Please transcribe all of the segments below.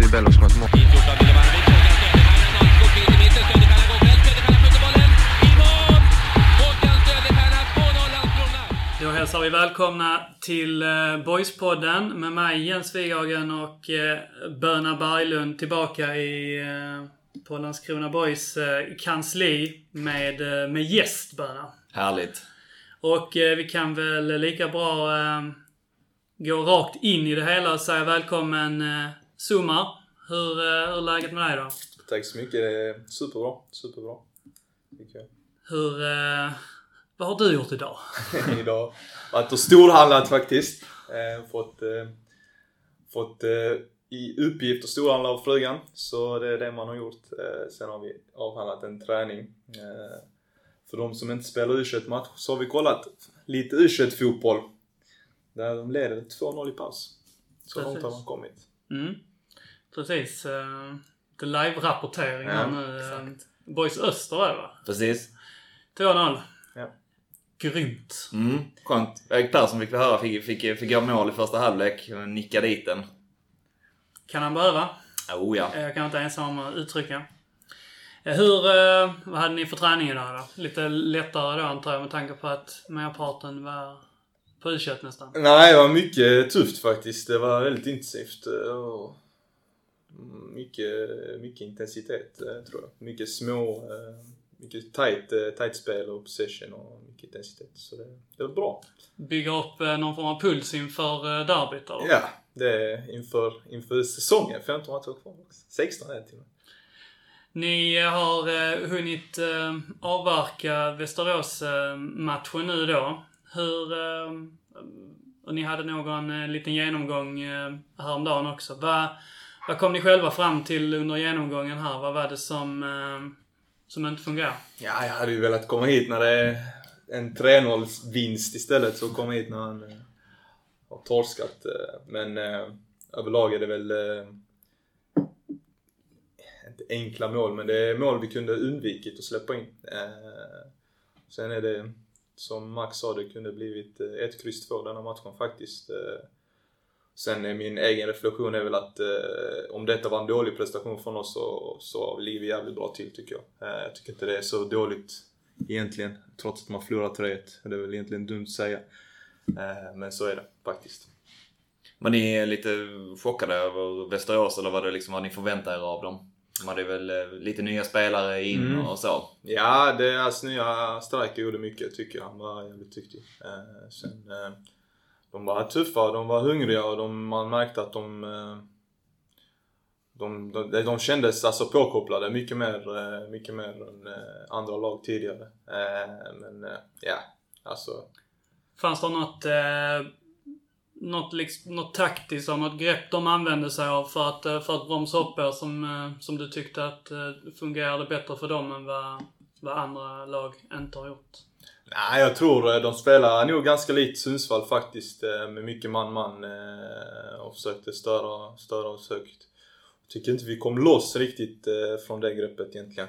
blir Bello som har ett mål. Då hälsar vi välkomna till Boyspodden med mig Jens Vighagen och Böna Berglund tillbaka på Landskrona Boys kansli med gäst, Böna. Härligt. Och vi kan väl lika bra gå rakt in i det hela och säga välkommen Sumar. Hur är läget med dig då? Tack så mycket, det är superbra. Tycker jag. Vad har du gjort idag? Idag varit och storhandlat faktiskt. Fått i uppgift att storhandla av frugan. Så det är det man har gjort. Sen har vi avhandlat en träning. För de som inte spelar U21-match så har vi kollat lite U21-fotboll. Där de leder 2-0 i paus. Så långt har man kommit. Precis. Det live-rapportering här nu. Boys Öster är det, va? Precis. 2-0. Ja. Grymt. Skönt. Erik Persson fick vi höra fick göra mål i första halvlek. Nicka dit den. Kan han behöva? Oh ja. Jag kan inte ensam uttrycka. Vad hade ni för träning idag då? Lite lättare då antar jag med tanke på att merparten var på U21 nästan. Nej, det var mycket tufft faktiskt. Det var väldigt intensivt. Och mycket intensitet tror jag. Mycket små... Mycket tight spel och possession och mycket intensitet. Så det var bra. Bygga upp någon form av puls inför derbyt då? Ja, det är inför säsongen. 15 matcher kvar. 16 är det till och med. Ni har hunnit avverka Västerås-matchen nu då. Och ni hade någon liten genomgång häromdagen också. Vad kom ni själva fram till under genomgången här? Vad var det som inte fungerar? Ja, jag hade ju velat komma hit när det är en 3-0 vinst istället. Så komma hit när han har torskat. Men överlag är det väl inte enkla mål. Men det är mål vi kunde undvikit att släppa in. Sen är det, som Max sa, det kunde blivit 1-2 denna matchen faktiskt. Sen är min egen reflektion är väl att om detta var en dålig prestation från oss så ligger vi jävligt bra till tycker jag. Jag tycker inte det är så dåligt egentligen, trots att man förlorar 3-1. Det är väl egentligen dumt att säga. Men så är det faktiskt. Var ni lite chockade över Västerås eller var det liksom vad ni förväntade er av dem? De hade väl lite nya spelare in och så. Ja, deras nya striker gjorde mycket tycker jag. Han var jävligt duktig. Sen... De var tuffa, de var hungriga och man märkte att de kändes alltså påkopplade mycket mer än andra lag tidigare. Men ja, alltså. Fanns det något taktiskt och något grepp de använde sig av för att bromsa upp er som du tyckte att fungerade bättre för dem än vad andra lag inte har gjort? Nej, jag tror de spelar nog ganska likt Sundsvall faktiskt, med mycket man och försökte störa oss högt. Tycker inte vi kom loss riktigt från det greppet egentligen.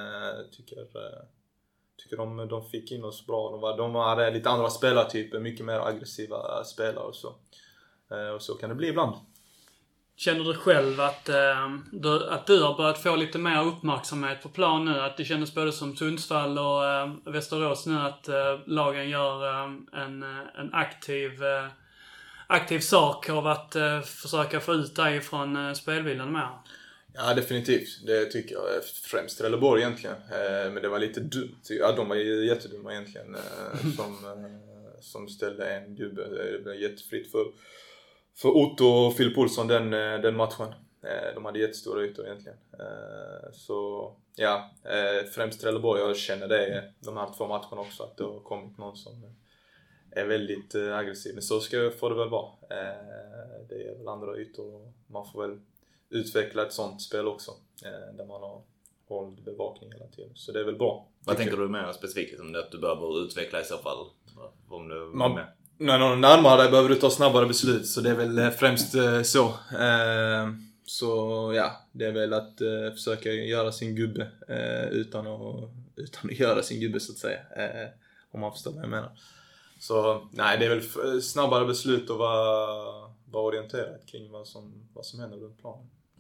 Tycker de fick in oss bra. De hade lite andra spelartyper, mycket mer aggressiva spelare och så. Och så kan det bli ibland. Känner du själv att du har börjat få lite mer uppmärksamhet på plan nu? Att det kändes både som Sundsvall och Västerås nu att lagen gör en aktiv sak av att försöka få ut dig från spelbilden med? Ja, definitivt. Det tycker jag främst Trelleborg egentligen. Men det var lite dumt. Ja, de var jättedumma egentligen. Som ställde en gubbe. Det blev jättefritt för Otto och Filip Olsson den matchen. De hade jättestora ytor egentligen. Så ja, främst Trelleborg, jag känner det de här 2 matcherna också, att det har kommit någon som är väldigt aggressiv. Men så får det väl vara. Det är väl andra ytor och man får väl utveckla ett sånt spel också. Där man har hållit bevakning hela tiden. Så det är väl bra. Vad tänker du med specifikt om det att du behöver utveckla i så fall? Om du är med? När någon närmare dig behöver du ta snabbare beslut. Så det är väl främst så. Så ja, det är väl att försöka göra sin gubbe utan att göra sin gubbe så att säga. Om man förstår vad jag menar. Så nej, det är väl snabbare beslut och vara orienterad kring vad som händer runt planen.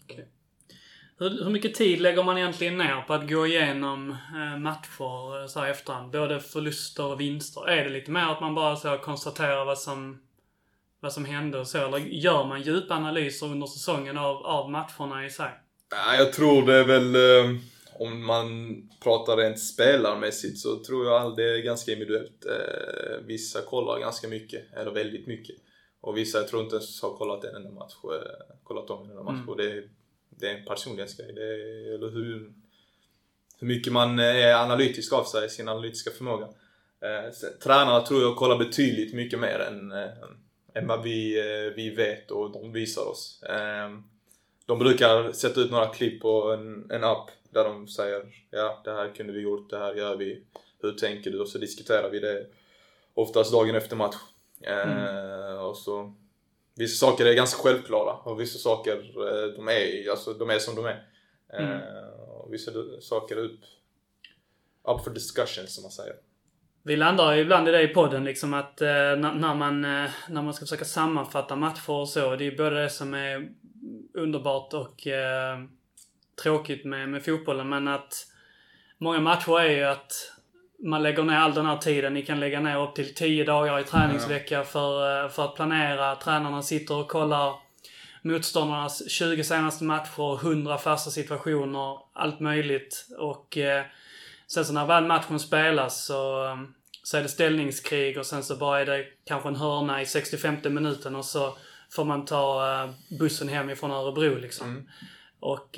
Okay. Hur mycket tid lägger man egentligen ner på att gå igenom matcher så här efterhand? Både förluster och vinster. Är det lite mer att man bara så konstaterar vad som hände och så? Eller gör man djupa analyser under säsongen av matcherna i sig? Nej, jag tror det är väl... Om man pratar rent spelarmässigt så tror jag det är ganska individuellt. Vissa kollar ganska mycket, eller väldigt mycket. Och vissa jag tror inte ens har kollat en enda match. Kollat om en enda match. Och det är en personlighetsgrej. Eller hur mycket man är analytisk av sig, sin analytiska förmåga. Tränarna tror jag kollar betydligt mycket mer än vad vi vet och de visar oss. De brukar sätta ut några klipp på en app där de säger ja, det här kunde vi gjort, det här gör vi, hur tänker du? Och så diskuterar vi det oftast dagen efter match. Och så vissa saker är ganska självklara och vissa saker de är som de är. Och vissa saker är up for discussion som man säger. Vi landar ju ibland i det i podden liksom att när man ska försöka sammanfatta matcher och så, det är både det som är underbart och tråkigt med fotbollen, men att många matcher är ju att man lägger ner all den här tiden. Ni kan lägga ner upp till 10 dagar i träningsvecka för att planera. Tränarna sitter och kollar motståndarnas 20 senaste matcher, 100 fasta situationer, allt möjligt. Och sen så när väl matchen spelas så är det ställningskrig och sen så bara är det kanske en hörna i 65:e minuten och så får man ta bussen hem ifrån Örebro liksom. Och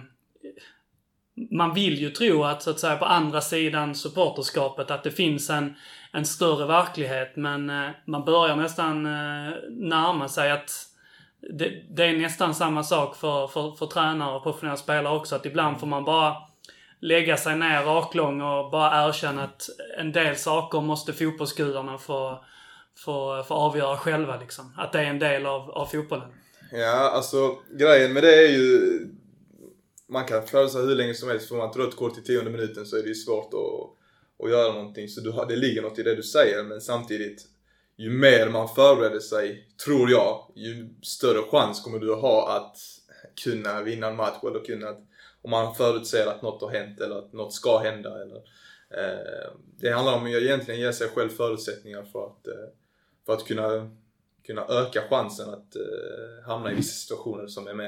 man vill ju tro att så att säga på andra sidan supporterskapet att det finns en större verklighet, men man börjar nästan närma sig att det är nästan samma sak för tränare och professionella spelare också, att ibland får man bara lägga sig ner raklång och bara erkänna att en del saker måste fotbollsgudarna få avgöra själva liksom. Att det är en del av fotbollen. Ja, alltså grejen med det är ju man kan förutsäga hur länge som helst. Får man ett rött kort i 10:e minuten så är det ju svårt att göra någonting. Så det ligger något i det du säger. Men samtidigt, ju mer man förbereder sig, tror jag, ju större chans kommer du att ha att kunna vinna en match. Eller om man förutser att något har hänt eller att något ska hända. Det handlar om att egentligen ge sig själv förutsättningar för att kunna öka chansen att hamna i vissa situationer som är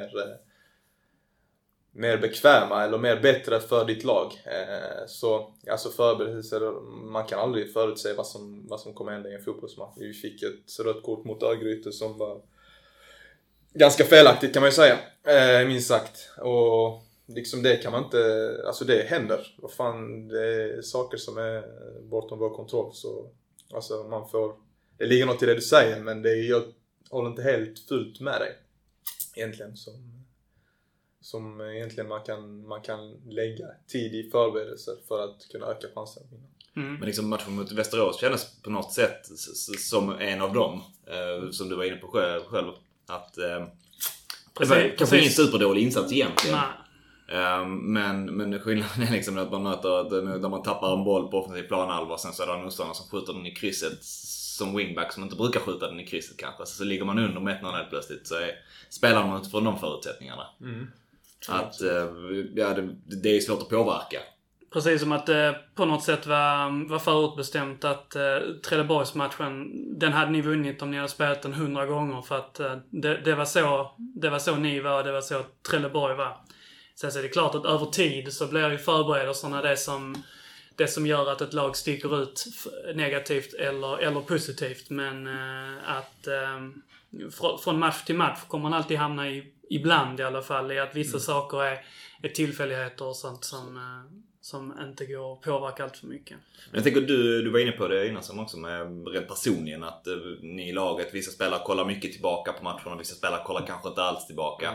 mer bekväma eller mer bättre för ditt lag. Så alltså förberedelser, man kan aldrig förutse vad som kommer hända i en fotbollsmatch. Vi fick ett rött kort mot Örgryte som var ganska felaktigt kan man ju säga, minst sagt. Och liksom det kan man inte, alltså det händer. Vad fan, det är saker som är bortom vår kontroll. Så alltså det ligger något i det du säger, men jag håller inte helt fullt med dig egentligen som egentligen man kan lägga tid i förberedelser för att kunna öka chansen. Men liksom matchen mot Västerås kändes på något sätt som en av dem som du var inne på själv att kanske ingen superdålig insats egentligen. Men skillnaden är liksom att man möter när man tappar en boll på offensiv planhalva, sen så är det en motståndare som skjuter den i krysset som wingback som inte brukar skjuta den i krysset kanske. Så ligger man under med 1-0 plötsligt så spelar man utifrån de förutsättningarna. Att det är svårt att påverka. Precis som att på något sätt var förutbestämt att Trelleborgsmatchen, den hade ni vunnit om ni hade spelat den 100 gånger, för att det var så ni var, det var så Trelleborg var. Sen så är det klart att över tid så blir ju förberedelserna det som gör att ett lag sticker ut negativt eller positivt. Men att från match till match kommer man alltid hamna ibland i alla fall i att vissa saker är tillfälligheter och sånt som inte går att påverka allt för mycket. Men jag tänker du var inne på det innan som också med rent personligen att ni i laget, vissa spelare kollar mycket tillbaka på matcherna, vissa spelare kollar kanske inte alls tillbaka.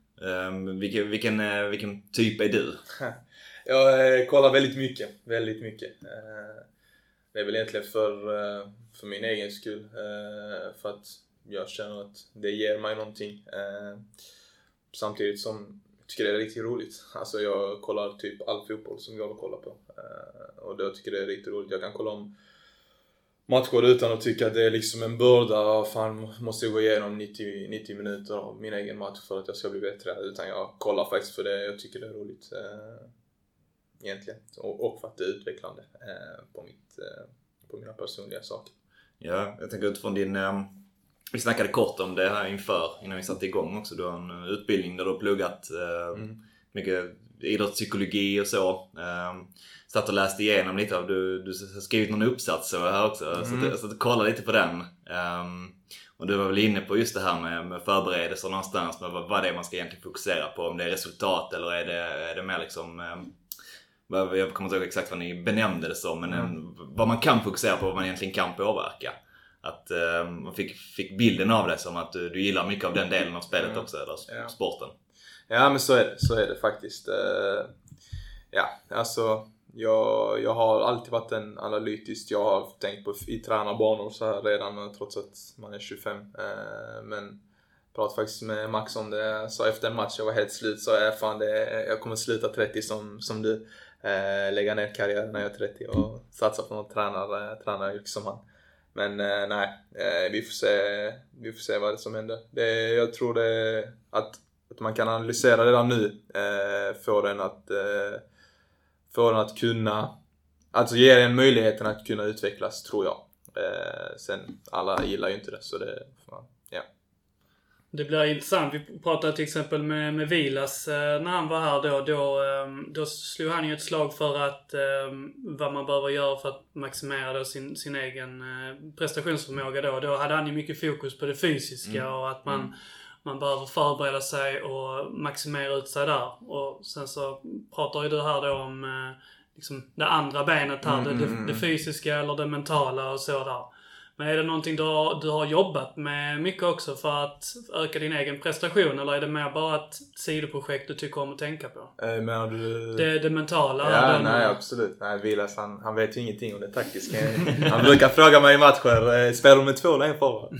Vilken typ är du? Jag kollar väldigt mycket. Det är väl egentligen för min egen skull, för att jag känner att det ger mig någonting, samtidigt som jag tycker det är riktigt roligt. Alltså jag kollar typ all fotboll som går att kolla på, och då tycker det är riktigt roligt. Jag kan kolla om matcher utan att tycka att det är liksom en börda. Fan, måste jag gå igenom 90 minuter av min egen match för att jag ska bli bättre. Utan jag kollar faktiskt för det. Jag tycker det är roligt egentligen. Och för att det är utvecklande på mina personliga saker. Ja, jag tänker utifrån din... Vi snackade kort om det här innan vi satte igång också. Du har en utbildning där du har pluggat mycket idrottspsykologi och så. Satt och läste igenom lite av, du har skrivit någon uppsats så här också. Så att kolla lite på den. Och du var väl inne på just det här med förberedelser någonstans. Med vad det är man ska egentligen fokusera på. Om det är resultat eller är det mer liksom... Jag kommer inte ihåg exakt vad ni benämnde det som. Men vad man kan fokusera på, vad man egentligen kan påverka. Att man fick bilden av det som att du gillar mycket av den delen av spelet också, eller sporten. Ja, men så är det faktiskt. Ja, alltså jag har alltid varit en analytisk. Jag har tänkt på i tränarbanor så här redan trots att man är 25. Men pratade faktiskt med Max om det. Så efter en match jag var helt slut, så jag kommer sluta 30 som du. Lägga ner karriären när jag är 30 och satsa på någon tränare som han. Men nej, vi får se vad det som händer. Jag tror att man kan analysera redan nu, få den att kunna, alltså ge den möjligheten att kunna utvecklas, tror jag. Sen alla gillar ju inte det, så det, ja. Det blir intressant. Vi pratade till exempel med Vilas när han var här då slog han ju ett slag för att vad man behöver göra för att maximera då sin egen prestationsförmåga då. Då hade han ju mycket fokus på det fysiska och att man behöver förbereda sig och maximera ut sig där. Och sen så pratar ju du här då om liksom det andra benet här, det fysiska eller det mentala och så där. Men är det någonting du har jobbat med mycket också för att öka din egen prestation? Eller är det mer bara ett sidoprojekt du tycker om att tänka på? Menar du... Det mentala? Ja, nej, absolut. Nej, Vilas, han vet ju ingenting om det taktiska. Han brukar fråga mig i matcher, spelar du med 2 eller 1 forward?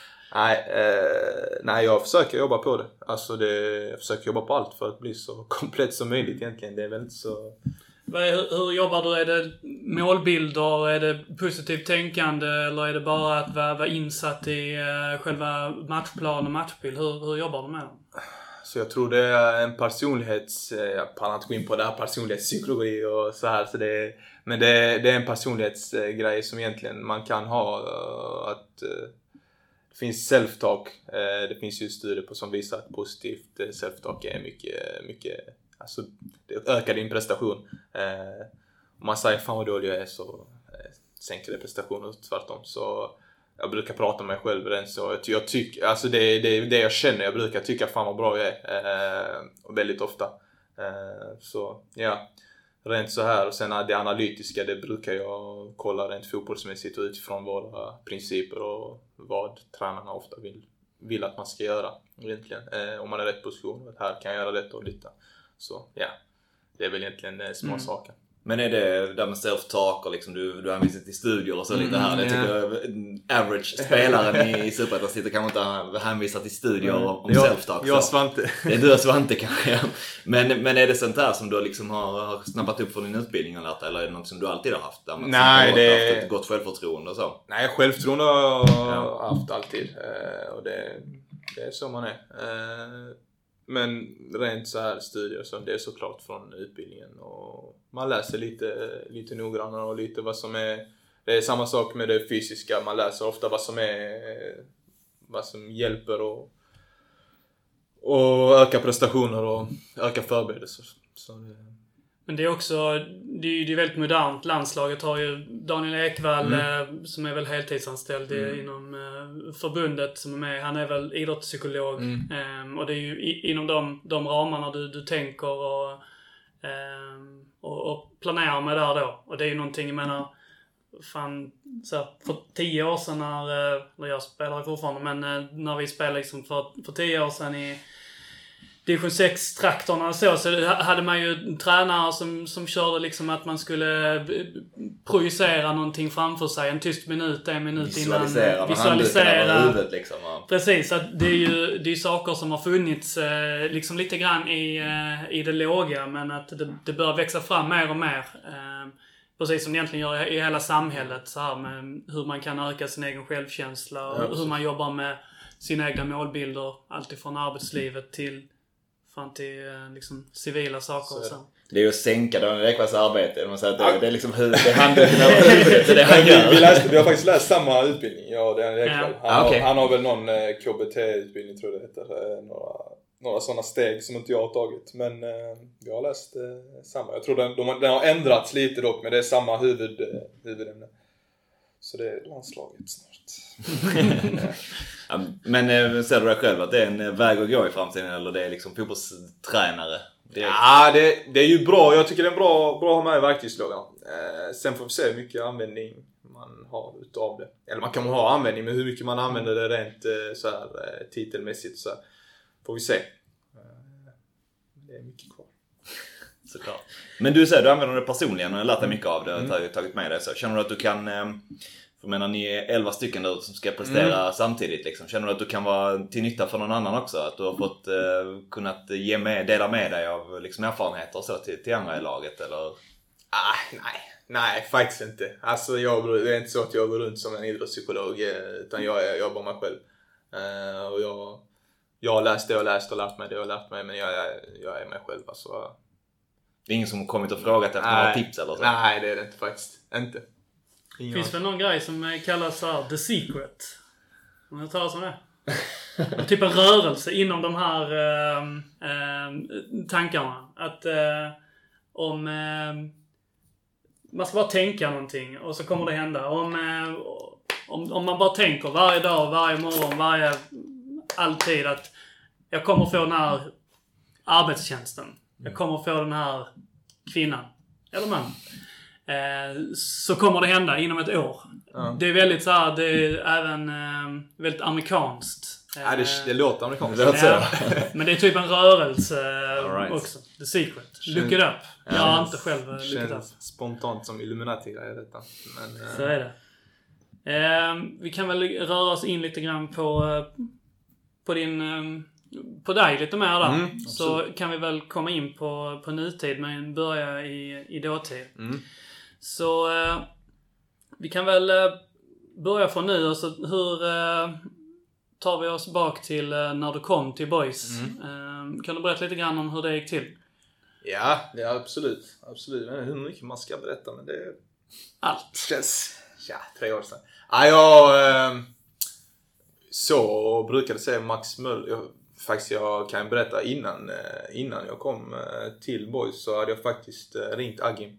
Nej, jag försöker jobba på det. Alltså jag försöker jobba på allt för att bli så komplett som möjligt egentligen. Det är väl inte så... Hur jobbar du? Är det målbilder? Är det positivt tänkande? Eller är det bara att vara insatt i själva matchplan och matchbild? Hur jobbar du med dem? Så jag tror det är en personlighets... Jag pallar inte gå in på det här personlighetspsykologi och så här. Men det är en personlighetsgrej som egentligen man kan ha. Att det finns self-talk. Det finns ju studier som visar att positivt self-talk är mycket... Alltså, det ökar din prestation. Om man säger fan vad dålig jag är, så sänker det prestationen tvärtom. Så jag brukar prata med mig själv den, så jag tycker, alltså det är det jag känner. Jag brukar tycka fan vad bra jag är. Väldigt ofta. Så ja, rent så här. Och sen det analytiska, det brukar jag kolla rent fotbollsmässigt och utifrån våra principer och vad tränarna ofta vill att man ska göra egentligen. Om man är rätt position, att här kan jag göra detta och detta. Så ja, det är väl egentligen små saker. Men är det där med self-talk och liksom du hänvisar till studier och så lite här. Jag tycker average-spelaren i Superettan sitter kanske inte hänvisar till studier om self-talk. Jag Svante. Det är du och Svante kanske. Men är det sånt där som du liksom har snabbat upp från din utbildning eller är det något som du alltid har haft? Där Nej, det har haft ett gott självförtroende och så? Nej, självförtroende har jag haft alltid. Och det är så man är. Men rent så här studier, så det är såklart från utbildningen och man läser lite noggrannare och lite vad som är. Det är samma sak med det fysiska, man läser ofta vad som hjälper och öka prestationer och öka förberedelser. Men det är också, det är väldigt modernt. Landslaget har ju Daniel Ekvall som är väl heltidsanställd inom förbundet som är med. Han är väl idrottspsykolog. Och det är ju inom de ramarna du tänker och planerar med där då. Och det är ju någonting, jag menar, fan, så för 10 år sedan när jag spelar fortfarande, men när vi spelade liksom för 10 år sedan i Division 6-traktorna så hade man ju tränare som körde liksom att man skulle projicera någonting framför sig. En tyst minut, en minut innan. Visualisera. Huvudet liksom. Ja. Precis, att det är ju saker som har funnits liksom lite grann i det låga, men att det bör växa fram mer och mer. precis som det egentligen gör i hela samhället så här med hur man kan öka sin egen självkänsla och hur man jobbar med sina egna målbilder, alltifrån arbetslivet till liksom civila saker och så. Det är ju att sänka Daniel Ekvalls arbete. Man säger att det är liksom det handlar över huvudet. Det han gör. Vi har faktiskt läst samma utbildning, jag och Daniel Ekvall. Okay. Han har väl någon KBT-utbildning, tror jag det heter. Några sådana steg som inte jag har tagit. Men jag har läst samma. Jag tror den har ändrats lite dock, men det är samma huvudämne. Så det är landslaget snart. Men ser du dig själv att det är en väg att gå i framtiden, eller det är liksom fotbollstränare? Ja, det är ju bra. Jag tycker det är bra att ha med i verktygslådan. Sen får vi se hur mycket användning man har utav det. Eller man kan ha användning, men hur mycket man använder det rent så här titelmässigt så här, får vi se. Det är mycket kvar. Såklart. Men du säger du använder det personligen och har lärt dig mycket av det och tagit med det. Så känner du att du kan... För menar ni är 11 stycken där som ska prestera samtidigt liksom. Känner du att du kan vara till nytta för någon annan också? Att du har fått kunnat dela med dig av liksom erfarenheter och så till andra i laget eller? Nej, faktiskt inte. Alltså det är inte så att jag går runt som en idrottspsykolog, utan jag jobbar med mig själv. Och jag har läst det och lärt mig det och lärt mig, men jag är mig själv alltså. Det är ingen som har kommit och frågat efter några tips eller så? Nej, det är det inte faktiskt. Inte. Det finns väl någon grej som kallas så här, The Secret. Om jag tar som det. Typ en rörelse inom de här tankarna. Att om man ska bara tänka någonting och så kommer det hända. Om man bara tänker varje dag, varje morgon, alltid att jag kommer få den här arbetstjänsten. Jag kommer få den här kvinnan. Eller man. Så kommer det hända inom ett år. Det är väldigt så här, det är även väldigt amerikanskt. Det låter amerikanskt. Men det är typ en rörelse också. The Secret. Look it up. Jag har inte själv look it up. Spontant som Illuminati är detta. Men, så är det. Vi kan väl röra oss in lite grann på dig lite mer där. Så kan vi väl komma in på nutid, men börja i dåtid. Så vi kan väl börja från nu. Alltså, hur tar vi oss bak till när du kom till Boys? Kan du berätta lite grann om hur det gick till? Ja, det är absolut. Jag vet inte hur mycket man ska berätta, men det är... Allt. Känns... 3 år sedan. Så brukade säga Max Möller. Jag kan berätta innan jag kom till Boys så hade jag faktiskt ringt Agim.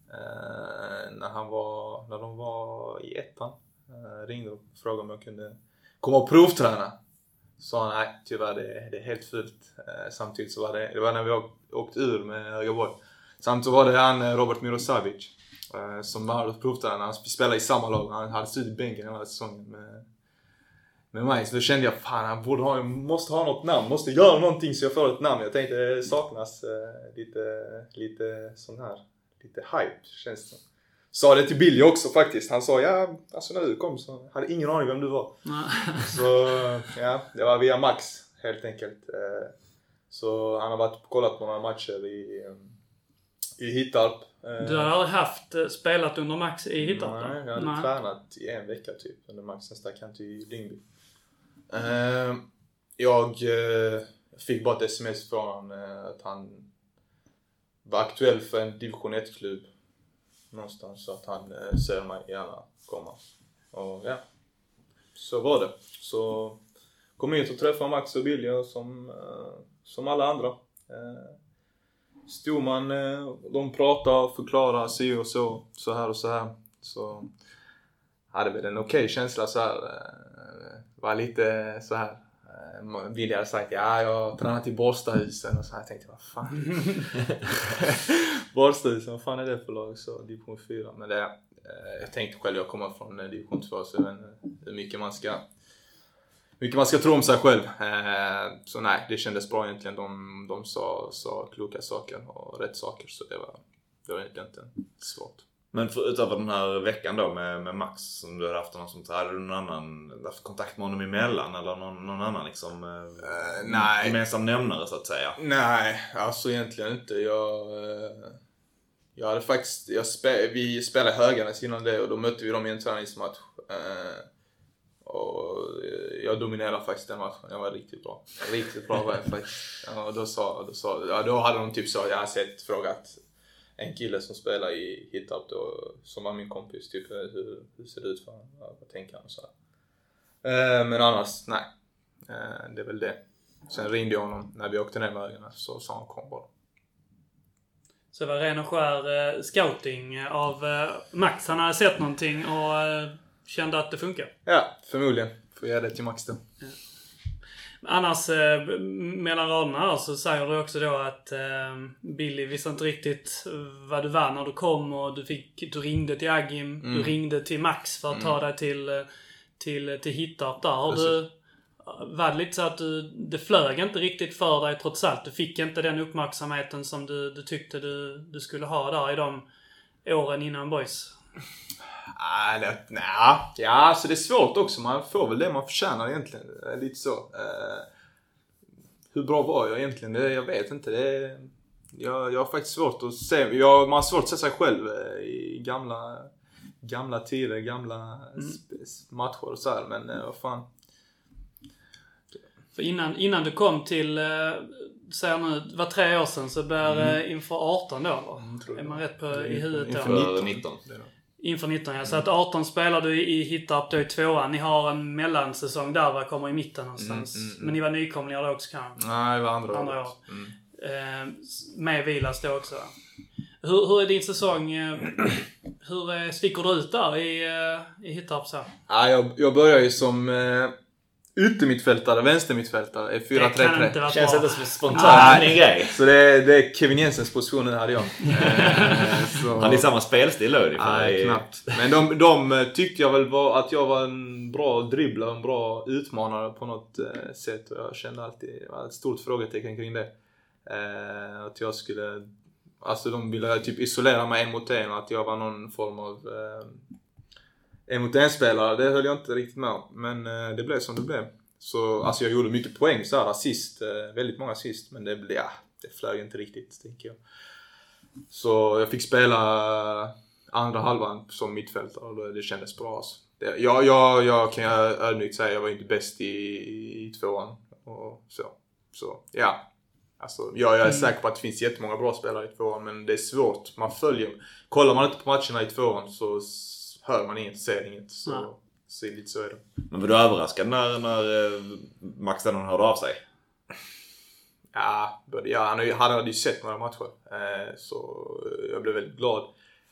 När de var i ettan. Ringde och frågade om jag kunde komma och provträna. Sa han, nej tyvärr det är helt fullt. Samtidigt så var det var när vi åkte ur med Ögaborg. Samtidigt så var det han Robert Mirosavic som var provtränare. Han spelade i samma lag. Han hade suttit i bänken hela säsongen med mig. Så då kände jag, fan måste ha något namn. Måste göra någonting så jag får ett namn. Jag tänkte det saknas lite sån här. Lite hype känns det som. Sa det till Billy också faktiskt. Han sa, alltså när du kom så hade ingen aning vem du var. Så det var via Max helt enkelt. Så han har varit och kollat på några matcher i Hittarp. Du har aldrig spelat under Max i Hittarp? Nej, jag hade tränat i en vecka typ under Max nästa kant i Lyngby. Jag fick bara ett sms från honom att han var aktuell för en division 1-klubb någonstans, så att han ser mig gärna komma. Och så var det. Så kom hit och träffade Max och Billy som alla andra. Stod man, de pratade, förklarade sig och så här och så här. Så hade vi en okej känsla så här. Var lite så här. Billy hade sagt, jag har tränat i Borstahusen och så här. Jag tänkte, vad fan. Borstahusen, vad fan är det för lag? Så division 4. Men jag tänkte själv, jag kommer från division 2 så jag vet inte hur mycket man ska tro om sig själv. Så nej, det kändes bra egentligen. De sa kloka saker och rätt saker, så det var egentligen inte svårt. Men utöver den här veckan då med Max som du hade haft någon som hade du någon annan haft kontakt med honom emellan eller någon annan liksom gemensam nämnare så att säga? Nej, alltså egentligen inte. Jag hade faktiskt, vi spelade Höganäs innan det och då mötte vi dem i en träningsmatch. Och jag dominerade faktiskt den matchen. Jag var riktigt bra. Riktigt bra var jag faktiskt. Ja, då hade de typ så, jag har frågat en kille som spelar i Hittarp då, som var min kompis, typ hur ser det ut för honom? Vad tänker han och så här. Men annars, nej. Det är väl det. Sen ringde jag honom när vi åkte ner med ögonen, så sa han kom bara. Så det var ren och skär scouting av Max. Han hade sett någonting och kände att det funkar. Ja, förmodligen. Får jag det till Max då. Ja. Annars, mellan raderna här så säger du också då att Billy visste inte riktigt vad du var när du kom och du ringde till Agim, du ringde till Max för att ta dig till Hittarp där. Har du var det lite så att det flög inte riktigt för dig trots allt? Du fick inte den uppmärksamheten som du tyckte du skulle ha där i de åren innan Boys? Ja, så det är svårt också. Man får väl det man förtjänar egentligen. Lite så. Hur bra var jag egentligen? Jag vet inte. Jag har faktiskt svårt att se. Man har svårt att se sig själv i gamla tider, gamla matcher och så här. Men vad fan. För innan du kom till, säger nu, det var 3 år sedan, så bär inför 18 då, va? Är man rätt i huvudet då? Inför 19. Inför 19, ja. Så att 18 spelar du i Hittarp då i 2an. Ni har en mellansäsong där, va? Kommer i mitten någonstans. Men ni var nykomlingar då också, kanske? Nej, det var andra år. Med vilas då också. Hur är din säsong? Hur sticker du ut där i Hittarp så? Ja, jag börjar ju som yttermittfältare, vänstermittfältare, 4-3-3. Känns inte som spontant en grej. Så det är Kevin Jensens position nu, hade jag. Han är samma spelstil då. Nej, knappt. Men de tyckte jag väl att jag var en bra dribblare, en bra utmanare på något sätt. Och jag kände alltid ett stort frågetecken kring det. Att jag skulle... Alltså de ville typ isolera mig en mot en, och att jag var någon form av... en mot en spelare, det höll jag inte riktigt med om. Men det blev som det blev. Så alltså jag gjorde mycket poäng så här assist, väldigt många assist, men det flög inte riktigt, tänker jag. Så jag fick spela andra halvan som mittfältare och det kändes bra alltså. Jag kan ödmjukt säga, jag var inte bäst i 2an och så ja. Alltså, jag är säker på att det finns jättemånga bra spelare i 2an, men det är svårt. Kollar man inte på matcherna i 2an så hör man inget, ser inget. Så lite så är det. Men var du överraskad när Max Dannon hörde av sig? Ja, han hade ju sett några matcher. Så jag blev väldigt glad.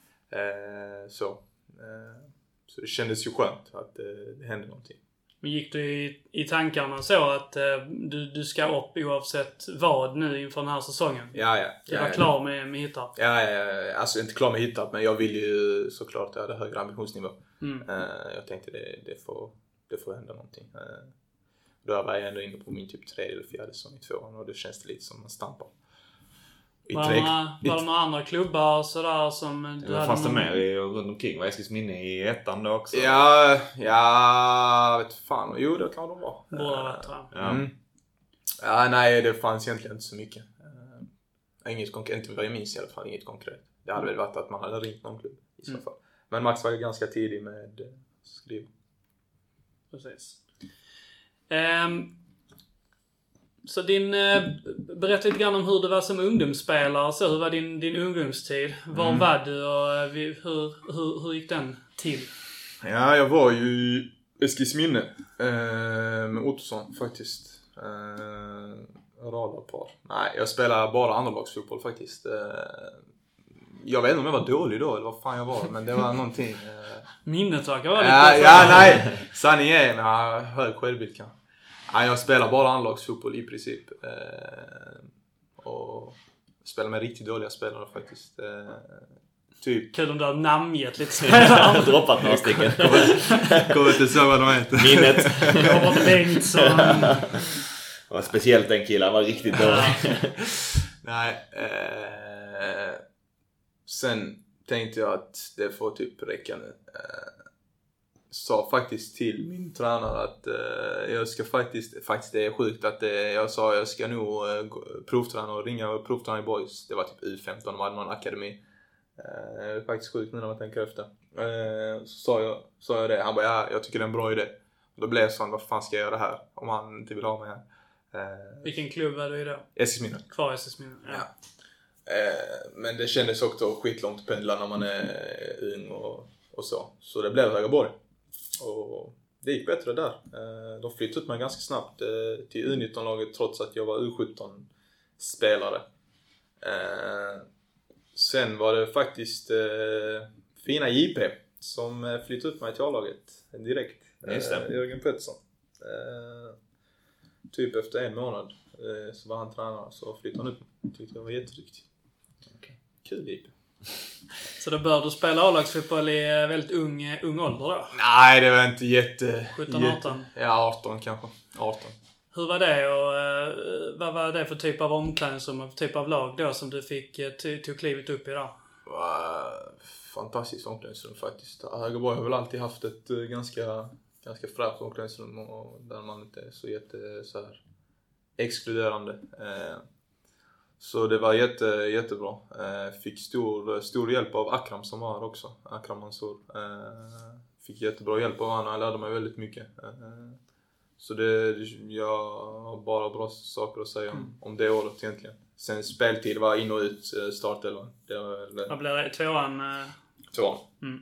Så det kändes ju skönt att det hände någonting. Men gick du i tankarna så att du ska upp oavsett vad nu inför den här säsongen? Ja. Du var klar med Hittarp? Ja, alltså inte klar med Hittarp, men jag vill ju såklart att jag hade högre ambitionsnivå. Jag tänkte det får hända någonting. Då var jag ändå inne på min typ 3 eller 4 som i 2an, och det känns lite som man stampar. Var det några andra klubbar sådär som du fanns det med runt omkring? Var Eskilsminne i 1an då också? Ja, vet fan. Jo, det kan de vara. Båda, tror jag. Ja. Ja, nej, det fanns egentligen inte så mycket. Inget konkret, inte vad jag minns i alla fall, inget konkret. Det hade väl varit att man hade ringt någon klubb i så fall. Men Max var ju ganska tidig med skriv. Precis. Så berätta lite grann om hur du var som ungdomsspelare. Så hur var din ungdomstid? Var var du och hur gick den till? Ja, jag var ju i Eskilsminne med Ottosson faktiskt. Radarpar. Nej, jag spelade bara andrelagsfotboll faktiskt. Jag vet inte om jag var dålig då eller vad fan jag var, men det var någonting. Minnet verkar vara lite nej. Sanning är en hög självbild kan. Ja, jag spelar bara anlagsfotboll i princip. Och spelar med riktigt dåliga spelare faktiskt. Typ. Kul om du har namngett lite spelare. Droppat några stycken. Kommer inte så vad de heter. Minnet. Robert Bengtsson. Och speciellt den killen var riktigt dålig. Nej. Sen tänkte jag att det får typ räcka nu. Sa faktiskt till min tränare att jag ska faktiskt det är sjukt att jag sa jag ska nog provträna och ringa och provträna i Boys. Det var typ U15, de hade någon akademi. Det är faktiskt sjukt nu när man tänker efter. Så sa jag det. Han bara, ja, jag tycker det är en bra idé. Och då blev jag sån, vad fan ska jag göra det här? Om han inte vill ha mig här. Vilken klubb är du i då? Eskilsminne. Kvar Eskilsminne, ja. Men det kändes också skitlångt att pendla när man är ung och så. Så det blev Högaborg. Och det gick bättre där. De flyttade ut mig ganska snabbt till U19-laget trots att jag var U17-spelare. Sen var det faktiskt fina JP som flyttade upp mig till A-laget direkt. Jörgen Pettersson. Typ efter en månad så var han tränare, så flyttade han upp mig. Tyckte jag var jätteduktig. Okay. Kul JP. Så då bör du spela A-lagsfotboll i väldigt ung ålder då? Nej, det var inte 17-18? Ja, 18 kanske. 18. Hur var det och vad var det för typ av omklädningsrum och typ av lag då som du fick tog klivet upp i då? Fantastiskt omklädningsrum faktiskt. Högaborg har väl alltid haft ett ganska fräscht omklädningsrum och där man inte är så här exkluderande. Så det var jättebra. Fick stor hjälp av Akram som var här också. Akram Mansour. Fick jättebra hjälp av honom. Jag lärde mig väldigt mycket. Så jag har bara bra saker att säga om det året egentligen. Sen speltid var in och ut startelvan. Vad blev det? Tvåan? Tvåan.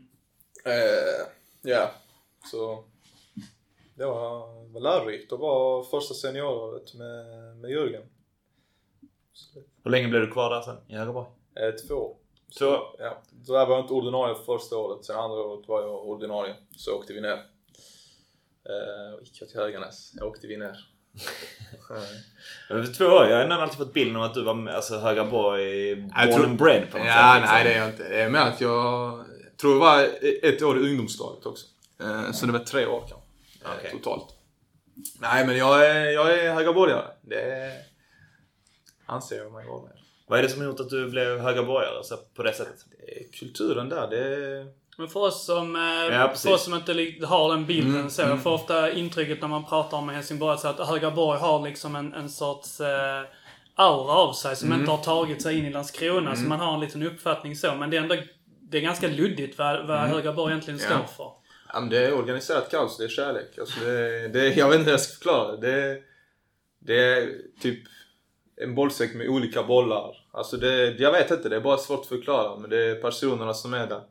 Ja, så det var lärorikt att vara första senioråret med Jörgen. Hur länge blev du kvar där sen i Högaborg? 2 år. Så, ja. Så där var jag inte ordinarie första året. Sen andra året var jag ordinarie. Så åkte vi ner. Gick till Höganäs. Jag åkte vi ner. För 2 år, jag har ändå alltid fått bilden av att du var Högaborg born and bred på något sätt. Ja, nej det är jag inte. Det är med att jag tror det var 1 år i ungdomslaget också. Så det var 3 år kanske. Totalt. Nej, men jag är högaborgare. Det anser jag mig vara med. Vad är det som har gjort att du blev högaborgare så på det sättet? Det är kulturen där. Men för oss som inte har den bilden så jag får ofta intrycket när man pratar om Helsingborg så att Högaborg har liksom en sorts aura av sig som inte har tagit sig in i Landskrona, så man har en liten uppfattning så, men det är ganska luddigt vad Högaborg egentligen står för. Ja, men det är organiserat kaos, det är kärlek. Alltså jag vet inte hur jag ska förklara det. Det är typ en bollsäck med olika bollar. Alltså jag vet inte, det är bara svårt att förklara. Men det är personerna som är där.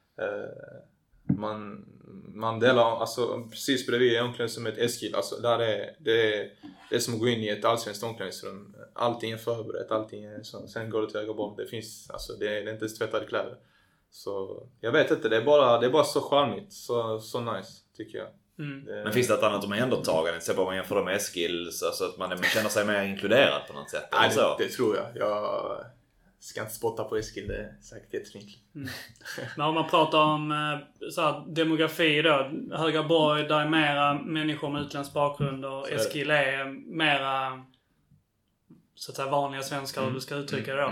Man delar, alltså precis bredvid är omklädningsrummet Eskil. Alltså där det är som att gå in i ett allsvenskt omklädningsrum. Allting är förberett, allting är så. Sen går det till Högaborg. Det finns, alltså det är inte ens tvättade kläder. Så jag vet inte, det är bara så charmigt, så nice tycker jag. Men finns det ett annat omhändertagande? Till exempel om man jämför med Eskil så att man känner sig mer inkluderad på något sätt? Nej, det tror jag. Jag ska inte spotta på Eskil, det är säkert jättefint. Men om man pratar om så här, demografi då. Högaborg, där är mera människor med utländsk bakgrund och Eskil är mera så att säga vanliga svenskar, om du ska uttrycka det då.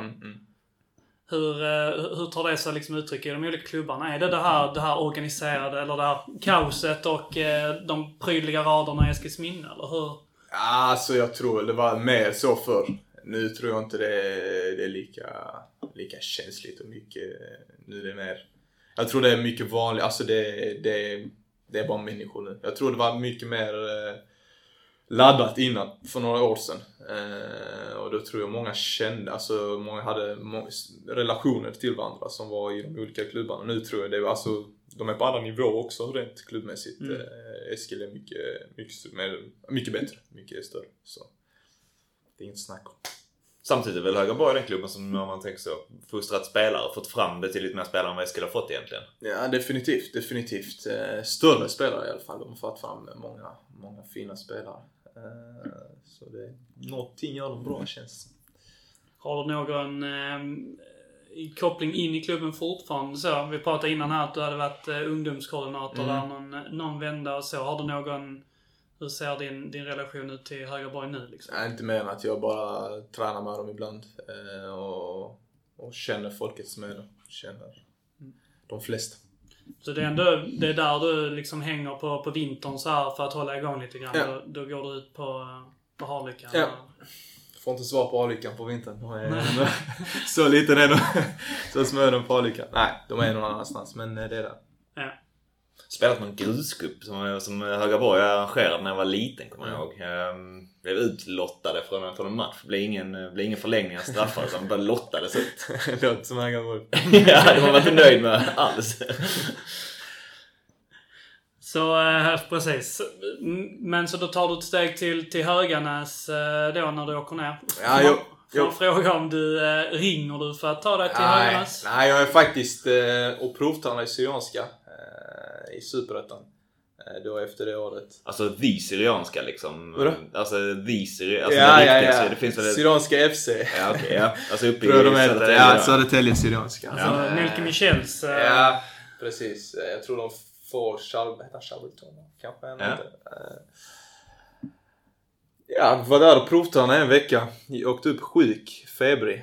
Hur tar det sig liksom uttryck i de olika klubbarna? Är det här organiserade eller det här kaoset och de prydliga raderna i Eskilsminne, eller hur? Ja, alltså jag tror det var mer så förr. Nu tror jag inte det är lika känsligt och mycket. Nu är det mer. Jag tror det är mycket vanligt. Alltså det är bara människor nu. Jag tror det var mycket mer laddat innan för några år sedan. Och då tror jag många kände, alltså många hade relationer till varandra som var i de olika klubbarna. Nu tror jag det var, alltså de är på andra nivå också rent klubbmässigt. Eskil är mycket bättre, mycket större. Så det är inte snack om. Samtidigt är väl Högaborg den klubben som, om man tänker så, fostrat spelare, fått fram betydligt mer spelare än vad Eskil har fått egentligen. Ja, definitivt. Större spelare i alla fall. De har fått fram många fina spelare. Så det någonting gör de bra, känns. Har du någon koppling in i klubben fortfarande? Så, vi pratade innan här att du hade varit ungdomskoordinator där någon vända och så. Har du någon, hur ser din relation ut till Högaborg nu liksom? Nej, inte mer än att jag bara tränar med dem ibland och känner folket som är där. Känner de flesta. Så det är där du liksom hänger på vintern så här för att hålla igång lite grann. Ja. Då går du ut på Harlyckan. Ja. får inte svar på A-lyckan på vintern. Så liten är de. Så små är de på A-lyckan. Nej, de är någon annanstans. Men det är det. Ja. Spelat någon gruscup som Högaborg arrangerade när jag var liten, kommer jag ihåg. Blev utlottade från en match. Det blev ingen förlängning av straffar, utan bara lottades ut. Det låter som Högaborg. Ja, det var man inte nöjd med alls. Så precis. Men så då tar du ett steg till Höganäs då när du åker ner. Ja, jag frågar om ringer du för att ta dig till Höganäs? Nej, jag är faktiskt och provtränare i Syrianska i Superettan. Då efter det året. Alltså vi Syrianska liksom. Vadå? Alltså vi Syrianska. Ja. Det finns väl Syrianska FC. Ja, okej. Ja. Alltså uppe i Södertälje. Ja, Södertälje Syrianska. Alltså Nelke Michels. Ja, precis. Jag tror de får Charlton kanske inte. Ja, var där och provtränade en vecka. Jag åkte upp sjuk, febrig.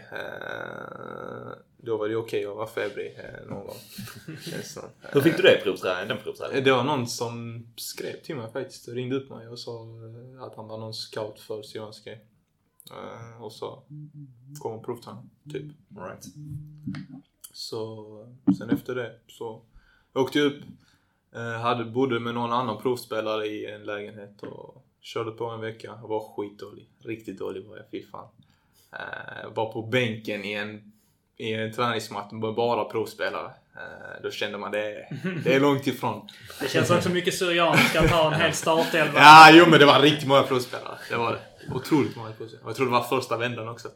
Då var det okej att vara febrig någon gång. Hur fick du det provträningen? Det var någon som skrev till mig faktiskt. Ringde upp mig och sa att han var någon scout för Syrianska. Och så kom och provträna typ. Right. Så sen efter det så åkte jag upp. Bodde med någon annan provspelare i en lägenhet och körde på en vecka. Jag var skitdålig. Riktigt dålig var jag, fy fan. Var på bänken i en träningsmatch med bara provspelare. Då kände man det är långt ifrån. Det känns också mycket syrianska att ha en hel startelva. Ja, jo, men det var riktigt många provspelare. Det var det. Otroligt många provspelare. Jag tror det var första vändan också.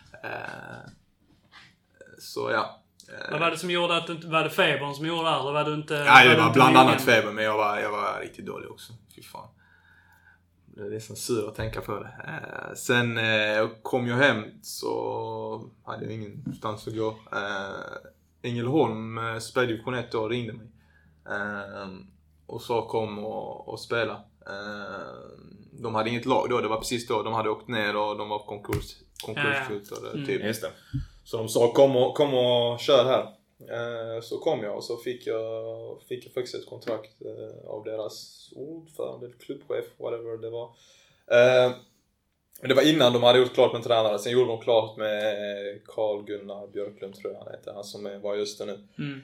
Så ja. Vad var det som gjorde att var det febern som gjorde det? Eller var du inte? Ja, det var bland annat feber, men jag var riktigt dålig också. Fy fan. Det är nästan sur att tänka på det. Sen kom jag hem så hade jag ingenstans att gå. Ängelholm spelade division 1 och ringde mig. Och så kom och spela. De hade inget lag då, det var precis då. De hade åkt ner och de var konkursfotade typ. Just det. Så de sa kom och kör här. Så kom jag och så fick jag faktiskt ett kontrakt av deras ordförande, klubbchef, whatever det var. Men det var innan de hade gjort klart med tränare. Sen gjorde de klart med Carl Gunnar Björklund, tror jag han heter. Han som var just det nu. Mm.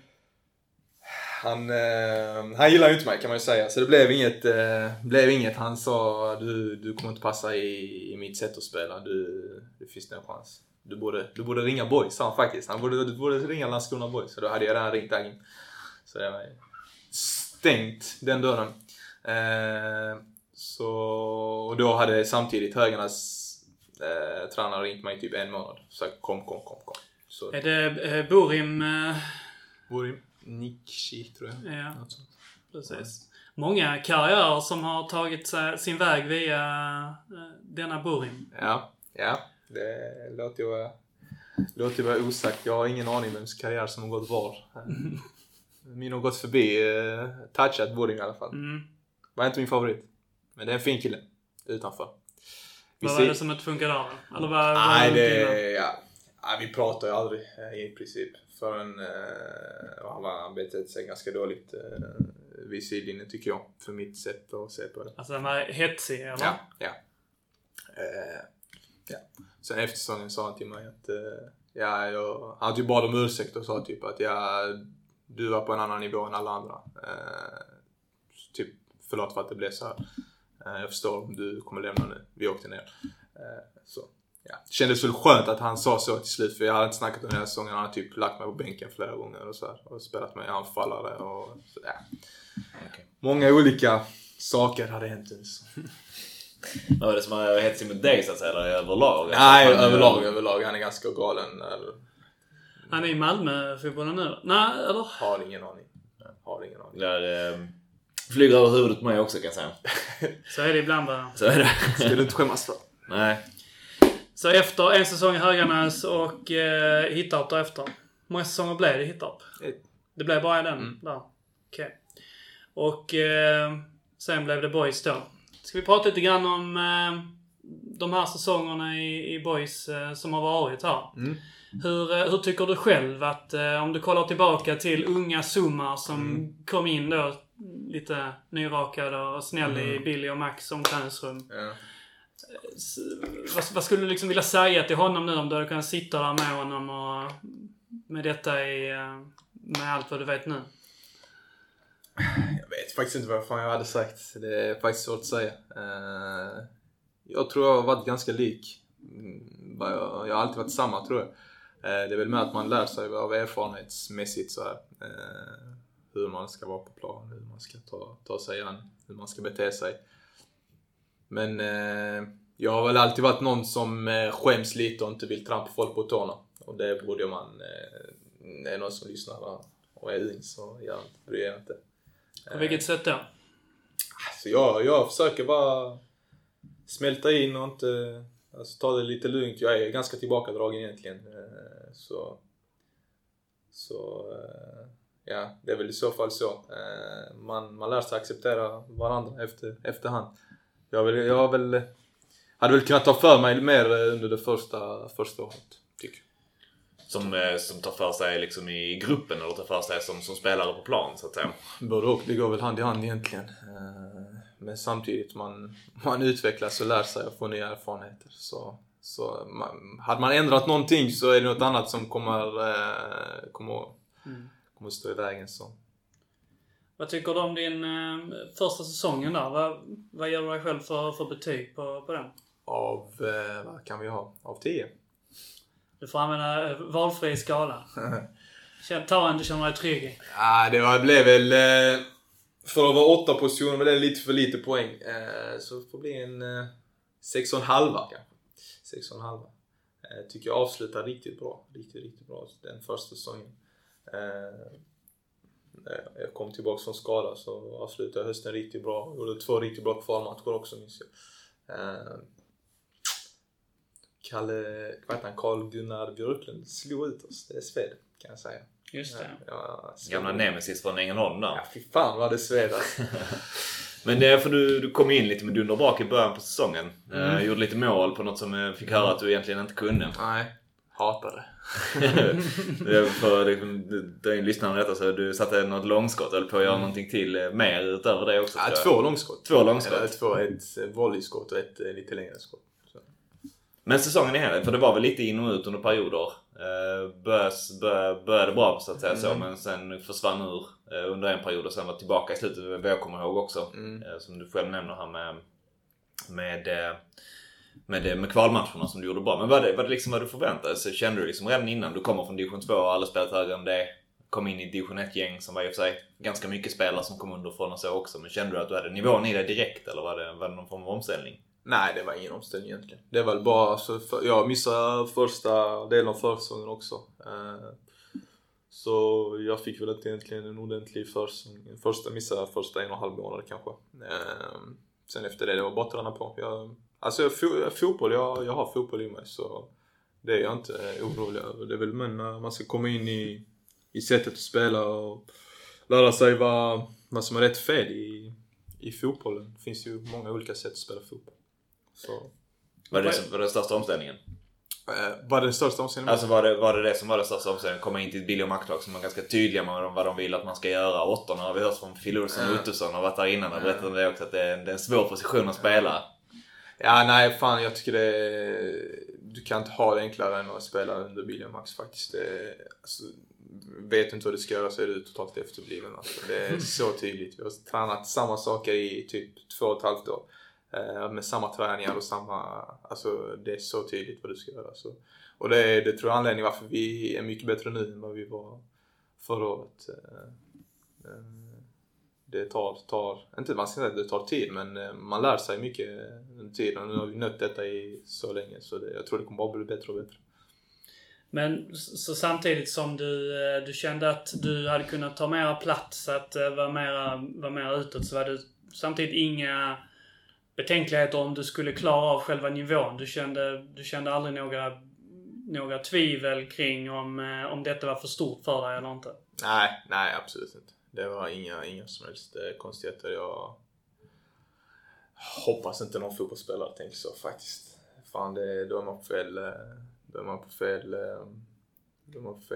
Han gillar ju inte mig, kan man ju säga. Så det blev inget. Han sa du kommer inte passa i mitt sätt att spela. Det finns en chans. Du borde ringa Boys, sa han faktiskt. Du borde ringa Landskrona Boys. Så då hade jag redan ringt där in. Så det var stängt den dörren. Och då hade samtidigt Högarnas tränare ringt mig typ en månad. Så kom. Så. Är det Borim? Borim Nikshi, tror jag. Ja, precis. Många karriärer som har tagit sin väg via denna Borim. Ja. Det låter ju vara osagt. Jag har ingen aning vems karriär som har gått var. Min har gått förbi touchat Borim i alla fall. Var inte min favorit. Men det är en fin kille utanför. Vad var det som inte funkar där? Eller vi pratar ju aldrig i princip. Förrän han betett sig ganska dåligt vid sidlinjen, tycker jag. För mitt sätt att se på det. Alltså den var hetsig, eller? Ja. Sen efter säsongen sa han till mig att han typ bad om ursäkt och sa typ att du var på en annan nivå än alla andra. Typ förlåt för att det blev så här. Jag förstår om du kommer lämna nu. Vi åkte ner. Så ja. Det kändes väl skönt att han sa så till slut. För jag hade inte snackat om den här säsongen. Han hade typ lagt mig på bänken flera gånger och så här. Och spelat med anfallare och så där. Okay. Många olika saker hade hänt. Vad var det som har hetsigt med dig så att säga? Eller överlag? Nej, överlag. Han är ganska galen. Han är i Malmö-fotbollen nu? Nej, eller? Har ingen aning. Där flyger över huvudet på mig också, kan jag säga. Så är det ibland bara. Så är det. Ska du inte skämmas för? Nej. Så efter en säsong i Höganäs och Hittarp därefter. Hur många säsonger blev det Hittarp? Det blev bara den där. Okej. Och sen blev det Boys då. Ska vi prata lite grann om de här säsongerna i Boys som har varit här. Hur tycker du själv att om du kollar tillbaka till unga Summar som kom in då lite nyrakad och snäll i Billy och Max omklädningsrum. Vad skulle du liksom vilja säga till honom nu om du hade kunnat sitta där med honom och med detta med allt vad du vet nu? Jag vet faktiskt inte vad fan jag hade sagt. Det är faktiskt svårt att säga. Jag tror jag har varit ganska lik. Jag har alltid varit samma, tror jag. Det är väl med att man lär sig av erfarenhetsmässigt så här. Hur man ska vara på plan, hur man ska ta sig an, hur man ska bete sig. Men jag har väl alltid varit någon som skäms lite och inte vill trampa folk på tårna. Och det borde man, är någon som lyssnar och är in, så jag bryr jag inte. På vilket sätt då? Alltså jag försöker bara smälta in och inte, alltså, ta det lite lugnt. Jag är ganska tillbakadragen egentligen. Ja, det är väl i så fall så. Man lär sig acceptera varandra efterhand. Jag hade väl kunnat ta för mig mer under det första året, tycker jag. Som tar för sig liksom i gruppen eller tar för sig som spelare på plan, så att säga? Både och, det går väl hand i hand egentligen. Men samtidigt man utvecklas och lär sig att få nya erfarenheter. Hade man ändrat någonting så är det något annat som kommer stå i vägen. Så. Vad tycker du om din första säsongen där? Vad ger du dig själv för betyg på den? Vad kan vi ha? Av 10? Du får använda valfri skala. Ta en du känner dig trygg i. Ja, det blev väl... För att vara 8 positioner var det lite för lite poäng. Så det får bli en 6,5 kanske. 6,5. Tycker jag avslutar riktigt bra. Riktigt bra den första säsongen. Jag kom tillbaka från skada, så avslutade hösten riktigt bra. Jag gjorde 2 riktigt bra kvalmatcher också, minns jag. Carl Gunnar Björklund slog ut oss. Det är sved, kan jag säga. Just det. Gamla nemesis från Ängelholm där. Ja, fy fan vad det sved. Men det är för du kom in lite med dunder bak i början på säsongen. Gjorde lite mål på något som fick höra att du egentligen inte kunde. Nej, hatade. För det lyssnarna detta, så du satte något långskott eller på att göra någonting till mer utöver det också. Ja, 2 långskott. 2 långskott. Ett volleyskott och ett lite längre skott. Så. Men säsongen i helhet, för det var väl lite in och ut under perioder. Började bra, så att säga så, men sen försvann under en period och sen var tillbaka i slutet, vad jag kommer ihåg också. Som du själv nämner här med kvalmatcherna som du gjorde bra. Men var det liksom vad du förväntade? Så kände du liksom redan innan du kommer från division 2 och alla spelat högre än det, kom in i division 1-gäng som var i och för sig ganska mycket spelare som kom underifrån och så också, men kände du att du hade nivån i det direkt, eller var det någon form av omställning? Nej, det var ingen omställning egentligen. Det var bara jag missade första delen av försäsongen också. Så jag fick väl egentligen en ordentlig försäsong. Missade första 1,5 månader kanske. Sen efter det var bara att träna på. Fotboll, jag har fotboll i mig, så det är jag inte orolig över. Det är väl man ska komma in i sättet att spela och lära sig vad som är rätt fel i fotbollen. Det finns ju många olika sätt att spela fotboll. Så. Var det den största omställningen? Var det den största omställningen? Alltså var det som var den största omställningen? Komma in till ett Billy och Macklag som är ganska tydliga med vad de vill att man ska göra. 8 har vi hört från Phil Olsson och Uttusson och varit där innan och berättat om det också, att det är en svår position att spela. Ja, nej, fan, jag tycker du kan inte ha det enklare än att spela under Billy och Max faktiskt. Vet du inte vad du ska göra så är du totalt efterbliven. Alltså. Det är så tydligt. Vi har tränat samma saker i typ 2,5 år. Med samma träningar och alltså det är så tydligt vad du ska göra. Så. Och det tror jag är anledningen varför vi är mycket bättre nu än vad vi var förra året. Det tar inte man ska säga att det tar tid, men man lär sig mycket under tiden, och nu har vi nött detta i så länge, så jag tror det kommer bara bli bättre och bättre. Men så samtidigt som du kände att du hade kunnat ta mera plats, att vara mera utåt, så var det samtidigt inga betänkligheter om du skulle klara av själva nivån. Du kände aldrig några tvivel kring om detta var för stort för dig eller inte? Nej, absolut inte. Det var inga som helst konstigheter. Jag hoppas inte någon fotbollsspelare tänker så faktiskt. Fan, då är man på fel,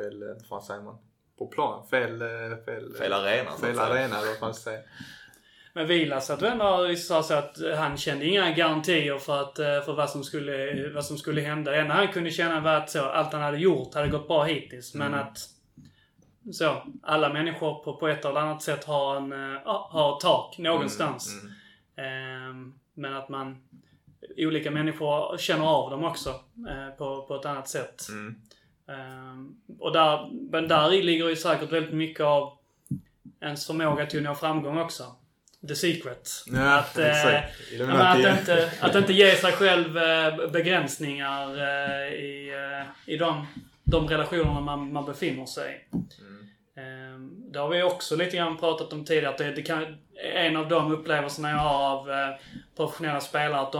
vad fan säger man? På plan, fel arena. Fel arena, vad fan säger. med Vilas att du ändå sa så att han kände inga garantier för vad som skulle hända. Det enda han kunde känna var att allt han hade gjort hade gått bra hittills. Men att alla människor på ett eller annat sätt har tak någonstans. Men att olika människor känner av dem också på ett annat sätt. Men där ligger ju säkert väldigt mycket av ens förmåga till att nå framgång också. The secret. Ja, att inte ge sig själv begränsningar i de relationerna man befinner sig i. Det har vi också lite grann pratat om tidigare. Att en av de upplevelserna jag har av professionella spelare att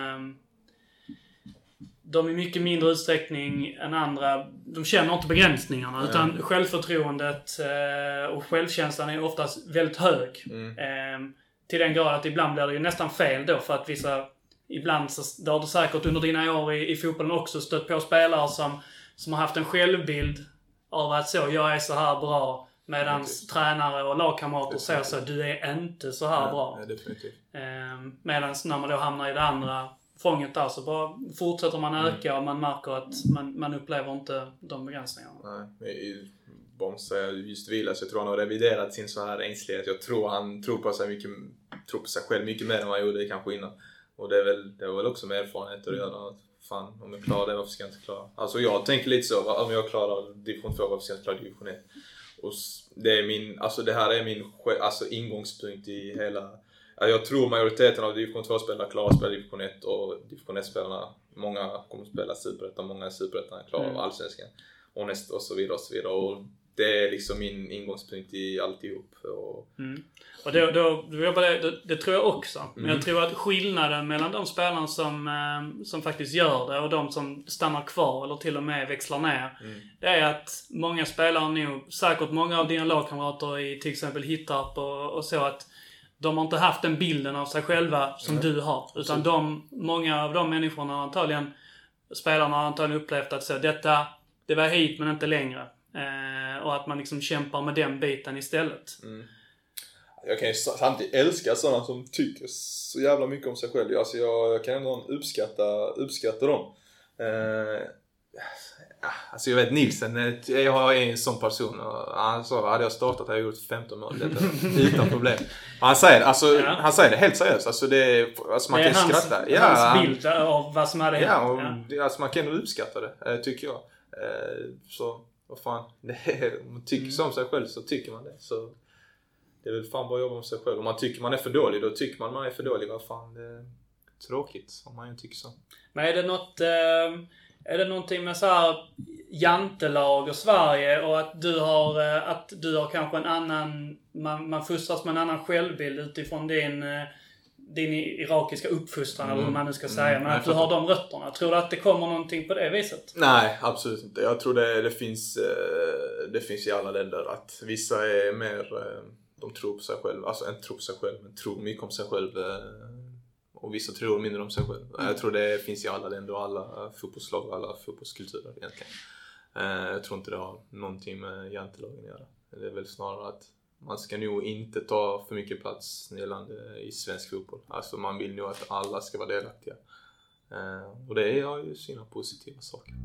de i mycket mindre utsträckning än andra, de känner inte begränsningarna utan självförtroendet och självkänslan är oftast väldigt hög. Till den grad att ibland blir det ju nästan fel då för att ibland så har du säkert under dina år i fotbollen också stött på spelare som har haft en självbild av att jag är så här bra medan tränare och lagkamrater säger så du är inte så här bra. Medan när man då hamnar i det andra fånget där så bara fortsätter man öka och man märker att man upplever inte de begränsningarna. Nej, Bomsa just Vilas, jag tror han har reviderat sin så här ängslighet. Jag tror han tror på sig själv mycket mer än vad han gjorde kanske innan. Och det är väl också med erfarenhet att göra. Fan, om jag klarar det, varför ska jag inte klara? Alltså jag tänker lite så, om jag klarar division 2, varför ska jag inte klara division 1? Och det här är min ingångspunkt i hela. Jag tror majoriteten av division 2-spelare klarar att spela division 1 och division 1-spelarna, många kommer att spela superettan, många superettan klarar av allsvenskan och så vidare och så vidare. Och det är liksom min ingångspunkt i alltihop. Och det tror jag också. Men jag tror att skillnaden mellan de spelarna som faktiskt gör det och de som stannar kvar eller till och med växlar ner. Det är att många spelare nu, säkert många av dina lagkamrater i till exempel Hittarp och så, att de har inte haft den bilden av sig själva som du har. Utan många av de människorna spelarna har antagligen upplevt att det var hit men inte längre. Och att man liksom kämpar med den biten istället. Jag kan ju samtidigt älska sådana som tycker så jävla mycket om sig själv. Alltså jag kan ändå uppskatta dem. Alltså jag vet Nielsen, jag är en sån person och han sa, hade jag startat hade jag gjort 15 mål utan problem. Han säger det helt seriöst. Alltså man kan skratta. Hans bild av vad som hade hänt. Alltså man kan uppskatta det, tycker jag. Så vad fan, om man tycker som sig själv så tycker man det. Så det är väl fan bara jobba med sig själv. Om man tycker man är för dålig, då tycker man är för dålig. Vad fan, det är tråkigt om man inte tycker så. Men är det någonting med så här jantelag och Sverige och att du har kanske en annan, man fostras med en annan självbild utifrån din irakiska uppfostran eller hur man nu ska säga, men att du har de rötterna. Tror du att det kommer någonting på det viset? Nej, absolut inte. Jag tror det finns i alla länder att vissa är mer, de tror på sig själv, alltså inte tror på sig själv men tror mycket om sig själv, och vissa tror mindre om sig själv. Jag tror det finns i alla länder och alla fotbollslag och alla fotbollskulturer egentligen. Jag tror inte det har någonting med jantelagen att göra. Det är väl snarare att man ska nog inte ta för mycket plats i svensk fotboll. Alltså man vill nog att alla ska vara delaktiga. Och det har ju sina positiva saker.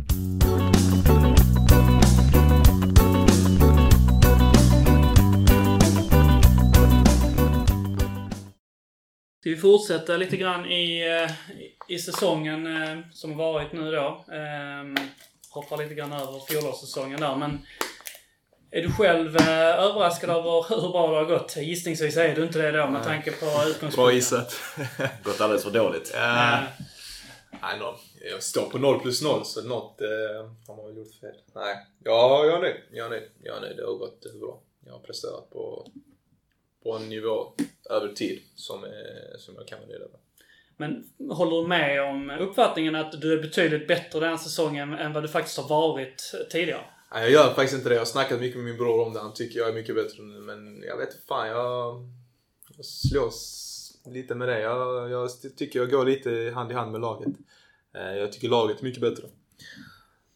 Ska vi fortsätta lite grann i säsongen som har varit nu då. Hoppar lite grann över fjolårssäsongen där, men är du själv överraskad över hur bra det har gått? Gissningsvis är du inte det då med tanke på utgångspunkten. Bra gissat. Gått alldeles för dåligt. Nej, jag står på 0+0 så något har man väl gjort fel. Nej, jag är nöjd. Det har gått bra. Jag har presterat på en nivå över tid som jag kan vara nöjd över. Men håller du med om uppfattningen att du är betydligt bättre den säsongen än vad du faktiskt har varit tidigare? Nej, jag gör faktiskt inte det. Jag har snackat mycket med min bror om det. Han tycker jag är mycket bättre nu. Men jag vet fan, jag slås lite med det. Jag tycker jag går lite hand i hand med laget. Jag tycker laget är mycket bättre.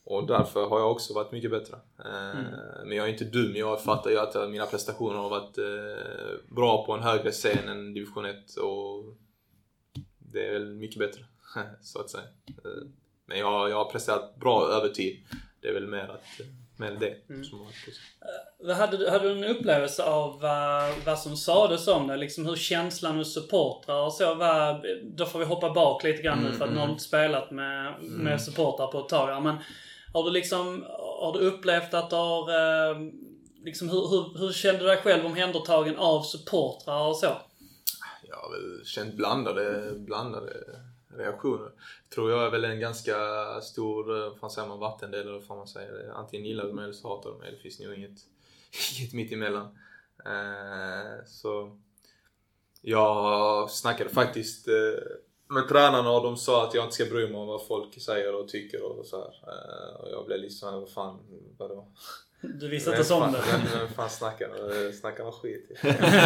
Och därför har jag också varit mycket bättre. Men jag är inte dum. Jag fattar ju att mina prestationer har varit bra på en högre scen än division 1. Och det är väl mycket bättre, så att säga. Men jag har presterat bra över tid. Det är väl mer det som har varit positivt. Hade du en upplevelse av vad som sades om det? Liksom hur känslan hos supportrar och så var... Då får vi hoppa bak lite grann nu för att någon spelat med supportrar på ett tag. Men har du upplevt att du har... Liksom, hur kände du dig själv omhändertagen av supportrar och så? Jag har väl känt blandade reaktioner. Tror jag är väl en ganska stor vattendelare, eller får man säga. Antingen gillar de eller så hatar de, eller det finns nog inget mitt emellan. Så jag snackade faktiskt med tränarna och de sa att jag inte ska bry mig om vad folk säger och tycker och så här. Och jag blev liksom, vadå? Du visste inte om det. Vem fan snackar man skit.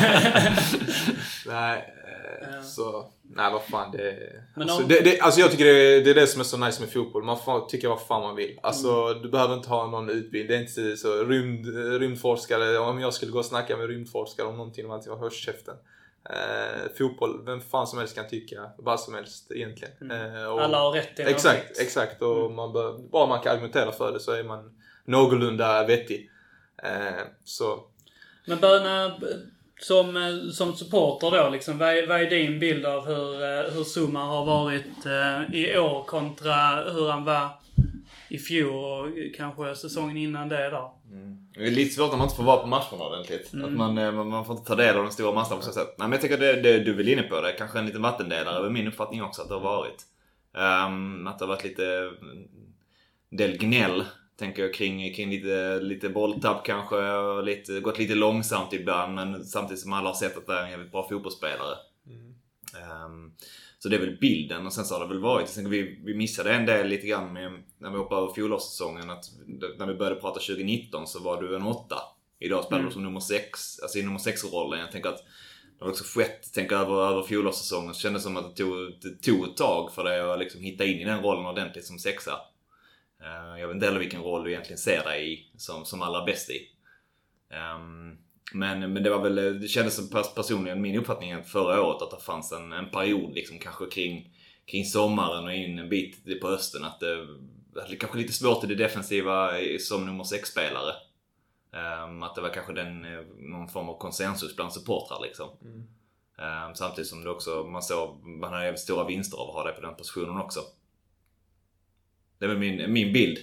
Nej, vad fan det... Men alltså jag tycker det är det som är så nice med fotboll. Man får tycka vad fan man vill. Alltså du behöver inte ha någon utbildning. Det är inte så rymdforskare. Om jag skulle gå och snacka med rymdforskare om någonting, om alltid var hörselkäften. Fotboll, vem fan som helst kan tycka vad som helst egentligen. Alla har rätt i exakt. Och bara man kan argumentera för det så är man någorlunda vettig. Så. Men Böna, som supporter då, liksom, vad är din bild av hur Zuma har varit i år kontra hur han var i fjol och kanske säsongen innan det då? Det är lite svårt när man inte får vara på matcherna ordentligt. Att man får inte ta del av den stora massan på så sätt. Nej, men jag tycker det du vill inne på det. Kanske en liten vattendelare över min uppfattning också att det har varit. Att det har varit lite del gnäll, tänker jag, kring lite bolltapp kanske. Och gått lite långsamt ibland, men samtidigt som alla har sett att det är en jävligt bra fotbollsspelare. Så det är väl bilden. Och sen så har det väl varit, vi missade en del lite grann när vi hoppade över fjolårssäsongen, att när vi började prata 2019 så var du en 8. Idag spelar du som nummer 6, alltså i nummer 6-rollen. Jag tänker att det har också skett, över fjolårssäsongen, så kändes det som att det tog ett tag för dig att liksom hitta in i den rollen ordentligt som 6. Jag vet inte heller vilken roll du egentligen ser dig i som allra bäst i. Men det var väl, det kändes som personligen min uppfattning förra året att det fanns en period liksom kanske kring sommaren och in en bit på hösten att det kanske lite svårt i det defensiva som nummer 6-spelare. Att det var kanske någon form av konsensus bland supportrar liksom. Samtidigt som det också man har stora vinster av att ha det på den positionen också. Det är väl min bild.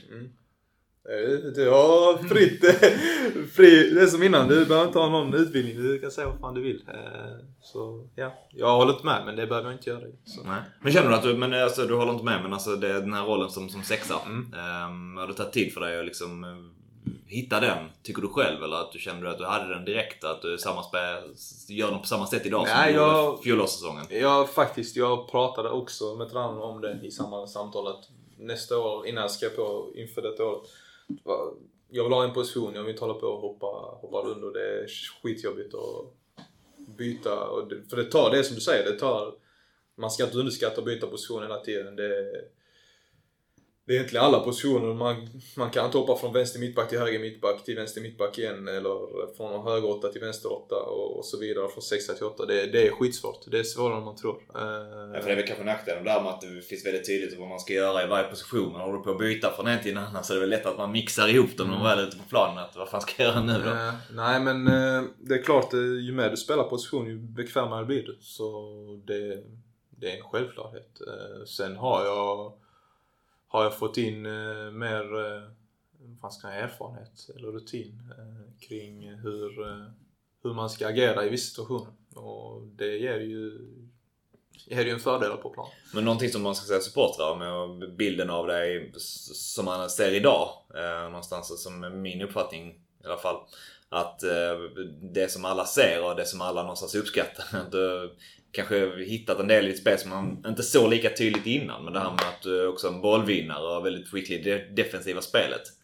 Ja, fritt. Det är som innan, du behöver inte ha någon utbildning, du kan säga vad fan du vill. Så ja, jag håller inte med, men det behöver jag inte göra. Så. Nej. Men känner du att du håller inte med, men alltså det är den här rollen som 6. Har du tagit tid för dig att liksom hitta den, tycker du själv, eller att du kände att du hade den direkt, att du gör den på samma sätt idag som fjolårssäsongen? Jag pratade också med tränaren om det i samma samtal, att nästa år, innan jag skrev på inför detta året, jag vill ha en position, jag vill inte hålla på och hoppa runt, och det är skitjobbigt att byta, för det är som du säger, man ska inte underskatta att byta position hela tiden. Det är egentligen alla positioner, man kan inte hoppa från vänster mittback till höger mittback till vänster mittback igen, eller från höger 8 till vänster 8 och så vidare, från 6 till 8. Det är skitsvårt, det är svårare än man tror. Ja, för det är väl kanske nackdelen där med att det finns väldigt tydligt vad man ska göra i varje position. Man håller på att byta från en till en annan, så det är väl lätt att man mixar ihop dem när man väl är ute på planen, att vad fan ska jag göra nu då? Nej, men det är klart, ju mer du spelar position ju bekvämare blir du, så det är en självklarhet. Sen har jag fått in mer erfarenhet eller rutin kring hur man ska agera i vissa situationer. Och det ger ju en fördel på plan. Men någonting som man ska säga supportrar med bilden av dig som man ser idag, någonstans som min uppfattning i alla fall, att det som alla ser och det som alla någonstans uppskattar, att kanske hittat en del i ett spel som man inte såg lika tydligt innan, men det här med att också en bollvinnare och väldigt skicklig defensiva spelet.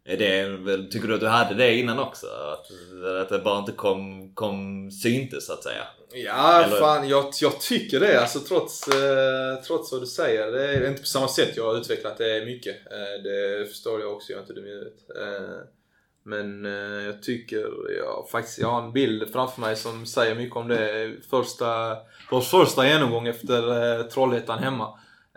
Tycker du att du hade det innan också? Att det bara inte syntes så att säga? Ja, eller? Fan, jag tycker det. Alltså trots vad du säger. Det är inte på samma sätt jag har utvecklat det mycket. Det förstår jag också, jag är inte dum i huvudet. Men jag tycker, jag har en bild framför mig som säger mycket om det. Vår första genomgång efter Trollhättan hemma.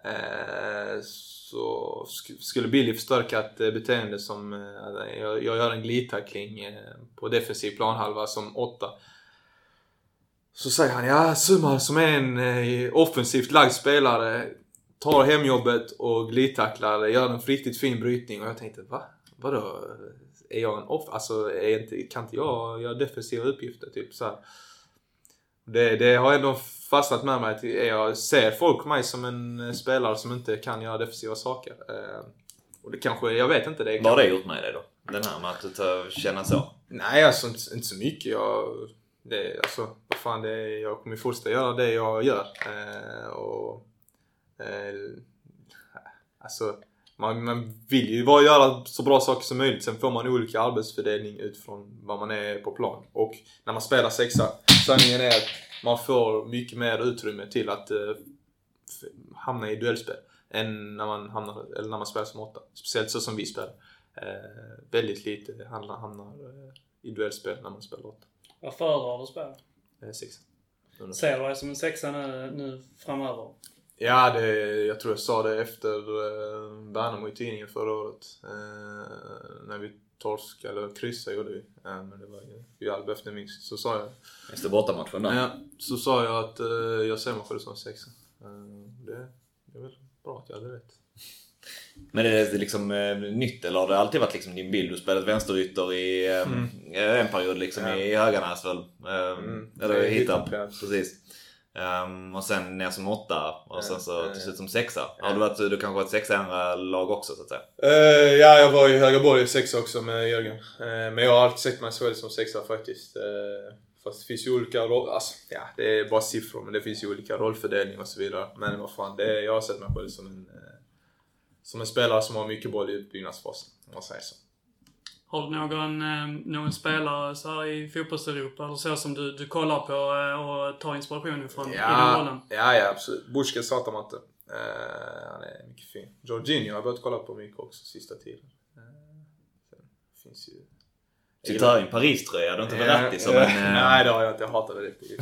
Så skulle Billy förstärka ett beteende som jag gör en glidtackling på defensiv planhalva som 8. Så säger han, Sumar som är en offensivt lagd spelare tar hemjobbet och glidtacklar, gör en riktigt fin brytning. Och jag tänkte, vadå? Är jag en kan inte jag göra defensiva uppgifter? Typ så här. Det har ändå fastnat med mig. Jag ser folk på mig som en spelare som inte kan göra defensiva saker. Och det kanske, jag vet inte det. Vad har det gjort med dig då? Den här med att känna så? Nej, alltså inte så mycket. Jag kommer fortsätta göra det jag gör. Man vill ju bara göra så bra saker som möjligt. Sen får man olika arbetsfördelning utifrån vad man är på plan. Och när man spelar sexa, sanningen är att man får mycket mer utrymme till att hamna i duellspel än när man spelar som 8. Speciellt så som vi spelar. Väldigt lite hamnar i duellspel när man spelar 8. Vad föredrar du att spela? 6. Ser du dig som en 6 nu framöver? Ja, jag tror jag sa det efter Värnamo i tidningen förra året. När vi torskade eller kryssade gjorde vi. Men det var ju Alba efter minst. Så sa jag... Efter bortamatchen då? Ja, så sa jag att jag ser mig själv som 6. Det är väl bra att jag hade rätt. Men är det liksom nytt eller har det alltid varit liksom din bild? Du spelat vänsterytter i en period liksom i Höganäs väl? Eller hittar precis. Och sen ner som 8 och sen så till slut som 6. Har du kanske varit 6 i andra lag också så att säga? Ja, jag var i Högaborg 6 också med Jörgen. Men jag har alltid sett mig själv som 6 faktiskt. Fast det finns ju olika det är bara siffror, men det finns ju olika rollfördelning och så vidare. Men vad fan, jag har sett mig själv som en spelare som har mycket boll i utbyggnadsfasen, om man säger så. Har du någon spelare så här i fotbolls-Europa eller så som du kollar på och tar inspiration från i den rollen? Ja, absolut. Bushka Satamatte. Han är mycket fin. Jorginho har jag börjat kolla på mycket också sista tiden. Sen finns ju... Du tar en Paris-tröja, du har inte Verratti som en... Nej, det har jag inte. Jag hatar det lite.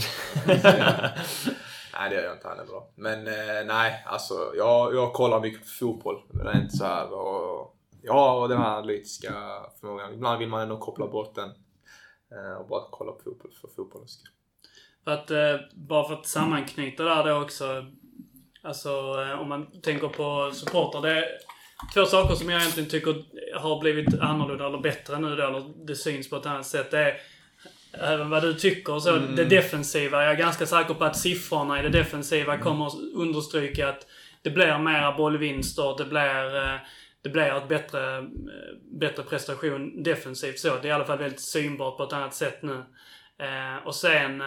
Nej, det gör jag inte. Han är bra. Men nej, alltså jag kollar mycket på fotboll. Men det är inte så här... Och den här analytiska förmågan. Ibland vill man ändå koppla bort den och bara kolla på fotboll för fotbollens skull. Bara för att sammanknyta där då också. Alltså om man tänker på supporter. Det är 2 saker som jag egentligen tycker har blivit annorlunda eller bättre nu då. Eller det syns på ett annat sätt. Det är även vad du tycker. Så det defensiva. Jag är ganska säker på att siffrorna i det defensiva kommer att understryka att det blir mera bollvinster. Det blir ett bättre prestation defensivt så. Det är i alla fall väldigt synbart på ett annat sätt nu. Och sen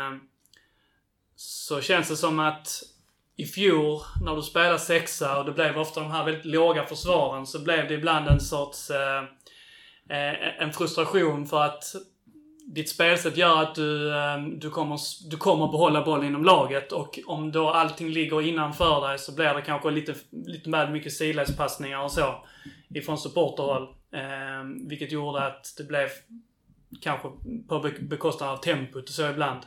så känns det som att i fjol när du spelar 6 och det blev ofta de här väldigt låga försvaren så blev det ibland en sorts en frustration för att ditt spelsätt gör att du kommer behålla bollen inom laget och om då allting ligger innanför dig så blir det kanske lite väl mycket sidledspassningar och så ifrån supporterhåll. Vilket gjorde att det blev kanske på bekostnad av tempot och så ibland.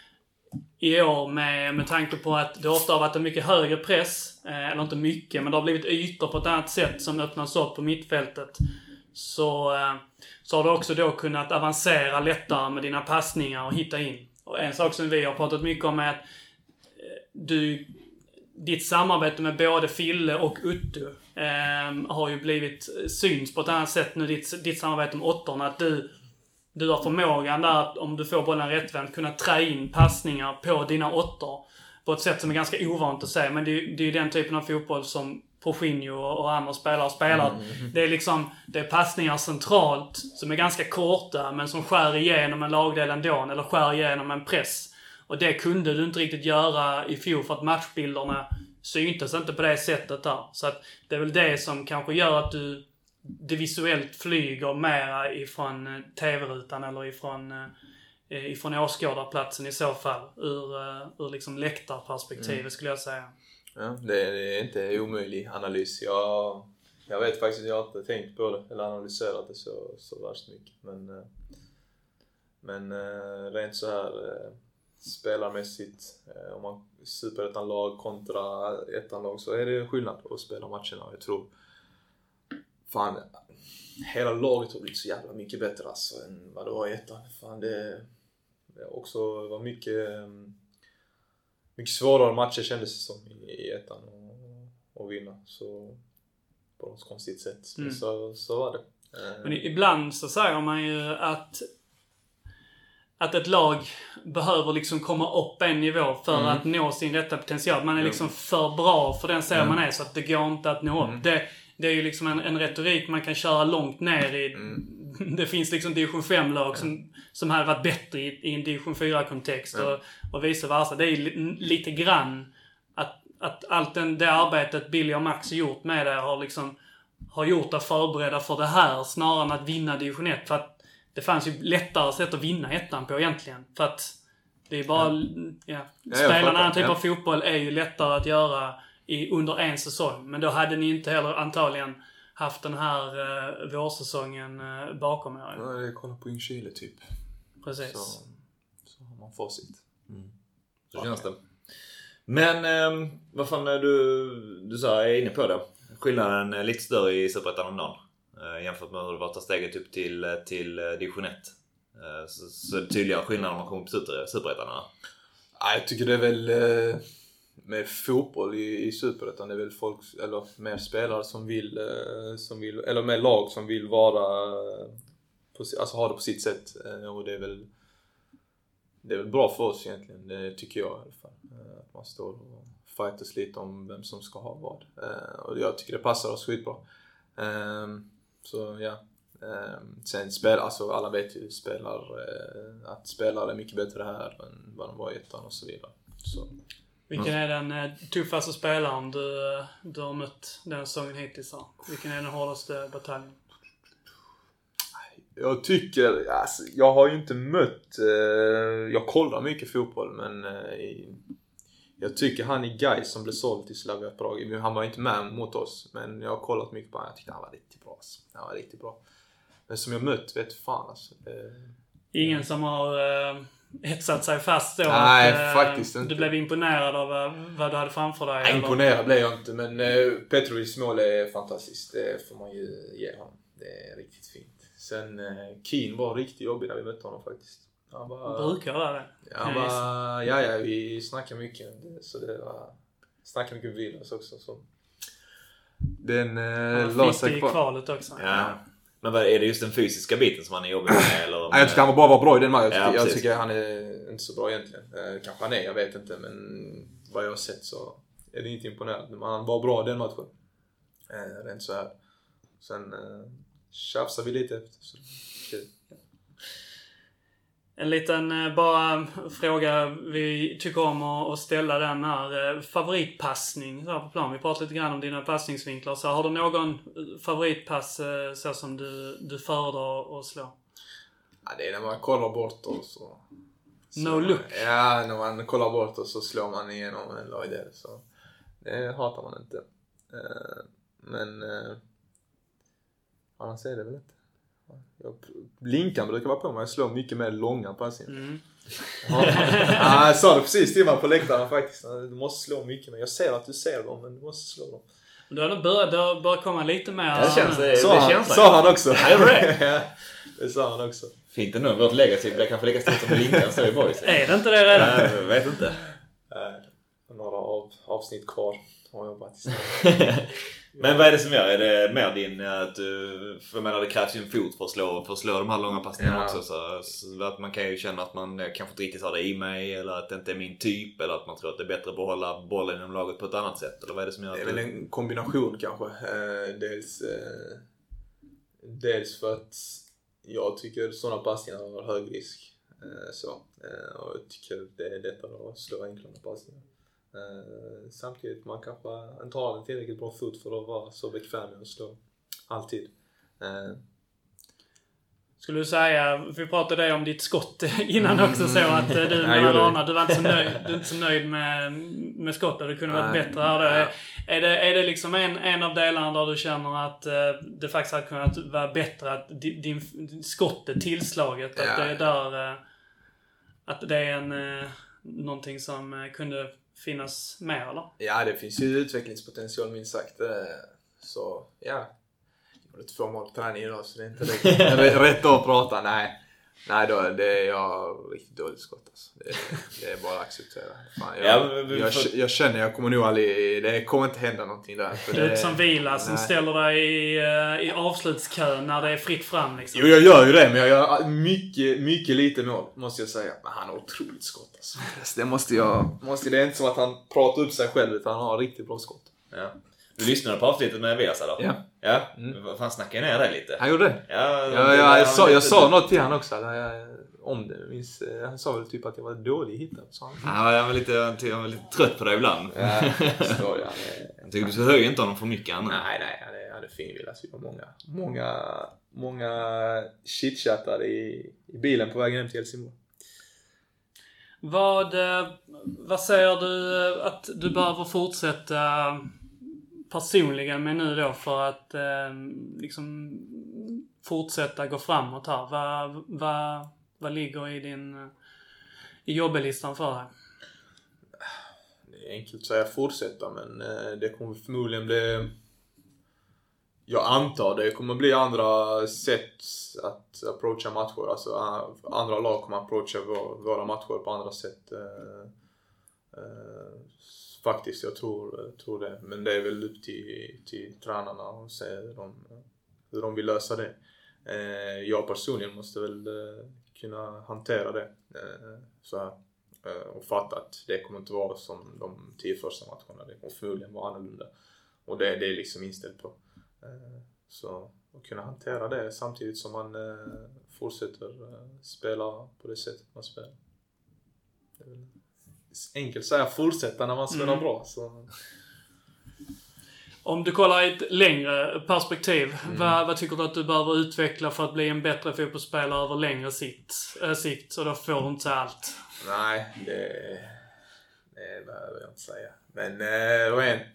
I år med tanke på att det ofta har varit en mycket högre press, eller inte mycket, men det har blivit ytor på ett annat sätt som öppnas upp på mittfältet. Så har du också då kunnat avancera lättare med dina passningar och hitta in. Och en sak som vi har pratat mycket om är att ditt samarbete med både Fille och Uttu har ju blivit syns på ett annat sätt nu. Ditt samarbete med 8, att du har förmågan där att om du får bollen rättvänd kunna trä in passningar på dina 8 på ett sätt som är ganska ovant att säga. Men det är ju den typen av fotboll som Porfinho och andra spelare spelar. Det är passningar centralt som är ganska korta men som skär igenom en lagdel ändå eller skär igenom en press. Och det kunde du inte riktigt göra i fjol för att matchbilderna syntes inte på det sättet där. Så att det är väl det som kanske gör att det visuellt flyger mera ifrån tv-rutan eller ifrån åskådarplatsen i så fall. Ur liksom läktarperspektivet skulle jag säga. Ja, det är inte omöjlig analys. Jag vet faktiskt att jag inte tänkt på det eller analyserat det så värst mycket. Men rent så här spelarmässigt, om man superettan-lag kontra ettan-lag, så är det skillnad på att spela matcherna. Jag tror fan, hela laget har blivit så jävla mycket bättre alltså, än vad det var i ettan. Fan, det också var mycket svårare matcher kändes det som i ettan och vinna. Så på något konstigt sätt. Så var det. Men ibland så säger man ju att ett lag behöver liksom komma upp en nivå för att nå sin rätta potential. Man är liksom för bra för den serien man är, så att det går inte att nå upp. Det är ju liksom en retorik man kan köra långt ner i. Det finns liksom division 5-lag som hade varit bättre i en division 4-kontext och vice versa. Det är lite grann att allt det arbetet Billy och Max har gjort med det har gjort att förbereda för det här snarare än att vinna division 1. För att det fanns ju lättare sätt att vinna ettan på egentligen. För att det är bara... Spela en annan typ av fotboll är ju lättare att göra under en säsong. Men då hade ni inte heller antagligen haft den här vårsäsongen bakom er. Ja, det är kolla på Ljungskile typ. Precis. Så har man facit. Så känns det. Men vad fan är du sa, är inne på det. Skillnaden är lite större i Superettan om dagen. Jämfört med hur det var att ta steget upp till division 1. Så är det tydligare skillnad om man kommer på Superettan. Jag tycker det är väl med fotboll i Superettan, det är väl folk, eller mer spelare som vill eller med lag som vill vara alltså ha det på sitt sätt, och det är väl bra för oss egentligen, det tycker jag i alla fall, att man står och fightas lite om vem som ska ha vad, och jag tycker det passar oss skitbra. Så ja, sen alltså alla vet ju att spelare är mycket bättre här än vad de var i ettan och så vidare. Så. Vilken är den tuffaste spelaren du har mött den säsongen hittills? Vilken är den hårdaste bataljen? Jag tycker, alltså, jag har ju inte mött, jag kollar mycket fotboll, men jag tycker han är Gais som blev såld till Slavia Prag. Han var inte med mot oss, men jag har kollat mycket på honom. Jag tyckte han var riktigt bra. Alltså. Han var riktigt bra. Men som jag mött, vet fan alltså. Ingen som har etsat sig fast då? Nej, faktiskt inte. Du blev imponerad av vad du hade framför dig? Nej, imponerad blev jag inte, men Petrovics mål är fantastiskt. Det får man ju ge honom. Det är riktigt fint. Sen Keen var riktigt jobbig när vi mötte honom faktiskt. Han brukar vara det. Ja, vi snackar mycket. Så det var... Snackar mycket med Vilas också. Så. Den la sig kvar. I kvalet också. Ja. Men är det just den fysiska biten som han är jobbig med? Eller jag tycker han bara var bra i den matchen. Jag tycker han är inte så bra egentligen. Kanske han är, jag vet inte. Men vad jag har sett så är det inte imponerande. Men han var bra i den matchen. Rent så här. Sen tjafsar vi lite efter. Så kul. En liten bara fråga vi tycker om att ställa den här. Favoritpassning så här på plan. Vi pratade lite grann om dina passningsvinklar. Så har du någon favoritpass så som du föredrar att slå? Ja, det är när man kollar bort och så no look. Ja, när man kollar bort och så slår man igenom en löjdel. Så det hatar man inte. Men annars är det väl inte. Blinkan brukar vara på mig. Jag slår mycket mer långa passningar. Jag sa det precis till mig på läktaren faktiskt. Du måste slå mycket mer. Jag ser att du ser dem, men du måste slå dem. Du har börjat komma lite mer. Det känns det. Sa han också. Det sa han också. Fint ändå. Vårt legacy. Det kanske läggas till som Blinkan står i boys. Är det inte det redan? Jag vet inte. Några avsnitt kvar har jag jobbat. Men vad är det som gör? Är det mer din att för jag menar det krävs ju en fot för att slå de här långa passningarna också, så att man kan ju känna att man kanske inte riktigt har det i mig, eller att det inte är min typ, eller att man tror att det är bättre att behålla bollen inom laget på ett annat sätt, eller vad är det som gör? Det är väl en kombination kanske. Dels för att jag tycker sådana passningar har hög risk, och jag tycker det är lättare att slå enklare passningar. Samtidigt man kanske inte har en tillräckligt bra fot för att vara så bekväm med att slå alltid. Skulle du säga, vi pratade om ditt skott innan också, så att du var inte så nöjd med skottet. Det kunde varit bättre här. Är det liksom en av delarna där du känner att det faktiskt hade kunnat vara bättre, att din skottet, tillslaget, att det är där, att det är någonting som kunde finnas mer, eller? Ja, det finns ju utvecklingspotential minst sagt. Så, ja. Jag har lite för mål träning idag, så det är inte rätt att prata. Nej, det är jag riktigt dåligt skott. Alltså. Det är bara att acceptera. Fan, jag känner jag kommer nog aldrig... Det kommer inte hända någonting där. Det är som Vila som ställer dig i avslutskön när det är fritt fram. Liksom. Jo, jag gör ju det, men jag gör mycket lite mål, måste jag säga. Men han har otroligt skott. Alltså. Det är inte som att han pratar upp sig själv, utan han har riktigt bra skott. Ja. Du lyssnade på avsnittet med Viasa då? Ja. Vad fan, snackade ner dig lite? Han gjorde det? Jag sa något till han också. Om det. Han sa väl typ att jag var dålig hittad. Ja, jag var lite trött på det ibland. Ja, jag tycker du höjer inte honom för mycket annat. Nej, han hade fin Vilas. Vi var många chitchattade i bilen på vägen hem till Helsingborg. Vad säger du att du behöver fortsätta personligen med nu då för att liksom fortsätta gå framåt här? Vad ligger i jobblistan för dig? Det är enkelt att säga fortsätta, men det kommer förmodligen bli... Jag antar det kommer bli andra sätt att approacha matcher. Alltså andra lag kommer approacha våra matcher på andra sätt. Faktiskt, jag tror det. Men det är väl upp till tränarna och se hur de vill lösa det. Jag personligen måste väl kunna hantera det. Så här, och fatta att det kommer inte vara som de 10 första matcherna. Det kommer förmodligen vara annorlunda. Och det är liksom inställt på. Så att kunna hantera det samtidigt som man fortsätter spela på det sättet man spelar. Det är väl enkelt att säga fortsätta när man spelar bra. Så. Om du kollar i ett längre perspektiv, vad tycker du att du behöver utveckla för att bli en bättre fotbollsspelare över längre sikt? Så då får du inte allt. Nej, det behöver jag inte säga. Men rent...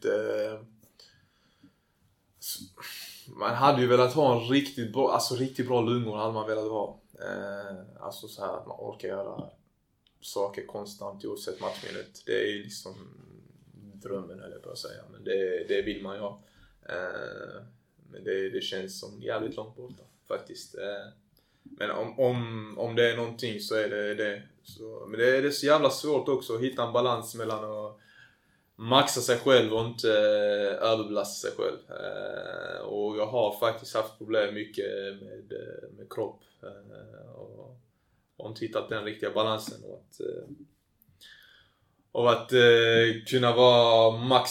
man hade ju velat ha en riktigt bra lungor hade man velat ha. Alltså så här att man orkar göra saker konstant oavsett matchminut. Det är ju liksom drömmen, eller på att säga. Men det vill man ju ha. Men det känns som jävligt långt borta faktiskt. Men om det är någonting så är det. Så, men det är så jävla svårt också att hitta en balans mellan att maxa sig själv och inte överbelasta sig själv. Och jag har faktiskt haft problem mycket med kropp. Och inte hittat den riktiga balansen. Och att kunna vara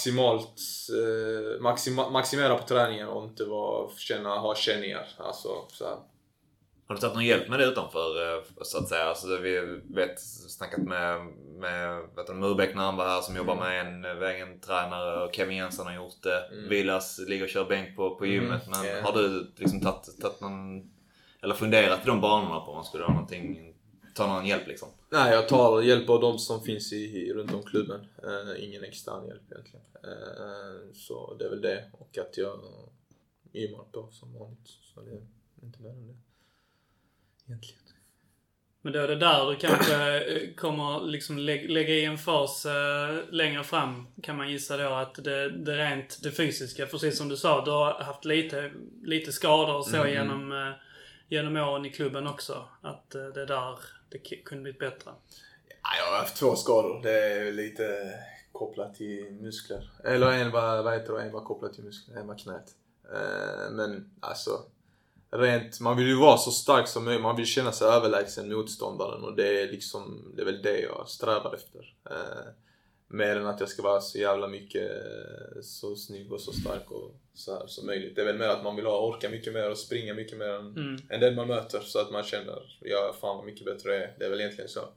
maximera på träningen och inte ha känningar. Alltså, så här. Har du tagit någon hjälp med det utanför, så att säga? Alltså, vi snackat med Murbeck när han var här, som jobbar med en vägen-tränare, och Kevin Jensen har gjort det. Vilas ligger och kör bänk på gymmet. Men har du liksom tagit någon, eller funderat i de banorna på om man skulle ha ta någon hjälp liksom? Nej, jag tar hjälp av de som finns runt om klubben. Ingen extern hjälp egentligen. Så det är väl det. Och att jag gymmar på som vanligt. Så det är inte mer än det. Egentligen. Men då är det där du kanske kommer liksom lägga i en fas längre fram, kan man gissa då, att det rent det fysiska, precis som du sa, du har haft lite skador och så genom åren i klubben också, att det där det kunde blivit bättre. Ja, jag har haft 2 skador. Det är lite kopplat till muskler. Eller en var kopplat till muskler, en var knät. Men alltså man vill ju vara så stark som möjligt. Man vill känna sig överlägsen motståndaren, och det är väl det jag strävar efter. Mer än att jag ska vara så jävla mycket så snygg och så stark och så här som möjligt. Det är väl mer att man vill orka mycket mer och springa mycket mer än den man möter, så att man känner, ja fan vad mycket bättre det är. Det är väl egentligen så.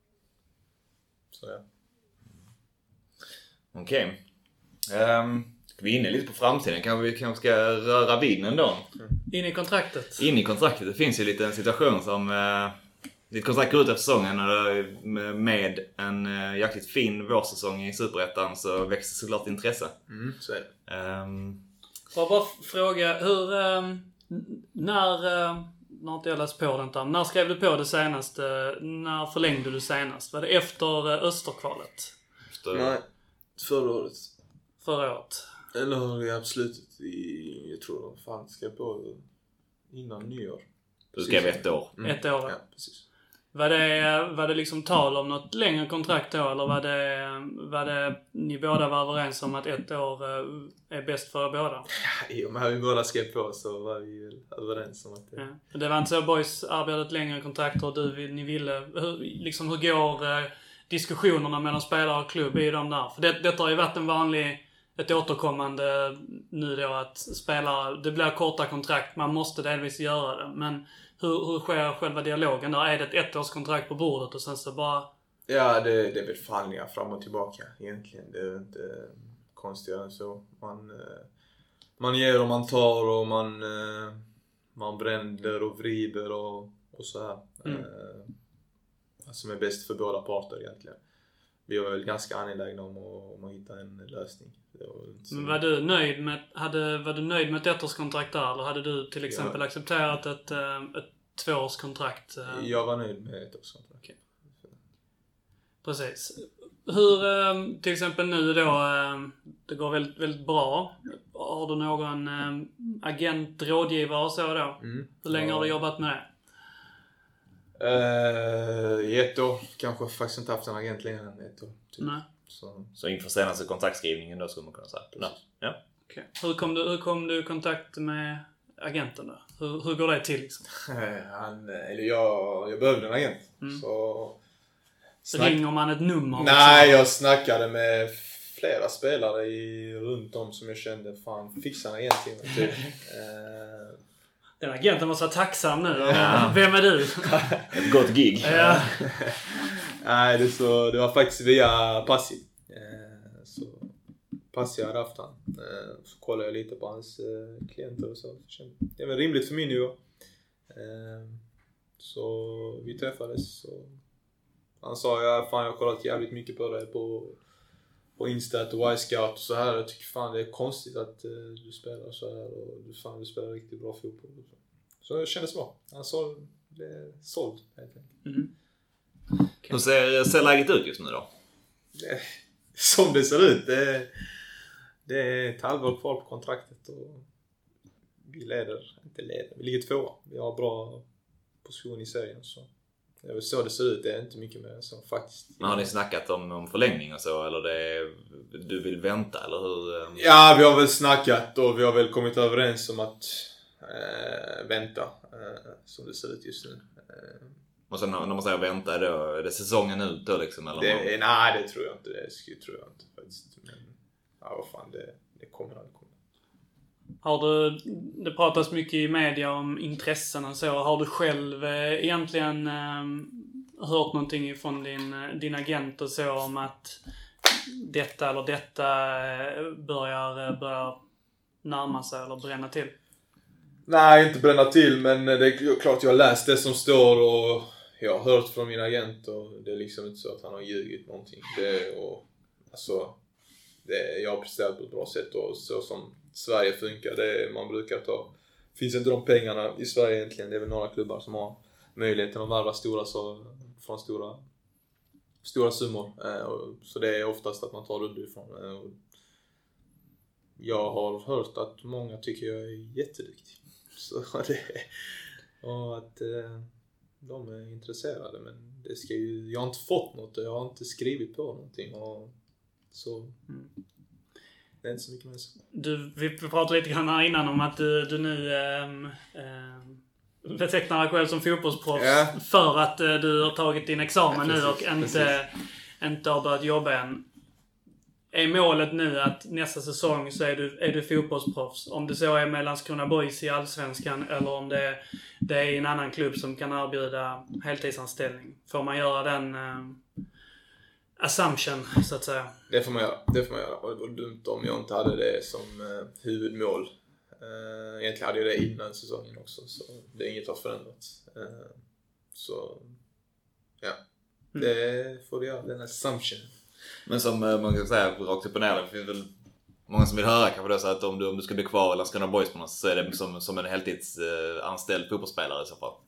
Så ja. Okej. Vi är inne lite på framtiden. Kanske vi kanske ska röra vid en dag. In i kontraktet. In i kontraktet. Det finns ju lite en situation som... ditt kontrakt går ut efter säsongen med en jäkligt fin vårsäsong i Superettan så växer såklart intresse. Så är det. Får jag bara fråga, hur... När inte jag läst på den där. När skrev du på det senaste? När förlängde du senast? Var det efter Österkvalet? Nej, förra året. Förra året? Eller i absolutet jag tror fan skrev på innan nyår. Du skrev 1 år. Ett år? Ja, precis. Var det liksom tal om något längre kontrakt då? Eller var det ni båda var överens om att 1 år är bäst för er båda? Ja, men vi båda skrev på så var vi överens om att det... Ja. Det var inte så boys erbjöd ett längre kontrakt och ni ville... Hur går diskussionerna mellan spelare och klubb i de där? För detta har ju varit ett återkommande nu då att spelare... Det blir korta kontrakt, man måste delvis göra det. Men hur sker själva dialogen där? Är det ett 1-årskontrakt på bordet och sen så bara... Ja, det är väl förhandlingar fram och tillbaka egentligen. Det är inte konstigare än så. Man ger och man tar och man bränder och vrider och så här. Som är bäst för båda parter egentligen. Vi var väl ganska angelägna om att hitta en lösning. Men var du nöjd med ett 1-årskontrakt där? Eller hade du till exempel accepterat ett 2-årskontrakt? Jag var nöjd med ett 1-årskontrakt. Okay. Precis. Hur, till exempel nu då, det går väldigt, väldigt bra. Har du någon agent, rådgivare och så då? Hur länge har du jobbat med det? I 1 år. Kanske faktiskt inte haft en agent längre än 1 år. Typ. Nej. Så inför senaste kontraktskrivningen då skulle man kunna säga. Ja. Okay. Hur kom du i kontakt med agenten då? Hur går det till liksom? Jag behövde en agent. Så ringer man ett nummer? Nej, jag snackade med flera spelare runt om som jag kände fixa en agent till mig typ. Den agenten var så tacksam nu. Ja. Vem är du? Ett gott gig. Ja. Nej, det var faktiskt via Passi. Så Passi hade haft han. Så kollade jag lite på hans klienter och så. Det var rimligt för min nivå. Så vi träffades. Och han sa, jag har kollat jävligt mycket på det på Instat och Y-Scout och så här. Jag tycker det är konstigt att du spelar så här och du spelar riktigt bra fotboll. Så det kändes bra. Han sa det är såld helt enkelt. Hur ser läget ut just nu då? Som det ser ut. Det är ett halvår kvar på kontraktet och vi vi ligger 2. Vi har bra position i serien så. Det är väl så det ser ut, det är inte mycket mer så faktiskt. Men har ni snackat om förlängning och så, eller du vill vänta, eller hur? Ja, vi har väl snackat och vi har väl kommit överens om att vänta, som det ser ut just nu. Och sen när man säger vänta, då är det säsongen ut då liksom? Eller nej, det tror jag inte, det tror jag inte faktiskt. Men vad fan, det kommer. Det pratas mycket i media om intressen och så. Har du själv egentligen hört någonting från din agent och så om att detta eller detta börjar närma sig eller bränna till? Nej, inte bränna till, men det är klart jag har läst det som står och jag har hört från min agent och det är liksom inte så att han har ljugit någonting. Jag har presterat på ett bra sätt och så som Sverige funkar, man brukar ta. Finns inte de pengarna i Sverige egentligen. Det är väl några klubbar som har möjligheten att värva från stora summor. Så det är oftast att man tar underifrån. Jag har hört att många tycker jag är jätteduktig. Så och att de är intresserade, men jag har inte fått något och jag har inte skrivit på någonting och så. Det är inte så mycket mer så. Vi pratade lite grann här innan om att du nu betecknar dig själv som fotbollsproffs för att du har tagit din examen nu och inte har börjat jobba än. Är målet nu att nästa säsong så är du fotbollsproffs? Om det så är med Landskrona Boys i Allsvenskan eller om det är en annan klubb som kan erbjuda heltidsanställning. Får man göra den assumption, så att säga. Det får man göra. Och det var dumt om jag inte hade det som huvudmål. Egentligen hade jag det innan säsongen också, så det är inget har förändrats. Så ja, det får vi göra, den assumption. Men som man kan säga rakt upp och ner, det finns väl många som vill höra kanske då, så att om du ska bli kvar i Landskrona Boys på något, så är det som en heltidsanställd fotbollsspelare i så fall.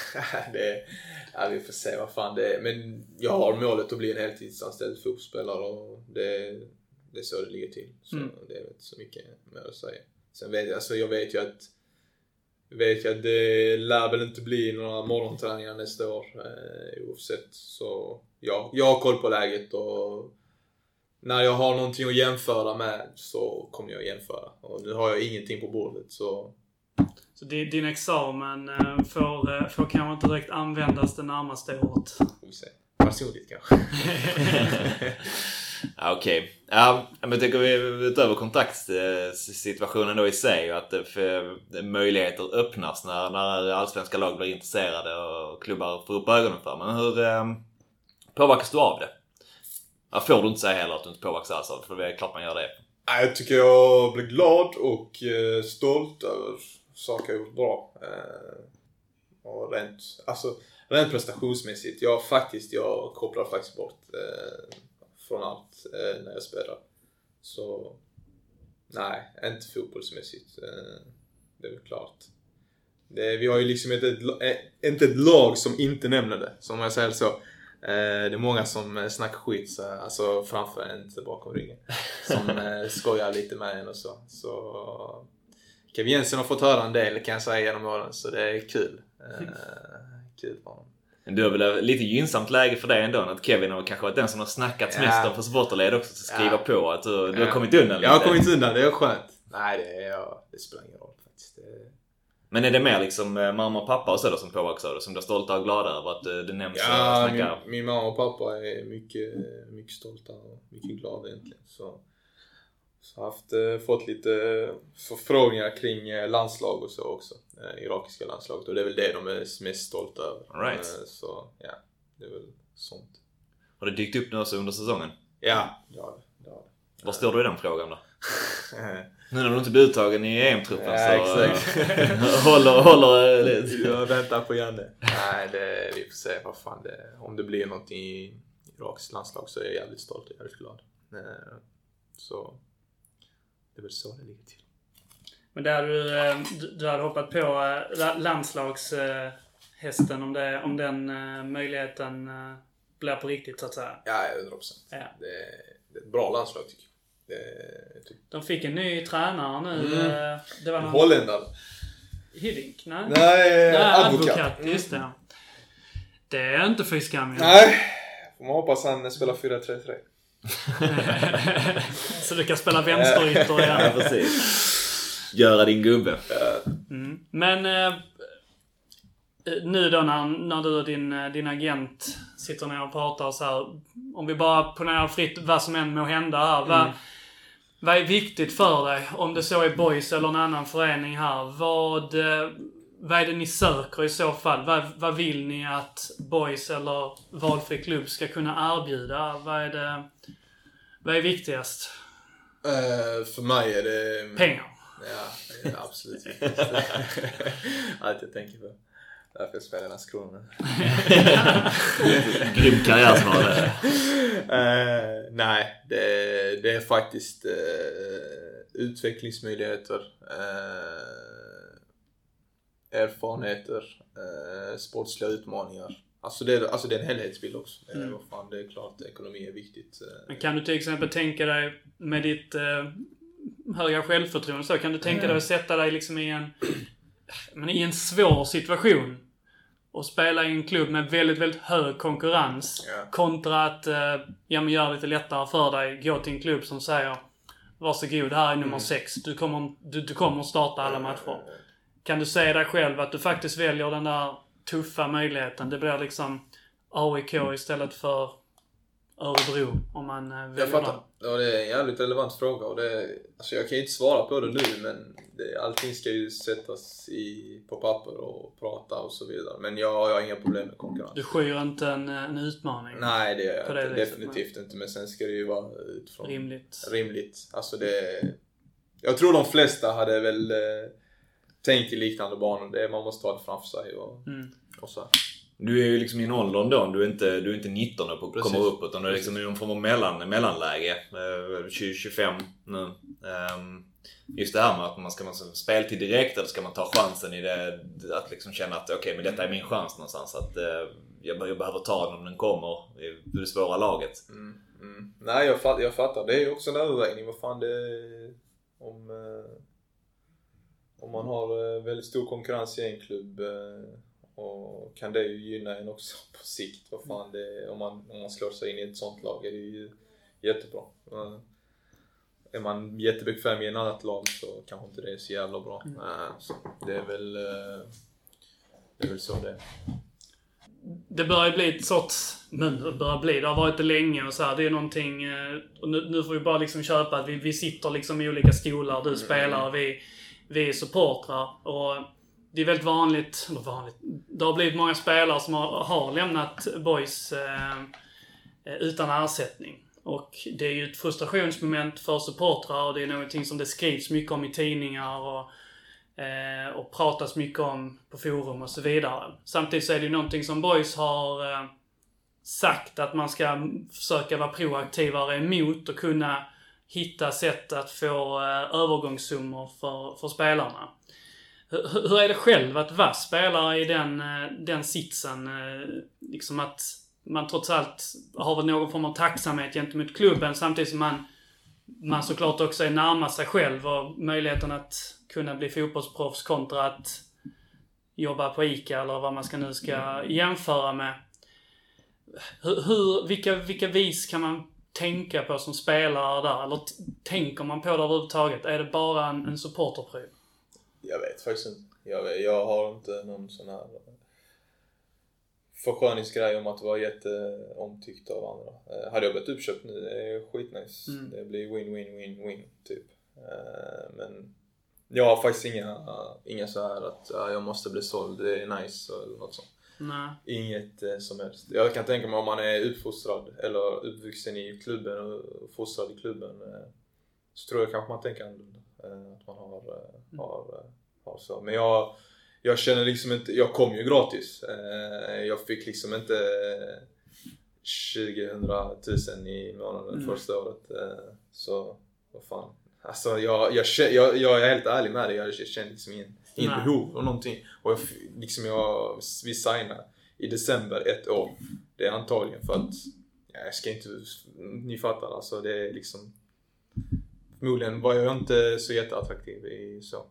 Vi får se vad fan det är. Men jag har målet att bli en heltidsanställd fotbollsspelare, och det är så det ligger till. Så det är inte så mycket mer att säga. Sen jag vet ju att det lär väl inte bli några morgonträningar nästa år oavsett. Så jag har koll på läget, och när jag har någonting att jämföra med så kommer jag jämföra. Och nu har jag ingenting på bordet, så din examen får kanske inte direkt användas det närmaste året? Får vi se. Personligt kanske. Okej. Ja, men jag tycker vi utöver kontaktsituationen då i sig, att möjligheter öppnas när allsvenska lag blir intresserade och klubbar får upp ögonen för. Men hur påverkas du av det? Ja, får du inte säga heller att du inte påverkas alls av det, för det är klart man gör det. Jag tycker jag blir glad och stolt över saker jag gjort bra. Och rent prestationsmässigt. Jag kopplar faktiskt bort från allt när jag spelar. Så nej, inte fotbollsmässigt. Det är väl klart. Vi har ju liksom inte ett lag som inte nämner det, som jag säger så. Det är många som snackar skit, alltså framför en, inte bakom ryggen, som skojar lite med en och så Kevin Jensen har fått höra en del, kan jag säga, genom åren, så det är kul. Kul för honom. Du har väl lite gynnsamt läge för dig ändå, att Kevin har kanske varit den som har snackat mest om för supporterled också, så skriva på att du har kommit undan lite. Jag har kommit undan, det är skönt. Nej, det spelar ingen roll faktiskt. Men är det mer liksom mamma och pappa och så då som påverkas av det, som du är stolta och glada över att det nämns och snackar? Min mamma och pappa är mycket stolta och mycket glada egentligen. Så jag har fått lite förfrågningar kring landslag och så också. Irakiska landslaget, och det är väl det de är mest stolta över. Right. Så ja, det är väl sånt. Har det dykt upp nu också under säsongen? Ja. Var står du i den frågan då? Nu när du inte blir uttagen i EM-truppen så håller det. Jag väntar på Janne. Nej, vi får se vad fan om det blir någonting i Iraks landslag, så är jag jävligt stolt och jävligt glad. Så det är väl så det ligger till. Men där du hade hoppat på landslagshästen om den möjligheten blir på riktigt, så att säga. Ja, 100%. Ja. Det är ett bra landslag tycker jag. De fick en ny tränare nu. Det var någon holländare. Hiddink, nej? Nej, advokat. Just det. Det är inte för skam. Nej, får man hoppas han spelar 4-3-3. Så du kan spela vänsterytter igen. Ja, precis. Göra din gubbe. Men nu då när du och din agent sitter ner och pratar så här, om vi bara ponerar fritt vad som än må hända här, vad är viktigt för dig? Om det så är Boys eller en annan förening här, vad är det ni söker i så fall? Vad vill ni att Boys eller valfri klubb ska kunna erbjuda? Vad är viktigast? För mig är det pengar. Ja, absolut. Allt jag tänker på. Därför jag spelar Landskrona. Grym karriärsval. Nej, det är faktiskt utvecklingsmöjligheter, erfarenheter, sportsliga utmaningar. Alltså det är en helhetsbild också. Det är klart att ekonomi är viktigt. Men kan du till exempel tänka dig med ditt höga självförtroende så, kan du tänka dig att sätta dig liksom i en svår situation och spela i en klubb med väldigt, väldigt hög konkurrens kontra att göra lite lättare för dig, gå till en klubb som säger varsågod, här är nummer 6, du kommer att starta alla matcher. Kan du säga dig själv att du faktiskt väljer den där tuffa möjligheten? Det blir liksom AIK istället för Örebro om man väljer. Jag fattar. Ja, det är en jävligt relevant fråga och alltså jag kan ju inte svara på det nu, men allting ska ju sättas på papper och prata och så vidare. Men jag har inga problem med konkurrens. Du skyr inte en utmaning? Nej, det är jag definitivt inte. Men sen ska det ju vara utifrån rimligt. Alltså jag tror de flesta hade väl tänkt i liknande banor. Man måste ha det framför sig och så. Du är ju liksom i en ålder då, du är inte 19 och kommer upp, utan du är liksom i någon form av mellanläge, 25 nu. Just det här med att man ska spela till direkt, eller ska man ta chansen i det, att liksom känna att okej, men detta är min chans någonstans, att jag behöver ta den om den kommer i det svåra laget. Nej, jag fattar. Det är ju också en övervägning. Vad fan det är, om man har väldigt stor konkurrens i en klubb, och kan det ju gynna en också på sikt. Vad fan om man slår sig in i ett sånt lag är det ju jättebra. Är man jättebekväm i en annat lag så kanske inte det är så jävla bra. Så det är väl så det är. Det börjar bli ett sorts... Det har varit det länge och så här. Det är någonting... Och nu får vi bara liksom köpa att vi sitter liksom i olika stolar. Du spelar och vi är supportrar. Och det är väldigt vanligt. Det har blivit många spelare som har lämnat Boys utan ersättning. Och det är ju ett frustrationsmoment för supportrar, och det är någonting som det skrivs mycket om i tidningar och pratas mycket om på forum och så vidare. Samtidigt så är det ju någonting som Boys har sagt att man ska försöka vara proaktivare emot och kunna hitta sätt att få övergångssummor för spelarna. Hur är det själv att vara spelare i den sitsen? Liksom att man trots allt har väl någon form av tacksamhet gentemot klubben, samtidigt som man såklart också är närmare sig själv och möjligheten att kunna bli fotbollsproffs kontra att jobba på ICA eller vad man ska jämföra med. Vilka vis kan man tänka på som spelare där? Eller tänker man på det överhuvudtaget? Är det bara en supporterpryl? Jag vet faktiskt inte. Jag har inte någon sån här försköningsgrej om att vara jätteomtyckt av andra. Hade jag blivit uppköpt nu, det är skitnice. Det blir win typ. Men jag har faktiskt inga så här att jag måste bli såld, det är nice eller något sånt. Nej. Inget som helst. Jag kan tänka mig om man är uppfostrad eller uppvuxen i klubben och fostrad i klubben, så tror jag kanske man tänker annorlunda. Att man har så. Men jag känner liksom inte, jag kom ju gratis. Jag fick liksom inte 20 000 i månaden första året. Så vad fan. Alltså jag är helt ärlig med det. Jag känner liksom ingen behov av någonting. Och vi signar i december 1 år. Det är antagligen för att jag ska inte, ni fattar, alltså det är liksom, förmodligen var jag inte så jätteattraktiv i så.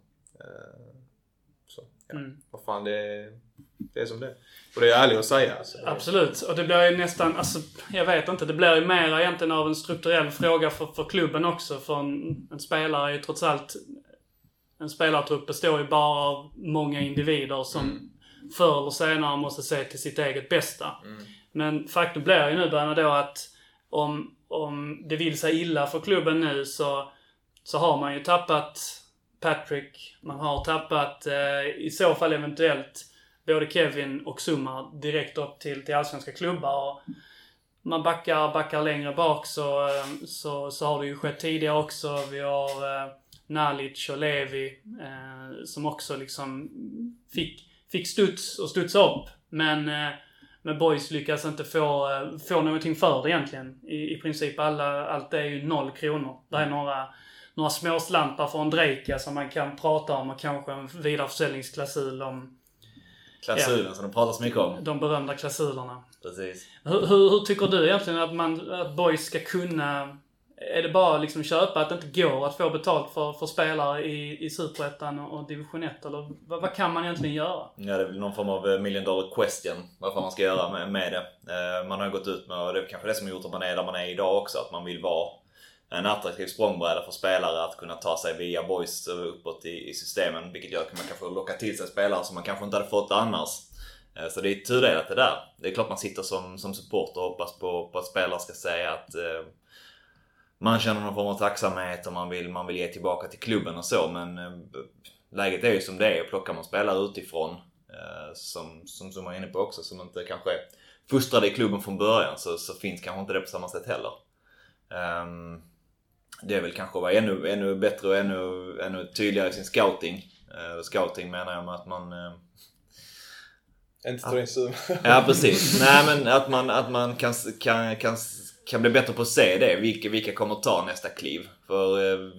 Ja. Vad fan, det är som det. Och det är ärligt att säga. Alltså. Absolut. Och det blir ju nästan, alltså, jag vet inte, det blir ju mer egentligen av en strukturell fråga för klubben också. För en spelare är ju trots allt, en spelartrupp består ju bara av många individer som förr eller senare måste se till sitt eget bästa. Men faktum blir ju nu då att om det vill sig illa för klubben nu så har man ju tappat Patrick, man har tappat i så fall eventuellt både Kevin och Sumar direkt upp till allsvenska klubbar, och man backar längre bak så har det ju skett tidigare också. Vi har Nalic och Levi som också liksom fick studsa upp, men Boys lyckas inte få någonting för det egentligen. I princip allt är ju 0 kronor. Det är några små slantar från Drejka som man kan prata om, och kanske en vidareförsäljningsklausul om... Klausulen som de pratar så mycket om. De berömda klausulerna. Precis. Hur tycker du egentligen att Boys ska kunna... Är det bara liksom köpa att det inte går att få betalt för spelare i Superettan och Division 1? Eller vad kan man egentligen göra? Ja, det är väl någon form av $1 million question vad man ska göra med det. Man har gått ut med, och det är kanske det som har gjort att man är där man är idag också, att man vill vara en attraktiv språngbräda för spelare att kunna ta sig via Boys uppåt i systemen, vilket gör att man kan få locka till sig spelare som man kanske inte hade fått annars. Så det är tudelat det där. Det är klart man sitter som supporter och hoppas på att spelare ska säga att man känner någon form av tacksamhet och man vill ge tillbaka till klubben och så. Men läget är ju som det är. Plockar man spelare utifrån som man är inne på också, som inte kanske fostrade i klubben från början, så finns kanske inte det på samma sätt heller. Det är väl kanske vara ännu bättre och ännu tydligare i sin scouting. Scouting menar jag med att man inte tar in sum. Ja, precis. Nej, men att man kan bli bättre på att se det. Vilka kommer ta nästa kliv. För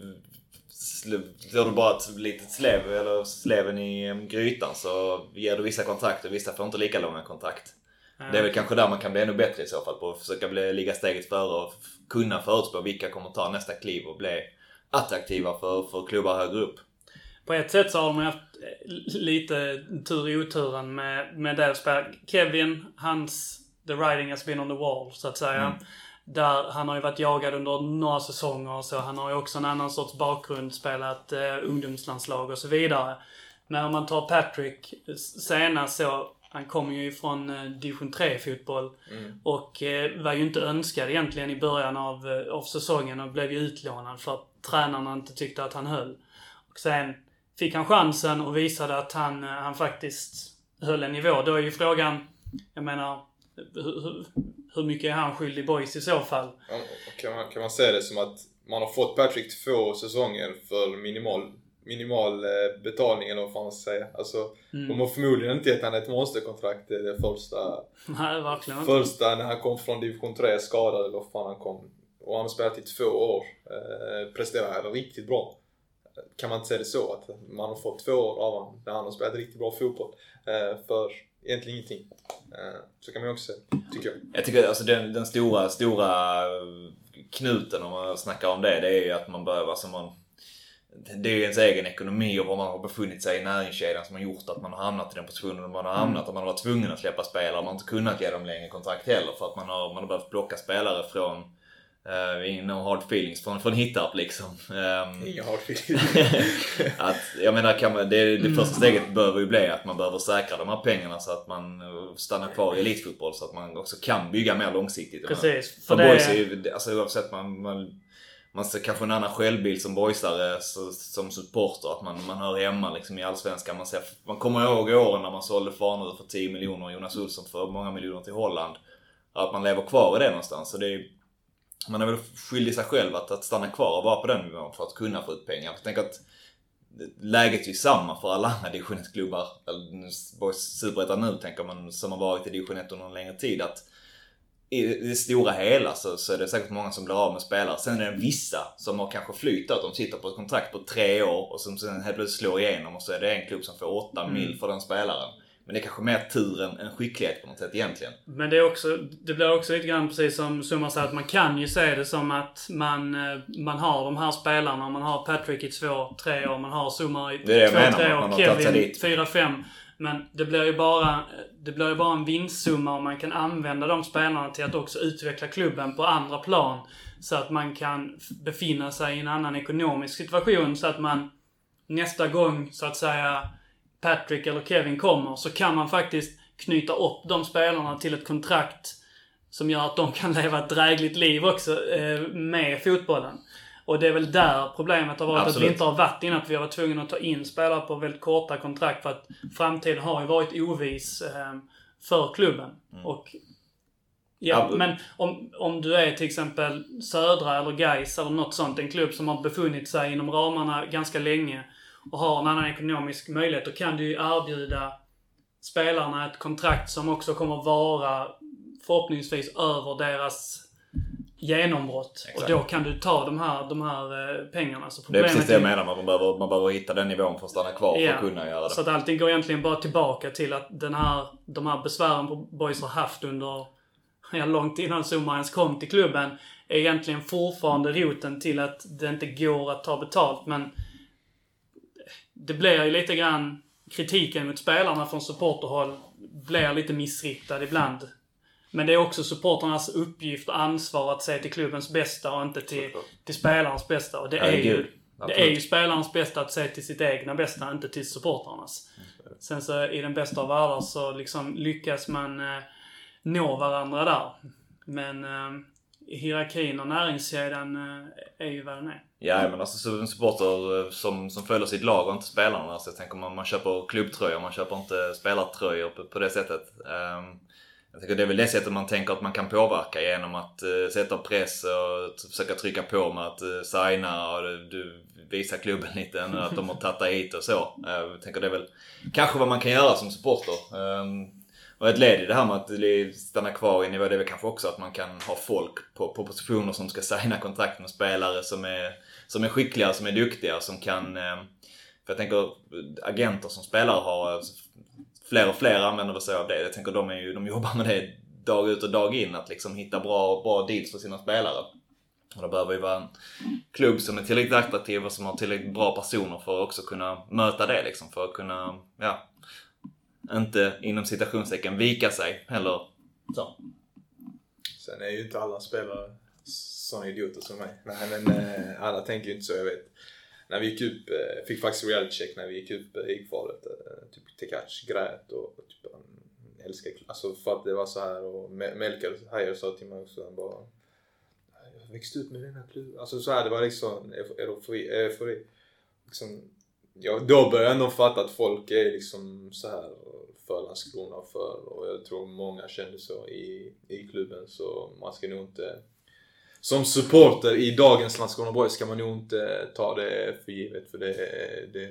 slår du bara ett litet sleven i grytan, så ger du vissa kontrakt och vissa får inte lika långa kontrakt. Det är väl kanske där man kan bli ännu bättre i så fall, på att försöka ligga steget före och kunna förutspå vilka kommer ta nästa kliv och bli attraktiva för klubbar högre upp. På ett sätt så har de haft lite tur i oturen med det spel. Kevin, the writing has been on the wall, så att säga. Där han har ju varit jagad under några säsonger, så han har ju också en annan sorts bakgrund, spelat ungdomslandslag och så vidare. När man tar Patrick senast, så han kom ju från division 3-fotboll och var ju inte önskad egentligen i början av säsongen och blev ju utlånad för att tränarna inte tyckte att han höll. Och sen fick han chansen och visade att han faktiskt höll en nivå. Då är ju frågan, jag menar, hur mycket är han skyldig Boys i så fall? Kan man säga det som att man har fått Patrick 2 säsonger för minimal betalning, eller vad fan man ska säga. Alltså, de har förmodligen inte gett han ett monsterkontrakt det första. Nej, verkligen inte. Första när han kom från division 3 skadad, eller vad fan han kom. Och han har spelat i 2 år. Presterar riktigt bra. Kan man inte säga det så, att man har fått 2 år av honom när han har spelat riktigt bra fotboll för egentligen ingenting. Så kan man också säga, tycker jag. Jag tycker alltså den stora knuten, om man snackar om det är ju att man behöver, det är ju ens egen ekonomi och vad man har befunnit sig i näringskedjan som har gjort att man har hamnat i den positionen man har hamnat. Att man har varit tvungen att släppa spelare, man har inte kunnat ge dem längre kontrakt heller, för att man har behövt plocka spelare från no hard feelings från Hittarp liksom. Inga hard feelings. Att, jag menar, det första steget behöver ju bli att man behöver säkra de här pengarna så att man stannar kvar i elitfotboll, så att man också kan bygga mer långsiktigt. Precis. För boys är ju, alltså oavsett man ser kanske en annan självbild som boysare, som supporter, att man hör hemma liksom i Allsvenskan. Man kommer ihåg åren när man sålde Farnerud för 10 miljoner och Jonas Olsson för många miljoner till Holland. Att man lever kvar i det någonstans. Så det är, man är väl skyldig sig själv att stanna kvar och vara på den nivån för att kunna få ut pengar. Jag tänker att läget är ju samma för alla andra division 1-klubbar. Boys Superettan nu, tänker man, som har varit i division 1 under en längre tid, att i det stora hela så är det säkert många som blir av med spelare. Sen är det vissa som har kanske flyttat. De sitter på ett kontrakt på 3 år och som sen helt plötsligt slår igenom, och så är det en klubb som får 8 mil för den spelaren. Men det är kanske mer tur än skicklighet på något sätt egentligen. Men det blir också lite grann precis som Summa säger, att man kan ju se det som att man har de här spelarna. Man har Patrick i 2-3 år, man har Summa i 2-3 år, Kevin 4-5. Men det blir ju bara en vinstsumma om man kan använda de spelarna till att också utveckla klubben på andra plan. Så att man kan befinna sig i en annan ekonomisk situation, så att man nästa gång, så att säga, Patrick eller Kevin kommer, så kan man faktiskt knyta upp de spelarna till ett kontrakt som gör att de kan leva ett drägligt liv också med fotbollen. Och det är väl där problemet har varit. Absolut. Att vi inte har varit innan, att vi har varit tvungna att ta in spelare på väldigt korta kontrakt, för att framtiden har ju varit oviss för klubben. Och ja, men om du är till exempel Södra eller Gais eller något sånt, en klubb som har befunnit sig inom ramarna ganska länge och har en annan ekonomisk möjlighet, då kan du ju erbjuda spelarna ett kontrakt som också kommer vara förhoppningsvis över deras genombrott. Exakt. Och då kan du ta de här pengarna. Så det är precis det jag menar. Man behöver hitta den nivån för att stanna kvar för att kunna göra det. Så att allting går egentligen bara tillbaka till att de här besvären på Boys har haft under långt innan Summa ens kom till klubben är egentligen fortfarande roten till att det inte går att ta betalt. Men det blir ju lite grann, kritiken mot spelarna från supporterhåll blir lite missriktad ibland. Men det är också supporternas uppgift och ansvar att se till klubbens bästa och inte till spelarnas bästa. Och det är ju spelarnas bästa att se till sitt egna bästa, inte till supporternas. Sen så i den bästa av världar så liksom lyckas man nå varandra där. Men hierarkin och näringskedjan är ju vad den är. Ja, men alltså en supporter som följer sitt lag och inte spelarna. Alltså jag tänker man köper klubbtröjor, man köper inte spelartröjor på det sättet. Jag tänker det är väl det sättet man tänker att man kan påverka genom att sätta press och försöka trycka på med att signa och du visar klubben lite nu att de har tagit hit och så. Jag tänker det är väl kanske vad man kan göra som supporter. Och ett led i det här med att stanna kvar i nivå, det är väl kanske också att man kan ha folk på positioner som ska signa kontrakt med spelare som är skickliga, som är duktiga, som kan... För jag tänker agenter som spelare har fler och fler använder sig av det. Jag tänker de jobbar med det dag ut och dag in, att liksom hitta bra deals för sina spelare. Och det behöver ju vara en klubb som är tillräckligt attraktiv och som har tillräckligt bra personer för att också kunna möta det liksom, för att kunna, inte inom citationstecken vika sig heller så. Sen är ju inte alla spelare såna idioter som mig. Nej, men alla tänker ju inte så, jag vet. När vi gick upp, fick faktiskt reality check när vi gick upp i kvalet. Typ Tekac grät och typ han älskar, alltså för att det var så här. Och Melker Heier sa till mig också, han bara, jag växte upp med den här klubben. Alltså så här, det var liksom eufori. Liksom, ja, då började jag ändå fatta att folk är liksom så här för Landskrona och jag tror många kände så i klubben, så man ska nog inte som supporter i dagens Landskrona Boys ska man nog inte ta det för givet, för det är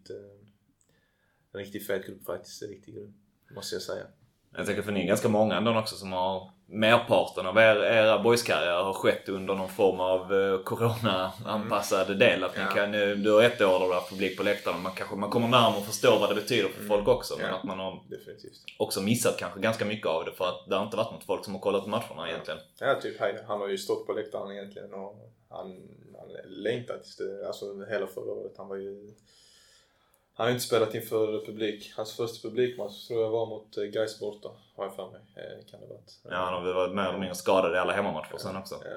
riktigt fet klubb faktiskt, det är riktigt grund, måste jag säga. Jag tänker för ni är ganska många ändå också som har merparten av era boyskarriär har skett under någon form av corona-anpassad del. Att du har ett år då du har publik på läktaren. Man kommer närmare och förstår vad det betyder för folk också. Men att man har också missat kanske ganska mycket av det för att det har inte varit något folk som har kollat på matcherna egentligen. Ja, typ han har ju stått på läktaren egentligen och han längtat alltså hela förra året. Han har inte spelat inför publik. Hans första publikmatch tror jag var mot Gais borta, har jag för mig. Kan det varit. Ja, han har varit mer eller mindre skadad i alla hemmamatcher sen också. Ja.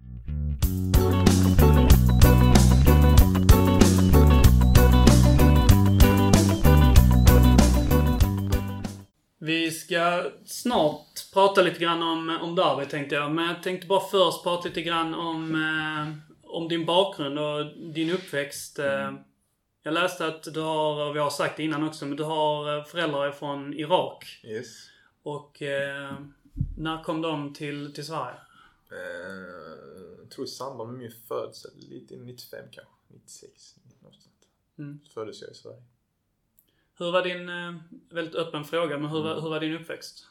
Vi ska snart prata lite grann om Derby tänkte jag. Men jag tänkte bara först prata lite grann om din bakgrund och din uppväxt. Jag läste att du har, och vi har sagt det innan också, men du har föräldrar från Irak. Yes. Och när kom de till Sverige? Jag tror i samband med min födsel, lite 95 kanske, 96, någonstans. Föddes jag i Sverige. Hur var din, väldigt öppen fråga, men hur var din uppväxt?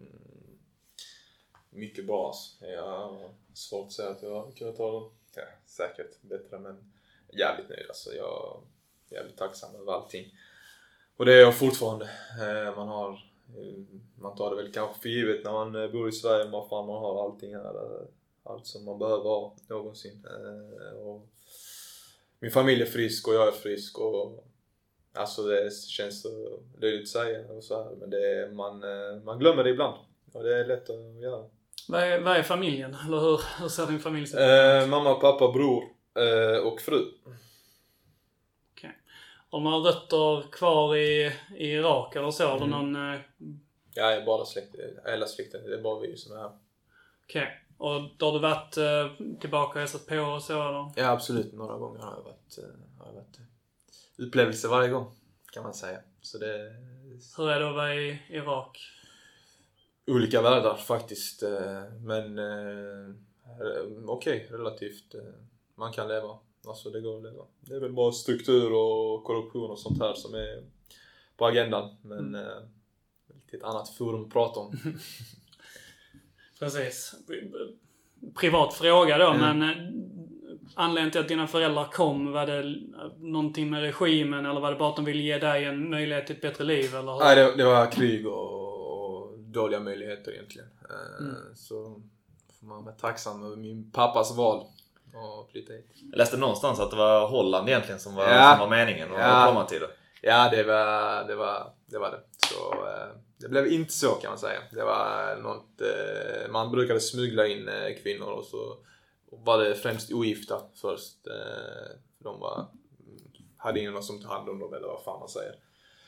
Mycket bra. Jag har svårt att säga att jag kunnat ta dem. Ja, säkert bättre, men jävligt nöjd. Alltså, jag är jävligt tacksam över allting. Och det är jag fortfarande. Man tar det väl kanske för givet när man bor i Sverige. Man har allting här. Allt som man behöver ha någonsin. Och min familj är frisk och jag är frisk. Och alltså det känns så löjligt att säga och så här, men man glömmer det ibland och det är lätt att göra. Vad är familjen? Eller hur ser din familj ut? Mamma, pappa, bror och fru. Okej. Har du några rötter kvar i Irak eller så? Eller någon... Ja, jag är bara släkt. Hela släkten, det är bara vi som är här. Okej. Och då har du varit tillbaka och hälsat på och så eller? Ja, absolut. Några gånger har jag varit upplevelse varje gång, kan man säga. Så det... Hur är det att vara i Irak? Olika världar faktiskt. Men okej, relativt. Man kan leva. Alltså det går att leva. Det är väl bara struktur och korruption och sånt här som är på agendan. Men det är ett annat forum att prata om. Precis. Privat fråga då, men... Anledningen till att dina föräldrar kom, var det någonting med regimen eller var det bara att de ville ge dig en möjlighet till ett bättre liv? Eller? Nej, det var krig och dåliga möjligheter egentligen. Så får man vara tacksam över min pappas val och flytta hit. Jag läste någonstans att det var Holland egentligen som var meningen att komma till det. Ja, det var det. Så det blev inte så, kan man säga. Det var något, man brukade smuggla in kvinnor och så var det främst ogifta först. De hade ingen som tog hand om dem eller vad fan man säger.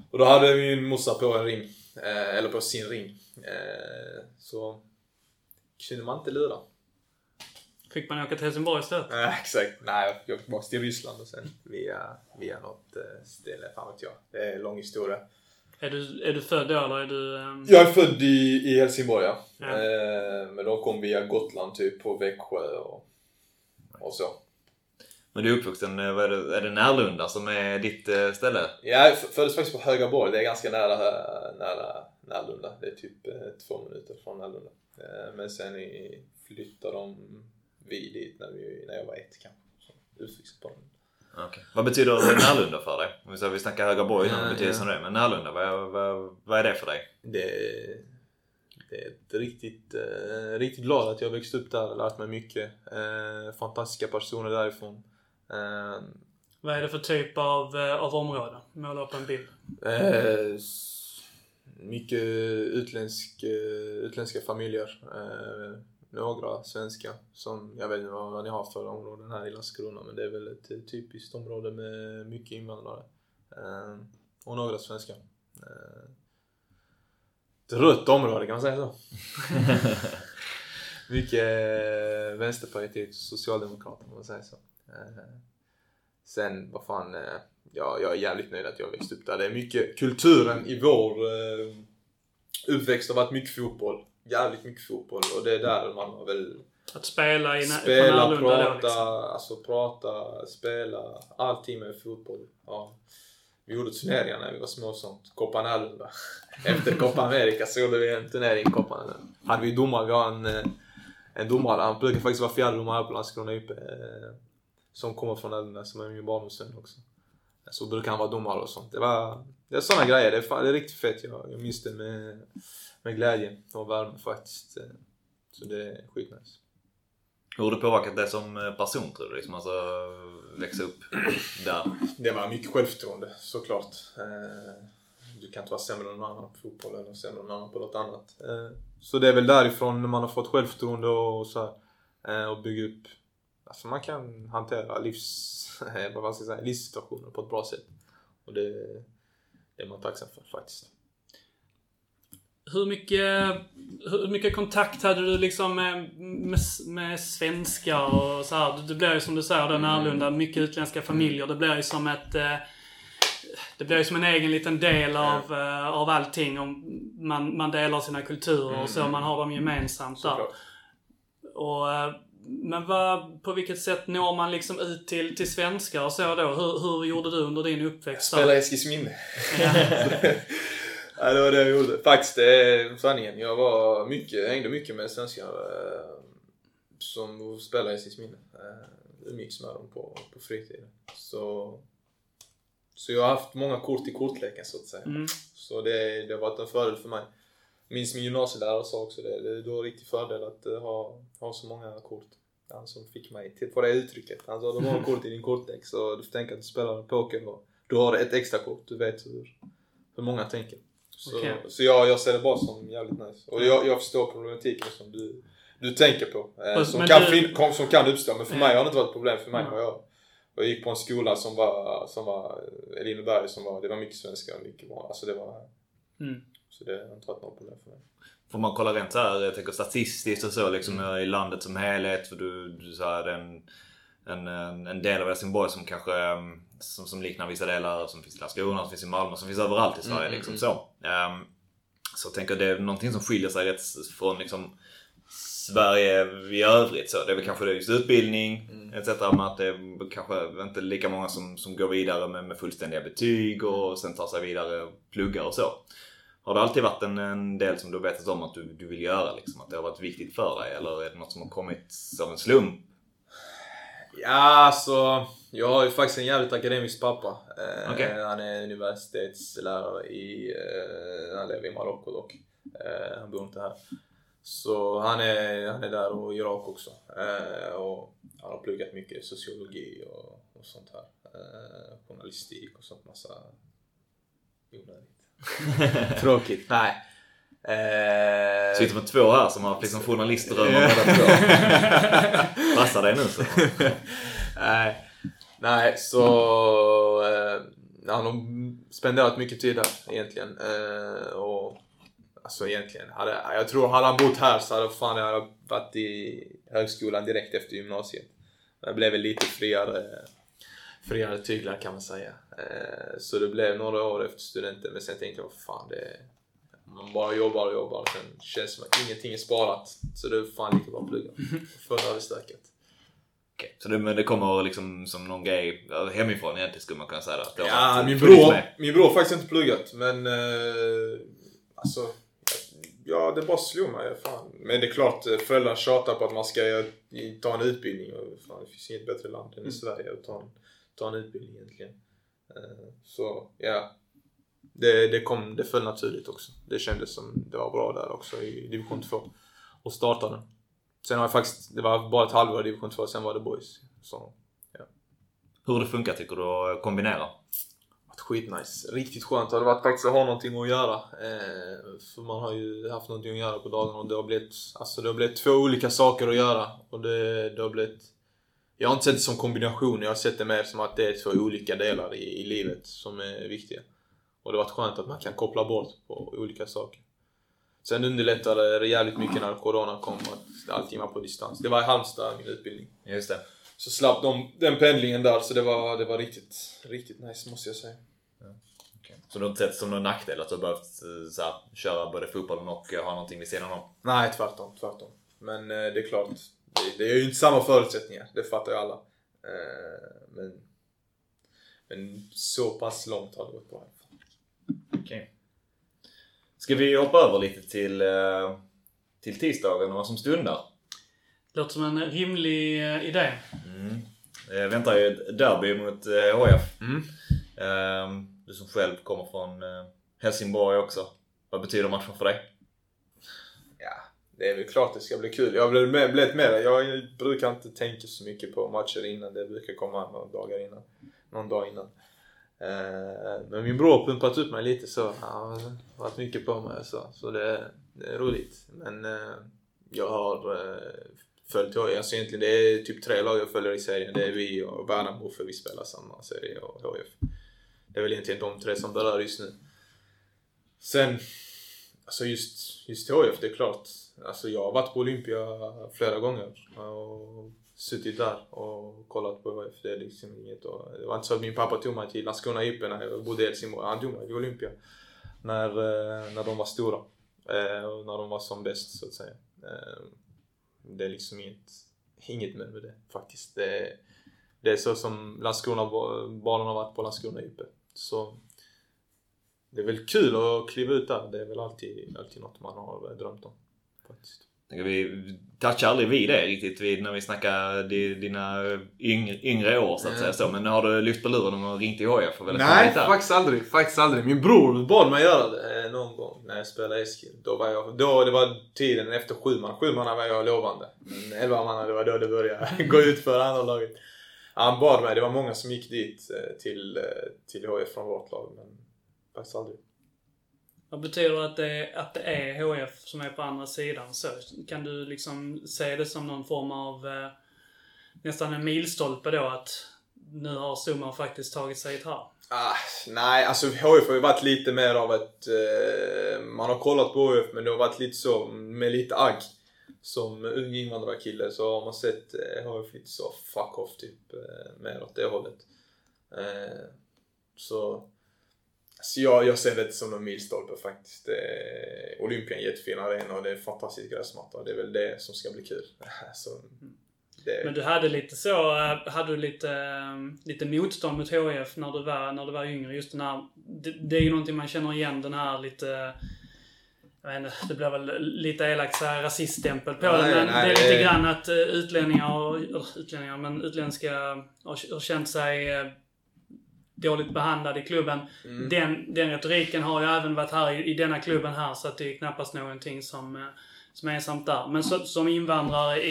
Och då hade min morsa på en ring. Eller på sin ring. Så kunde man inte lura. Fick man åka till Helsingborg istället? Exakt. Nej, jag fick tillbaka till Ryssland och sen via något ställe. Fan vet jag. Det är en lång historia. Är du född då eller är du... Jag är född i Helsingborg, ja. Men de kom via Gotland typ på Växjö och så. Men du är uppvuxen, är det Närlunda som är ditt ställe? Ja, jag föddes faktiskt på Högaborg. Det är ganska nära Närlunda. Det är typ 2 minuter från Närlunda. Men sen flyttade vi dit när jag var 1 kanske. Så utvuxen på den. Okay. Vad betyder Närlunda för dig? Om vi snackar Högaborg innan, vad betyder det som det? Men Närlunda, vad är det för dig? Det är riktigt glad att jag växt upp där och lärt mig mycket. Fantastiska personer därifrån. Vad är det för typ av område? Måla upp en bild. Mycket utländska familjer. Några svenska som jag vet inte vad ni har för områden här i Landskrona, men det är väl ett typiskt område med mycket invandrare. Och några svenska. Ett rött område kan man säga så. Mycket Vänsterpartiet och Socialdemokrater kan man säga så. Sen vad fan, jag är jävligt nöjd att jag växte upp där. Det är mycket kulturen i vår uppväxt har varit mycket fotboll. Jävligt mycket fotboll, och det är där man har väl att spela, prata, spela, allting med fotboll. Ja. Vi gjorde turneringar när vi var små, sånt. Copa Närlunda. Efter Copa America så gjorde vi en turnering i Copa Närlunda. Hade vi domare, vi har en domare, han brukar faktiskt vara fjärdedomare här på Landskrona uppe, som kommer från Närlunda, som är min barndomsvän också. Så brukar han vara domare och sånt. Det är såna grejer, det är riktigt fett. Jag minns det med glädje och värme faktiskt. Så det är skitnice. Hur har du påverkat det som person, tror du? Liksom, alltså växa upp där? Det var mycket självförtroende, såklart. Du kan inte vara sämre än någon annan på fotboll eller sämre än någon annan på något annat. Så det är väl därifrån när man har fått självförtroende och så här, och bygga upp. Alltså man kan hantera livssituationer på ett bra sätt. Och det är man tacksam för faktiskt. Hur mycket kontakt hade du liksom med svenskar och så här? Det blir ju som du säger då, Närlunda, mycket utländska familjer. Det blir ju som en egen liten del av allting. Om man delar sina kulturer och så, man har dem gemensamt där. Men på vilket sätt når man liksom ut till svenskar och så då? Hur gjorde du under din uppväxt? Spela Eskilsminne. Ja, det var det jag gjorde. Faktiskt, det är sanningen. Jag hängde mycket med svenskar som spelade Eskilsminne. Umgicks med dem på fritiden. Så jag har haft många kort i kortleken, så att säga. Så det har varit en fördel för mig. Minns min gymnasielärare sa också det. Det är då en riktig fördel att ha så många kort. Han som fick mig till på det uttrycket. Han sa, du har kort i din kortlek, så du får tänka att du spelar poker och du har ett extra kort. Du vet hur många tänker. Så jag ser det bara som jävligt nice. Och jag förstår problematiken som du tänker på. Som kan uppstå. Men för mig har det inte varit ett problem. För mig har jag gick på en skola som var Elineberg, det var mycket svenska och mycket bra. Alltså det var så det har inte varit något problem för mig. Får man kolla rent så här, jag tänker statistiskt och så liksom i landet som helhet, för du sa en del av Helsingborg som kanske som liknar vissa delar som finns i Landskrona, som finns i Malmö, som finns överallt i Sverige liksom så. Så jag tänker det är någonting som skiljer sig rätt från liksom Sverige i övrigt, så det är väl kanske just utbildning etc, men att det är kanske inte lika många som går vidare med fullständiga betyg och sen tar sig vidare och pluggar och så. Har det alltid varit en del som du vetat om att du vill göra liksom, att det har varit viktigt för dig, eller är det något som har kommit som en slump? Ja, så jag har ju faktiskt en jävligt akademisk pappa. Han är universitetslärare han lever i Marocko dock. Han bor inte här. Så han är där och i Irak också. Och han har pluggat mycket sociologi och sånt här. Journalistik och sånt, massa onödigt. Tråkigt. Nej. Sitter med 2 här som har liksom journalister över båda 2. Passar dig nu så. Nej, så han har spenderat mycket tid här egentligen. Och alltså egentligen, jag tror hade han bott här så hade jag varit i högskolan direkt efter gymnasiet. Det blev väl lite friare tyglar kan man säga. Så det blev några år efter studenten, men sen tänkte jag, man bara jobbar och sen känns det som att ingenting är sparat. Så det är fan lika bra att plugga. För överstökat. Okej. Så det kommer liksom som någon grej hemifrån egentligen skulle man kunna säga att ja, min bror har faktiskt inte pluggat, men alltså ja, det bara slog mig fan. Men det är klart, föräldrar tjatar på att man ska ta en utbildning och fan, det finns inget bättre land än i Sverige att ta en utbildning egentligen. Så ja, det föll naturligt också. Det kändes som det var bra där också i division 2 och starta den. Sen har jag faktiskt, det var bara ett halvår i division 2, sen var det boys. Så ja. Hur det funkar tycker du att kombinera? Skitnice, riktigt skönt. Det har varit faktiskt att ha någonting att göra. För man har ju haft någonting att göra på dagen och det har blivit 2 olika saker att göra. Och det har blivit, jag har inte sett det som kombination, jag har sett det mer som att det är 2 olika delar i livet som är viktiga. Och det har varit skönt att man kan koppla bort på olika saker. Sen underlättade det jävligt mycket när corona kom att allting var på distans. Det var i Halmstad, min utbildning. Just det. Så slapp den pendlingen där, så det var riktigt nice måste jag säga. Ja, okay. Så du har inte sett som någon nackdel att du har behövt köra både fotbollen och ha någonting vid sidan om? Nej, tvärtom. Men det är klart, det är ju inte samma förutsättningar, det fattar ju alla. Men så pass långt har det gått bra. Okej. Ska vi hoppa över lite till tisdagen och vad som stundar? Låter som en rimlig idé. Väntar ju ett derby mot HF. Du som själv kommer från Helsingborg också. Vad betyder matchen för dig? Ja, det är väl klart det ska bli kul. Jag har blivit med. Jag brukar inte tänka så mycket på matcher innan. Det brukar komma någon dag innan. Men min bror har pumpat upp mig lite så. Han har varit mycket på mig så det är roligt. Men jag har följt HF. Alltså egentligen det är typ 3 lag jag följer i serien. Det är vi och Värnamo, för vi spelar samma serie, och HF. Det är väl egentligen de 3 som berör just nu. Sen, alltså just HF, det är klart. Alltså jag har varit på Olympia flera gånger och suttit där och kollat på HF. Det är liksom inget. Det var inte så att min pappa tog mig till Landskrona IP när jag bodde i Helsingborg. Han tog mig till Olympia när de var stora och när de var som bäst så att säga. Det är liksom inget med det faktiskt. Det är så som Landskrona-barnen har varit på Landskrona IP. Så det är väl kul att kliva ut där. Det är väl alltid något man har drömt om faktiskt. Vi touchar aldrig vid det riktigt när vi snackar dina yngre år så att säga så. Men har du lyft på luren och ringt till HF? Nej, faktiskt aldrig. Min bror bad mig göra det någon gång när jag spelade Eskil. Det var tiden efter 7-man. 7-man var jag lovande. Men 11-man, det var då det började gå ut för andra laget. Han bad mig, det var många som gick dit till HF från vårt lag, men faktiskt aldrig. Vad betyder att det är HF som är på andra sidan? Så kan du liksom se det som någon form av nästan en milstolpe då, att nu har Summa faktiskt tagit sig hit här? Nej, alltså HF har ju varit lite mer av ett man har kollat på HF, men det har varit lite så med lite agg. Som ung invandrarkille så har man sett HF lite så fuck off typ mer åt det hållet. Så jag ser det som en milstolpe faktiskt. Olympia är en jättefin arena och det är fantastisk gräsmatta. Det är väl det som ska bli kul. Men du hade lite motstånd mot HF när du var yngre. Just den här, det är ju någonting man känner igen, den här lite... Jag vet inte, det blir väl lite elakt så här rasiststämpel på det, men det är lite grann att utländska har känt sig dåligt behandlad i klubben. Den retoriken har ju även varit här i denna klubben här, så att det är knappast någonting som är ensamt där. Men som invandrare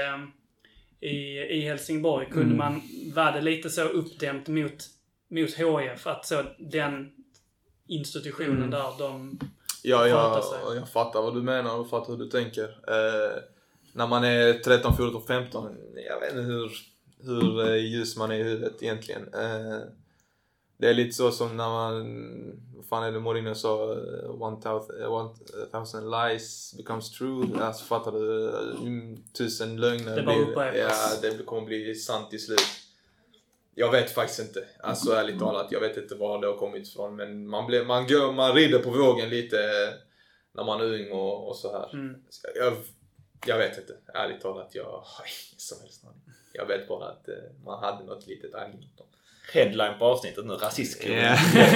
i Helsingborg kunde man vara det lite så uppdämt mot HF, att så den institutionen där de... Jag fattar vad du menar och fattar hur du tänker. När man är 13, 14, 15, jag vet inte hur ljus man är i huvudet egentligen. Det är lite så som när man, vad fan är det Mourinho sa, 1000 lies becomes true. Alltså fattar du, 1000 lögner. Det bara det kommer bli sant till slut. Jag vet faktiskt inte. Alltså ärligt talat, jag vet inte var det har kommit ifrån. Men man rider på vågen lite när man är ung och så här. Jag vet inte, ärligt talat, jag har ingen som helst aning. Jag vet bara att man hade något litet agg. Headline på avsnittet nu, rasistklubben. Yeah.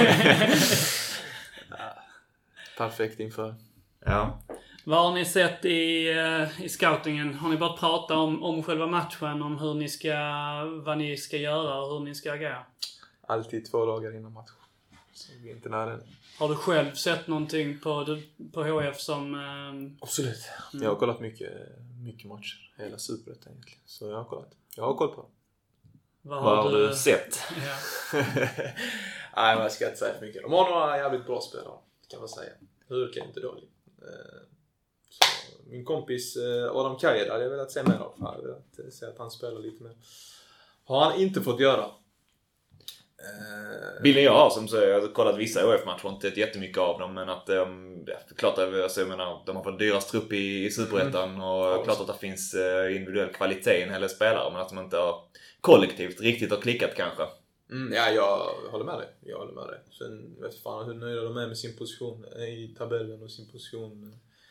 Perfekt inför. Ja. Vad har ni sett i scoutingen? Har ni bara pratat om själva matchen? Om vad ni ska göra och hur ni ska agera? Alltid 2 dagar innan match. Så vi är inte nära. Har du själv sett någonting på HF som... Absolut. Jag har kollat mycket matcher. Hela Superettan egentligen. Så jag har kollat. Jag har koll på. Vad har du sett? Ja. Nej, men jag ska inte säga för mycket. De har några jävligt bra spelare, kan man säga. Hur kan inte dåligt. Så min kompis Adam Kajer hade jag velat se mer av. Jag hade velat se att han spelar lite mer. Har han inte fått göra. Bilden jag har som säger, jag har kollat vissa OF-matcher, inte jättemycket av dem, men att klart att jag menar, de har fått dyrast trupp i Superettan och klart att det finns individuell kvalitet i en hel spelare, men att de inte har kollektivt riktigt har klickat kanske. Ja, jag håller med dig. Sen vet fan hur nöjda de är med sin position i tabellen och sin position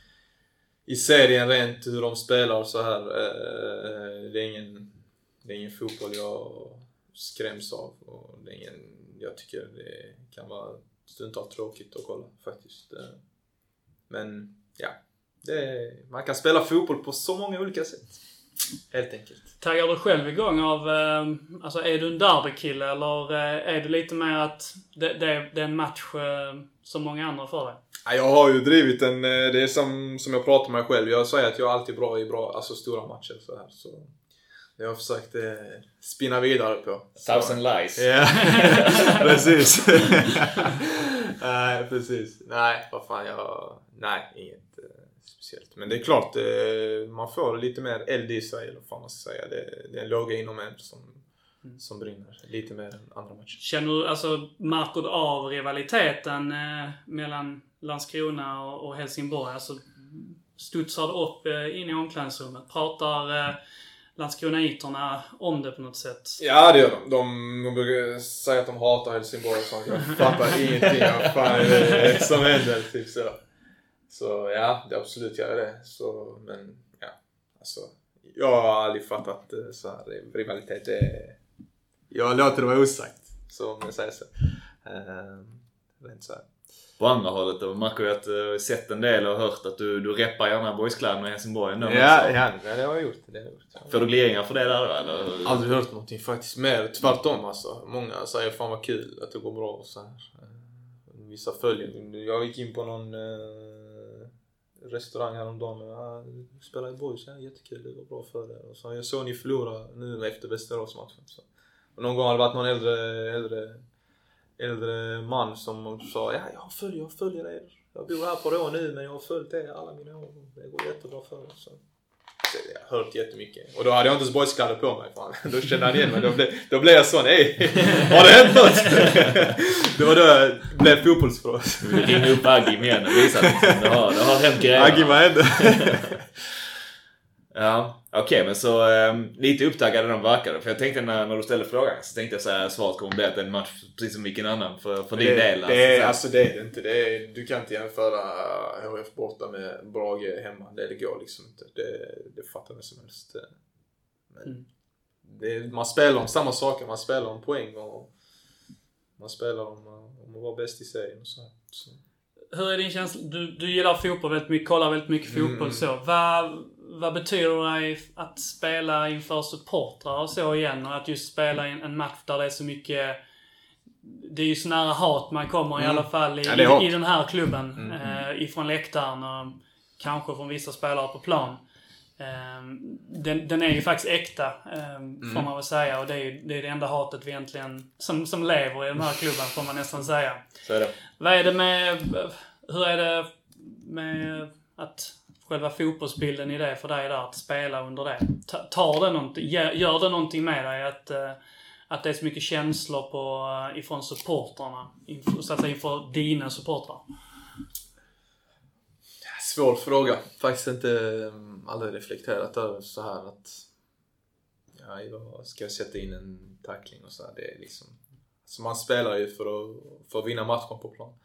i serien rent, hur de spelar så här. Det är ingen fotboll jag skräms av, och det är jag tycker det kan vara stundtals tråkigt att kolla faktiskt. Men ja, man kan spela fotboll på så många olika sätt. Helt enkelt. Taggar du själv igång av, alltså är du en derbykille eller är det lite mer att det är en match som många andra för dig? Jag har ju drivit det är som jag pratar med mig själv. Jag säger att jag är alltid bra i alltså stora matcher så här, så jag har försökt spinna vidare på. 1000 lies. Ja, precis. Nej, precis. Nej, vad fan nej, inget speciellt. Men det är klart, man får lite mer eld i sig, eller vad fan man ska säga. Det är en låga inom en som brinner lite mer än andra matcher. Känner du, alltså, märker du av rivaliteten mellan Landskrona och Helsingborg? Alltså, studsar det upp in i omklädningsrummet? Pratar Landskrona-iterna om det på något sätt? Ja, det gör de. De brukar säga att de hatar Helsingborg och sånt. Jag fattar ingenting av fan det som händer, typ så. Så ja, det absolut gör det. Så, men ja, alltså jag har aldrig fattat så här rivalitet. Jag låter det vara osagt, så om jag säger så. Rent så här. På andra hållet då märker jag att du har sett en del och hört att du reppar gärna boyskläderna i Helsingborg ändå. Ja, det har jag gjort. Får du gliringar för det där då, eller? Aldrig hört någonting faktiskt, mer tvärtom alltså. Många säger fan vad kul att det går bra och så här. Vissa följer. Jag gick in på någon restaurang häromdagen och spelade i boys, jättekul, det går bra för det. Och så jag såg ni förlora nu efter Västeråsmatchen. Så. Och någon gång har det varit någon äldre man som sa, ja, jag följer er. Jag bor här på Rå nu, men jag har följt er alla mina år. Det går jättebra för er. Så jag har hört jättemycket. Och då hade jag inte ens boyskläder på mig. Fan. Då kände han igen mig. Då blev jag sån, har det hänt något? Det var då jag blev fotbollsfråga. Du vill ringa upp Agim igen och visa att det har hänt grejer. Agim var ändå. Ja, okej, men så lite upptaggade de verkade. För jag tänkte när du ställde frågan så tänkte jag så här, svaret kommer bli att det är en match precis som vilken annan för din del. Det är inte. Du kan inte jämföra HF borta med Brage hemma. Det går liksom inte. Det fattar jag som helst. Men man spelar om samma saker. Man spelar om poäng och man spelar om att vara bäst i serien och så här. Så. Hur är din känsla? Du gillar fotboll väldigt mycket, kollar väldigt mycket fotboll så. Vad betyder det att spela inför supportrar och så igen? Och att just spela en match där det är så mycket... Det är ju så nära hat man kommer i alla fall i den här klubben. Ifrån läktaren och kanske från vissa spelare på plan. Den är ju faktiskt äkta, får man väl säga. Och det är det enda hatet vi egentligen som lever i den här klubben, får man nästan säga. Så är det. Hur är det med att själva fotbollsbilden i det för dig där, att spela under det? Tar det någonting, gör det någonting med dig att det är så mycket känslor ifrån supportrarna, så att säga inför dina supportrar? Svår fråga. Faktiskt inte aldrig reflekterat över så här att ska jag sätta in en tackling och så här. Det är liksom, så man spelar ju för att vinna matchen på plan.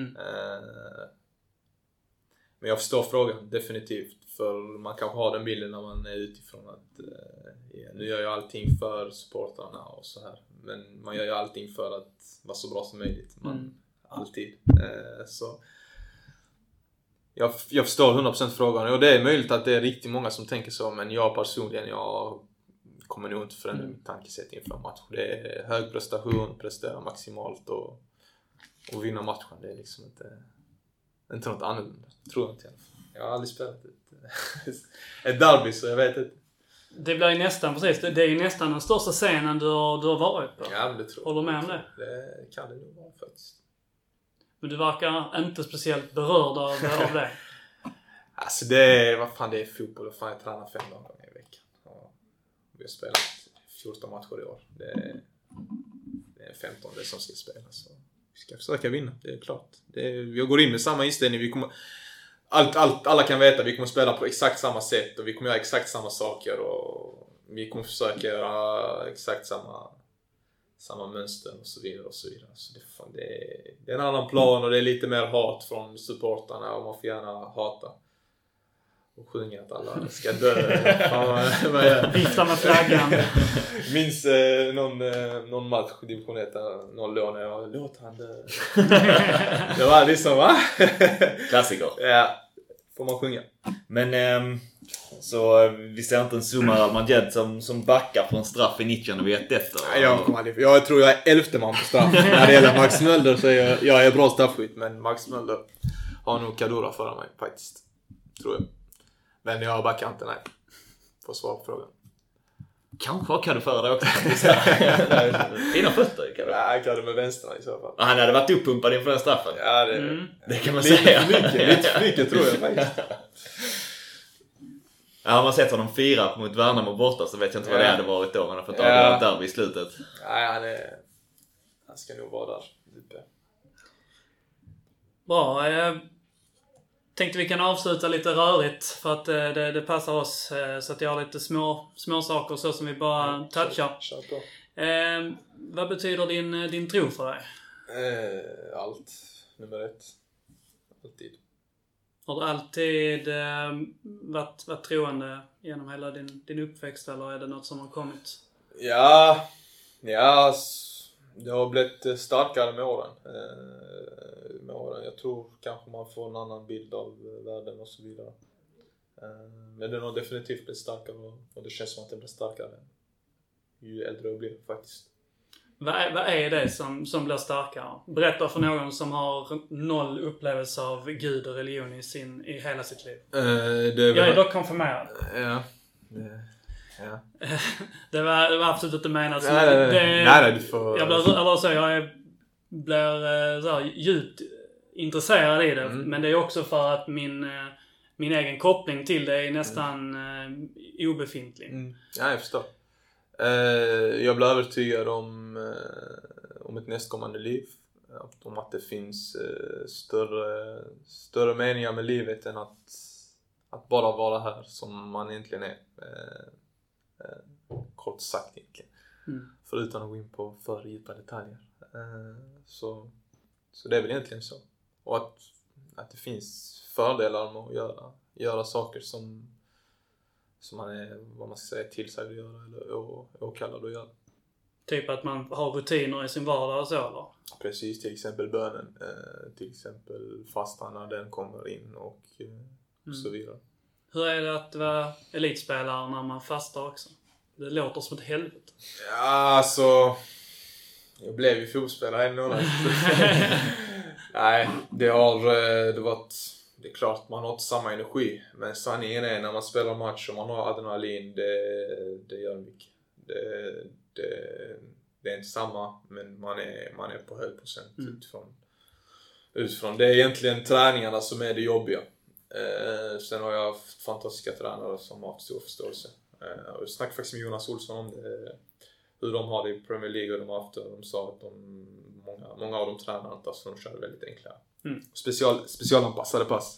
Men jag förstår frågan definitivt, för man kan ha den bilden när man är utifrån att nu gör jag allting för supportrarna och så här, men man gör ju allting för att vara så bra som möjligt. Alltid. Så jag förstår 100% frågan, och det är möjligt att det är riktigt många som tänker så, men jag personligen, jag kommer nog inte förändra mitt tankesätt inför match. Det är hög prestation, prestera maximalt och vinna matchen. Det är liksom inte något annorlunda, tror jag inte. Jag har aldrig spelat ett derby, så jag vet inte. Det blir nästan, precis, det är ju nästan den största scenen du har varit på. Ja, men det tror jag. Håller du med om det? Det kan det nog vara faktiskt. Men du verkar inte speciellt berörd av det. Alltså det är fotboll. Jag tränar 5 dagar i veckan. Och vi har spelat 14 matcher i år. Det är 15 det som ska spelas. Så vi ska försöka vinna, det är klart. Jag går in med samma inställning. Vi kommer, alla kan veta att vi kommer spela på exakt samma sätt. Och vi kommer göra exakt samma saker. Och vi kommer försöka göra exakt samma mönster och så vidare och så vidare. Så det är en annan plan, och det är lite mer hat från supportarna, och man får gärna hata och sjunga att alla ska dö. Vifta med flaggan. Minns någon match i division 1 någon lån, jag låt han dö. Det var liksom, va? Klassiker. Ja, får man sjunga. Men så vi ser inte en Zuma Al-Majed som backar från straff i 90 och vet detta. Jag tror jag är 11:e man på straff. När det gäller Max Mölder så jag är bra straffskytt, men Max Mölder har nog Kadura före mig faktiskt, tror jag. Men jag backar inte, nej. Får svar på frågan. Kanske har Kadura före dig också. Fina fötter, Kadura. Nej, Kadura med vänsterna i så fall. Han hade varit uppumpad inför den straffen. Ja, det kan man säga. Lite för mycket tror jag faktiskt. Ja, har man sett honom fira mot Värnamo borta så vet jag inte vad det hade varit då. Man har fått avgöra där vid slutet. Nej, han ska nog vara där uppe. Bra, tänkte vi kan avsluta lite rörigt för att det passar oss, så att jag har lite små saker så som vi bara touchar. Kör på. Vad betyder din tro för dig? Allt. Nummer 1. Alltid. Har du alltid varit troende genom hela din uppväxt, eller är det något som har kommit? Ja, det har blivit starkare med åren. Jag tror kanske man får en annan bild av världen och så vidare. Men det har definitivt blivit starkare, och det känns som att det blir starkare ju äldre jag blir faktiskt. Vad är det som blir starkare? Berätta för någon som har 0 upplevelse av Gud och religion i hela sitt liv. Jag är dock konfirmerad. Ja. Det var absolut inte menat. Nej, du får... Jag blir så här djupt intresserad i det. Men det är också för att min egen koppling till det är nästan obefintlig. Ja, jag förstår. Jag blir övertygad om ett nästkommande liv. Om att det finns större meningar med livet än att bara vara här som man egentligen är. Kort sagt egentligen. Förutom att gå in på för djupa detaljer. Så det är väl egentligen så. Och att det finns fördelar med att göra saker som man är, vad man ska säga, tillsagd att göra eller åkallad att göra. Typ att man har rutiner i sin vardag och så, eller? Precis, till exempel bönen. Till exempel fastan när den kommer in och så vidare. Hur är det att vara elitspelare när man fastar också? Det låter som ett helvete. Ja, alltså... Jag blev ju fotbollsspelare en månad. Nej, det är klart man har inte samma energi. Men sanningen är när man spelar match och man har adrenalin, det gör mycket. Det är inte samma, men man är på hög procent utifrån. Det är egentligen träningarna som är det jobbiga. Sen har jag fantastiska tränare som har haft stor förståelse. Jag snackade faktiskt med Jonas Olsson om det. hur de har det i Premier League och de har haft. De sa att många av de tränarna inte, så de kör väldigt enkla. Specialanpassade pass.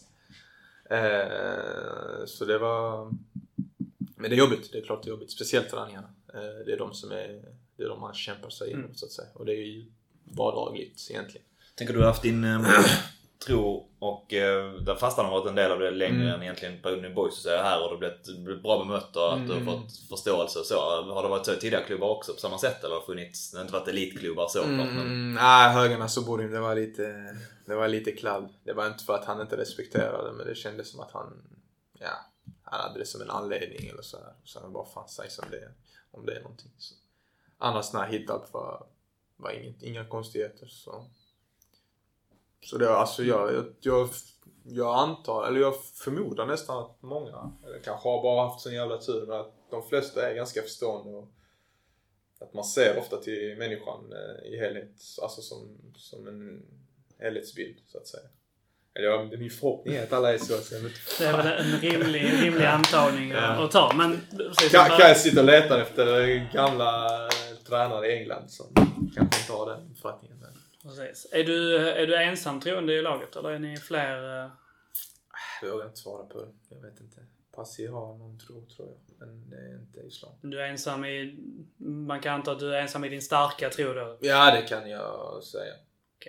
Så det var... Men det är jobbigt, det är klart det är jobbigt. Speciellt träningarna. Det är de man kämpar sig in så att säga. Och det är ju vardagligt egentligen. Tänker du har haft din tro och där fast har varit en del av det längre än egentligen perioden i Boys så säger här och det blivit bra bemött och att du har fått förståelse och så. Har det varit så i tidigare klubbar också på samma sätt eller har det inte varit elitklubbar så? Nej, Högarna så Borim, det var lite klabb. Det var inte för att han inte respekterade, men det kändes som att han hade det som en anledning eller så här. Så han bara fann sig som det, om det är någonting. Så. Annars när hit-up var inga konstigheter så det var alltså jag antar, eller jag förmodar nästan att många, eller kanske har bara haft sån jävla tur, men att de flesta är ganska förstående och att man ser ofta till människan i helhet, alltså som en helhetsbild så att säga. Eller det är min förhoppning att alla är så att säga. Det är väl en rimlig antagning att ta, men kan jag sitta och leta efter gamla tränare i England som kanske inte har den uppfattningen. Precis. Är du ensam troende i laget eller är ni fler? Jag vågar inte svara på det. Jag vet inte. Passi har någon tro tror jag. Men det är inte islam. Du är ensam man kan anta att du är ensam i din starka tro då? Ja, det kan jag säga. Okay.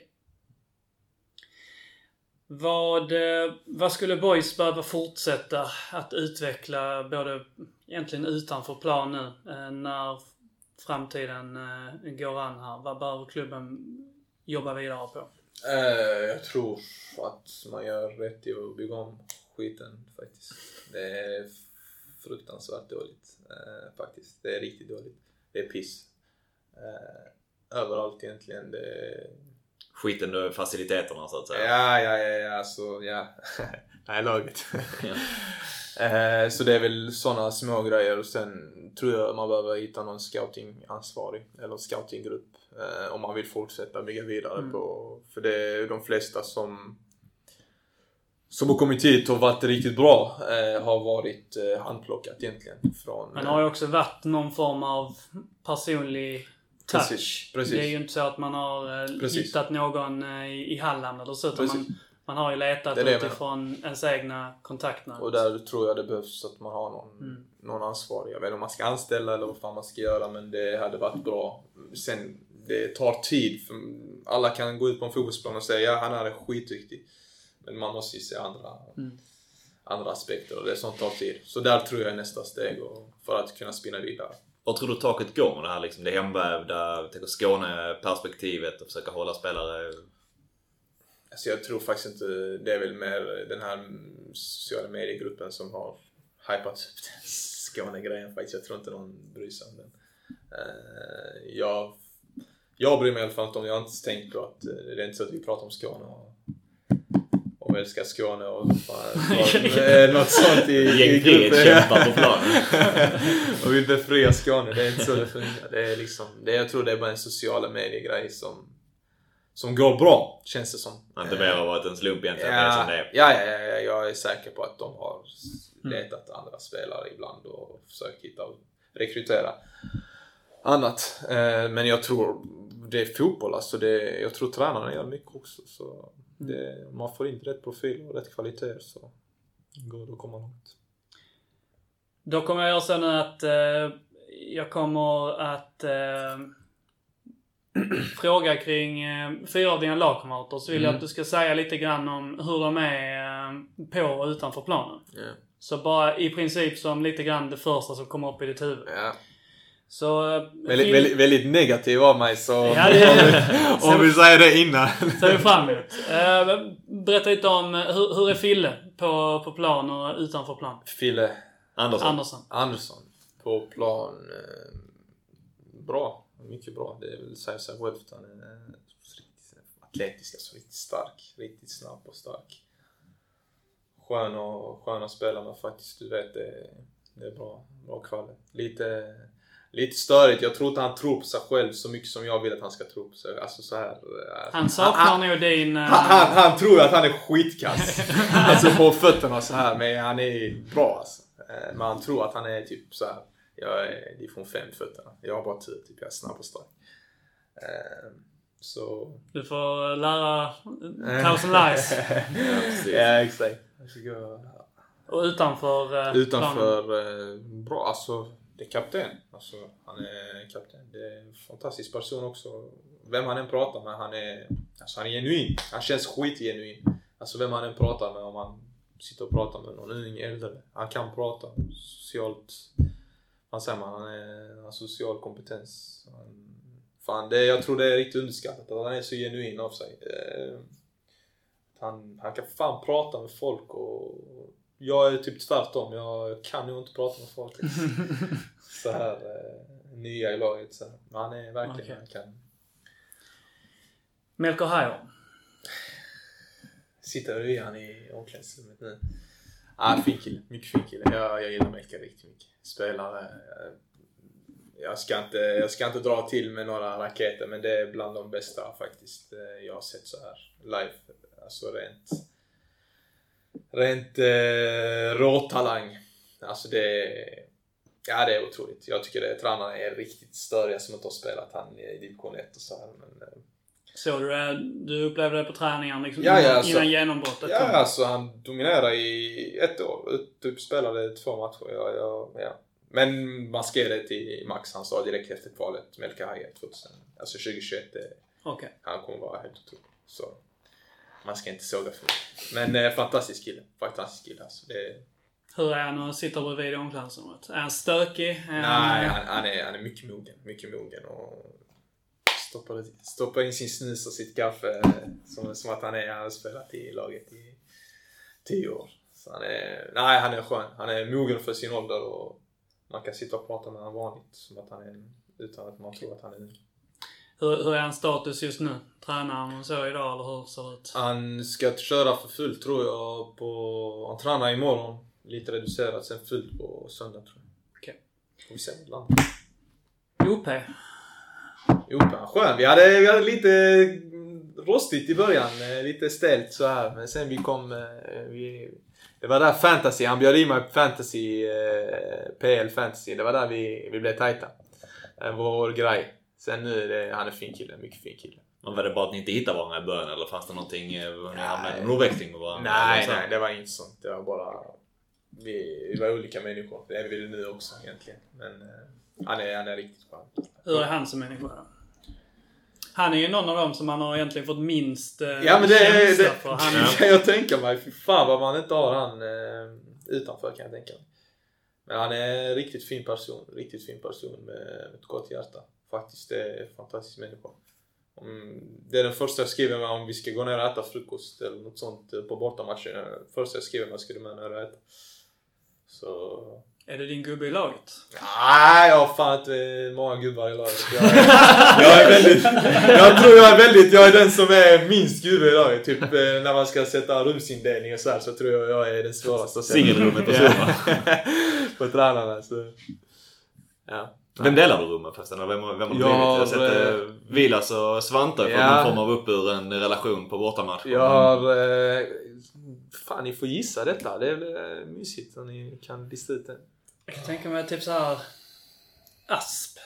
Vad skulle Boys behöva fortsätta att utveckla både egentligen utanför plan nu när framtiden går an här? Vad behöver klubben jobba vidare på? Jag tror att man gör rätt i att bygga om skiten faktiskt. Det är fruktansvärt dåligt faktiskt. Det är riktigt dåligt. Det är piss. Överallt egentligen. Skiten då faciliteterna så att säga. Ja. Nej, laget. Så det är väl sådana små grejer och sen tror jag man behöver hitta någon scouting-ansvarig eller scouting-grupp om man vill fortsätta bygga vidare på, för det är de flesta som har kommit hit och varit riktigt bra har varit handplockat egentligen från... Men har ju också varit någon form av personlig touch. Precis. Det är ju inte så att man har hittat någon i Halland eller så, utan man har ju letat utifrån ens egna kontaktnät. Och där tror jag det behövs att man har någon ansvarig. Jag vet inte om man ska anställa eller vad fan man ska göra, men det hade varit bra. Sen, det tar tid. För alla kan gå ut på en fotbollsplan och säga han är skitduktig. Men man måste ju se andra aspekter och det sånt tar tid. Så där tror jag är nästa steg för att kunna spinna vidare. Vad tror du taket går med det här liksom? Det hemvävda, Skåne-perspektivet och försöka hålla spelare... Alltså jag tror faktiskt inte, det är väl mer den här sociala mediegruppen som har hypat upp den Skåne-grejen faktiskt. Jag tror inte någon bryr sig om den. Jag bryr mig i alla fall inte om, jag har inte tänkt på att det är inte så att vi pratar om Skåne och älskar Skåne och något sånt i gruppen. Kämpar på planen. Och vill befria Skåne, det är inte så det fungerar. Det är liksom, jag tror det är bara en sociala mediegrej som går bra, känns det som. Inte mer av att en slump egentligen Ja, jag är säker på att de har letat andra spelare ibland och försökt hitta och rekrytera annat. Men jag tror det är fotboll, alltså jag tror tränarna gör mycket också. Så man får inte rätt profil och rätt kvalitet så då kommer man långt. Då kommer jag göra så nu att jag kommer att fråga kring 4 av dina lagkamrater, så vill jag att du ska säga lite grann om hur de är på och utanför planen. Yeah. Så bara i princip som lite grann det första som kommer upp i ditt huvud. Yeah. Så, väldigt negativ av mig så ja, om vi säger det innan. Så vi fram emot. Berätta lite om hur är Fille på plan och utanför plan? Fille Andersson. På plan bra. Mycket bra. Det är väl säga sig självt. Han är riktigt atletisk, alltså riktigt stark. Riktigt snabb och stark. Skön att spela med faktiskt. Du vet, det är bra kvalitet. Lite störigt. Jag tror inte han tror på sig själv så mycket som jag vill att han ska tro på sig. Alltså så här. Han saknar nog din... Han tror att han är skitkass. Alltså på fötterna så här. Men han är bra alltså. Men han tror att han är typ så här Det är från 5 fötterna. Jag har bara tur, typ jag är snabb och stark. Så... Du får lära Thousand Lies. Ja, exakt. Och utanför bra, alltså det är kapten. Alltså han är kapten. Det är en fantastisk person också. Vem han än pratar med, han är genuin. Han känns skitgenuin. Alltså vem han än pratar med, om han sitter och pratar med någon ung äldre. Han kan prata socialt. Han säger han har social kompetens. Jag tror det är riktigt underskattat att han är så genuin av sig. Han kan fan prata med folk, och jag är typ tvärtom. Jag kan ju inte prata med folk. Så här nya i laget. Så men han är verkligen han kan. Melker Heier. Sitter bredvid han i omklädningsrummet nu. Fin kille. Mycket fin kille. Jag gillar Melker riktigt mycket. Spelare. Jag ska inte dra till med några raketer, men det är bland de bästa faktiskt jag har sett så här live. Alltså rent råtalang. Alltså det är otroligt. Jag tycker tränarna är riktigt störiga som inte har spelat han i division 1 och så här, men så du upplevde det på träningen liksom innan genombrottet? Ja, alltså han dominerade i 1 år. Typ spelade 2 matcher. Ja. Men man skrev det till Max. Han sa direkt efter kvalet Melker Heier 2021. Han kommer vara helt otrolig. Så man ska inte såga för det. Men fantastisk kille. Alltså, hur är han att sitta bredvid i omklädningsrummet? Är han stökig? Nej, han är mycket mogen och stoppar in sin snus och sitt kaffe som att han har spelat i laget i 10 år. Så han är skön. Han är mogen för sin ålder, och man kan sitta och prata med honom vanligt som att han är, utan att man tror att han är ny. Hur är hans status just nu? Tränar han så idag, eller hur ser det ut? Han ska köra för fullt tror jag han tränar imorgon. Lite reducerat, sen fullt på söndag tror jag. Okej. Får vi se vad det landar. OP, skön. Vi hade lite rostigt i början. Lite ställt så här. Men sen vi kom... det var där fantasy. Han bjöd i mig på fantasy. PL fantasy. Det var där vi blev tajta. Vår grej. Sen nu han är fin kille. Mycket fin kille. Men var det bara att ni inte hittade varandra i början? Eller fanns det någonting... Ni hamnade en ordväxling med varandra? Nej, det var inte sånt. Det var bara... Vi var olika människor. Det är vi nu också egentligen. Men han är riktigt skön. Hur är han som människa då? Han är ju någon av dem som man har egentligen fått minst ja, men det kan jag tänka mig. Fy fan vad man inte har han utanför, kan jag tänka mig. Men han är riktigt fin person. Med ett gott hjärta. Faktiskt, det är en fantastisk människa. Det är den första jag skriver med om vi ska gå ner och äta frukost eller något sånt på bortamatchen. Första jag skriver med skulle med ner och äta. Så... Är det din gubbe i laget? Nej, jag har fan inte många gubbar i laget. Jag är den som är minst gubbe i laget. Typ när man ska sätta rumsindelning och så tror jag är den svåraste. Singelrummet på Summa. På tränarna, så... Ja. Vem delar du rummet förresten? Vem har blivit? Jag sett Vilas och Svante för någon form av uppburen relation på bortamatch. Jag har... fan, ni får gissa detta. Det är mysigt om ni kan lista ut det. Jag kan tänka mig typ så här... Asp.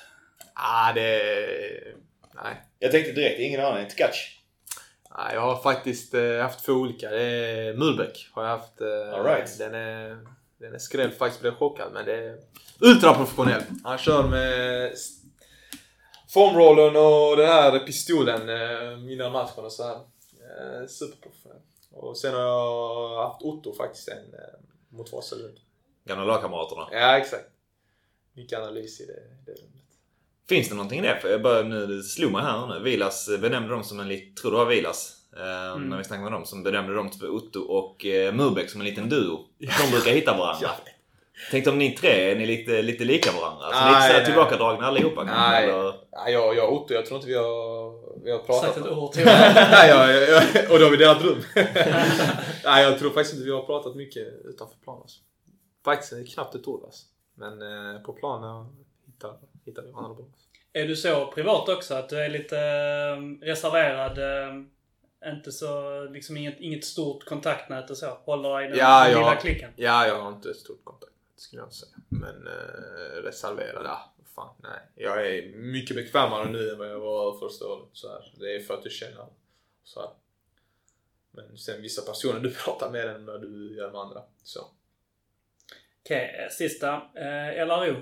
Nej. Jag tänkte direkt, ingen annan, inte Tkach. Nej, jag har faktiskt haft 2 olika. Det är Murbeck har jag haft. All right. Den är skräll, faktiskt blev chockad, men det är ultraprofessionell. Han kör med foamrollen och den här pistolen innan matchen och så här. Superprofessionell. Och sen har jag haft Otto faktiskt mot Vasalund. Gamla lagkamraterna. Ja, exakt. Mycket analys i det rummet. Finns det någonting i det? För jag började nu slog mig här nu. Vilas benämnde dem som en liten... Tror du var Vilas? När vi snackade med dem som benämnde dem till Otto och Murbeck som en liten duo. De brukar hitta varandra. Tänk om ni tre är ni lite lika varandra. Alltså lite såhär tillbakadragna allihopa. Nej, jag och Otto, jag tror inte vi har pratat. Sagt ett ord till. Nej, och då har vi delat rum. Nej, jag tror faktiskt inte vi har pratat mycket utanför planen. Alltså. Faktiskt knappt ett ord. Alltså. Men på planen hittar vi varandra på. Är du så privat också att du är lite reserverad? Inte så, liksom inget stort kontaktnät och så? Håller dig i den lilla klicken? Ja, jag har inte ett stort kontaktnät. skulle jag säga. Men reserverad, fan nej. Jag är mycket bekvämare nu än vad jag var första året. Så här. Det är för att du känner så här. Men sen vissa personer du pratar med än vad du gör med andra. Så. Okej, sista. LRO.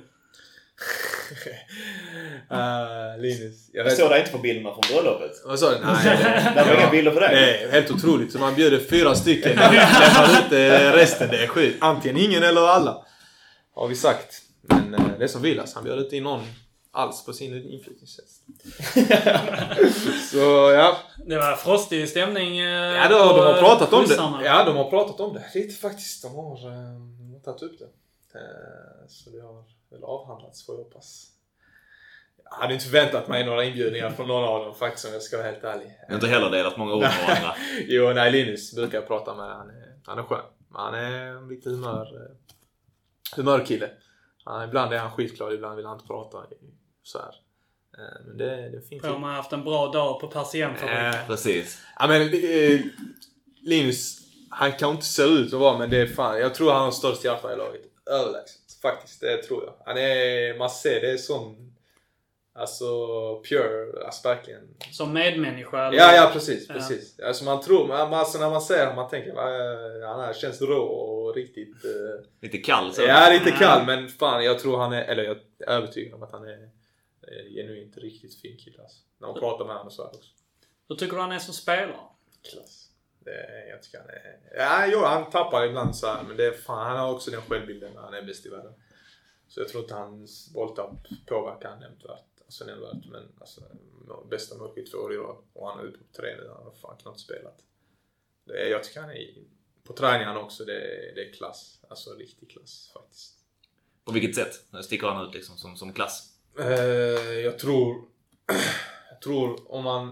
Linus. Jag såg dig inte på bilderna från bröllopet. Vad sa du? Nej, det var inga bilder för dig. Nej, helt otroligt. Så man bjuder 4 stycken. Lämnar ut resten, det är skit. Antingen ingen eller alla. Har vi sagt. Men det är som Villas. Han bjöd inte in någon alls på sin inflyttningsfest. Så ja. Det var frostig stämning. Ja, de har pratat om det. Ja, de har pratat om det. Lite faktiskt. De har tagit upp det. Så det har väl avhandlats, får jag hoppas. Jag hade inte förväntat mig några inbjudningar från någon av dem faktiskt, om jag ska vara helt ärlig. Jag har inte heller delat många ord med varandra. Jo, nej, Linus brukar jag prata med. Han är skön. Han är lite humörkille. Ibland är han skitglad, ibland vill han inte prata. Så här. Men det är fint. Om man har haft en bra dag på Persienfabriken. Precis. Ja, men Linus, han kan inte se ut att vara, men det är fan. Jag tror han har störst hjärta i laget. Överlägset. Faktiskt, det tror jag. Han är, man ser det är sån, alltså pure, alltså verkligen. Som medmänniska? Eller? Ja, precis. Alltså man tror, alltså när man ser honom, man tänker, han här känns rå och riktigt... lite kall. Så. Ja, lite kall, men fan, jag tror han är, eller jag är övertygad om att han är genuint riktigt fin kille. Alltså. När man pratar med honom så här också. Då tycker du han är som spelare? Klass. Jag tycker han är... Ja, jo, han tappar ibland så här, men det är fan, han har också den självbilden när han är bäst i världen. Så jag tror inte hans bolltapp påverkar han nämnvärt, men alltså bästa målskytt 2 år i rad, och han är ute på 3 nu, han har fan knappt spelat. Jag tycker han är på träningarna också, det är klass, alltså riktig klass faktiskt. På vilket sätt sticker han ut liksom som klass? Jag tror om man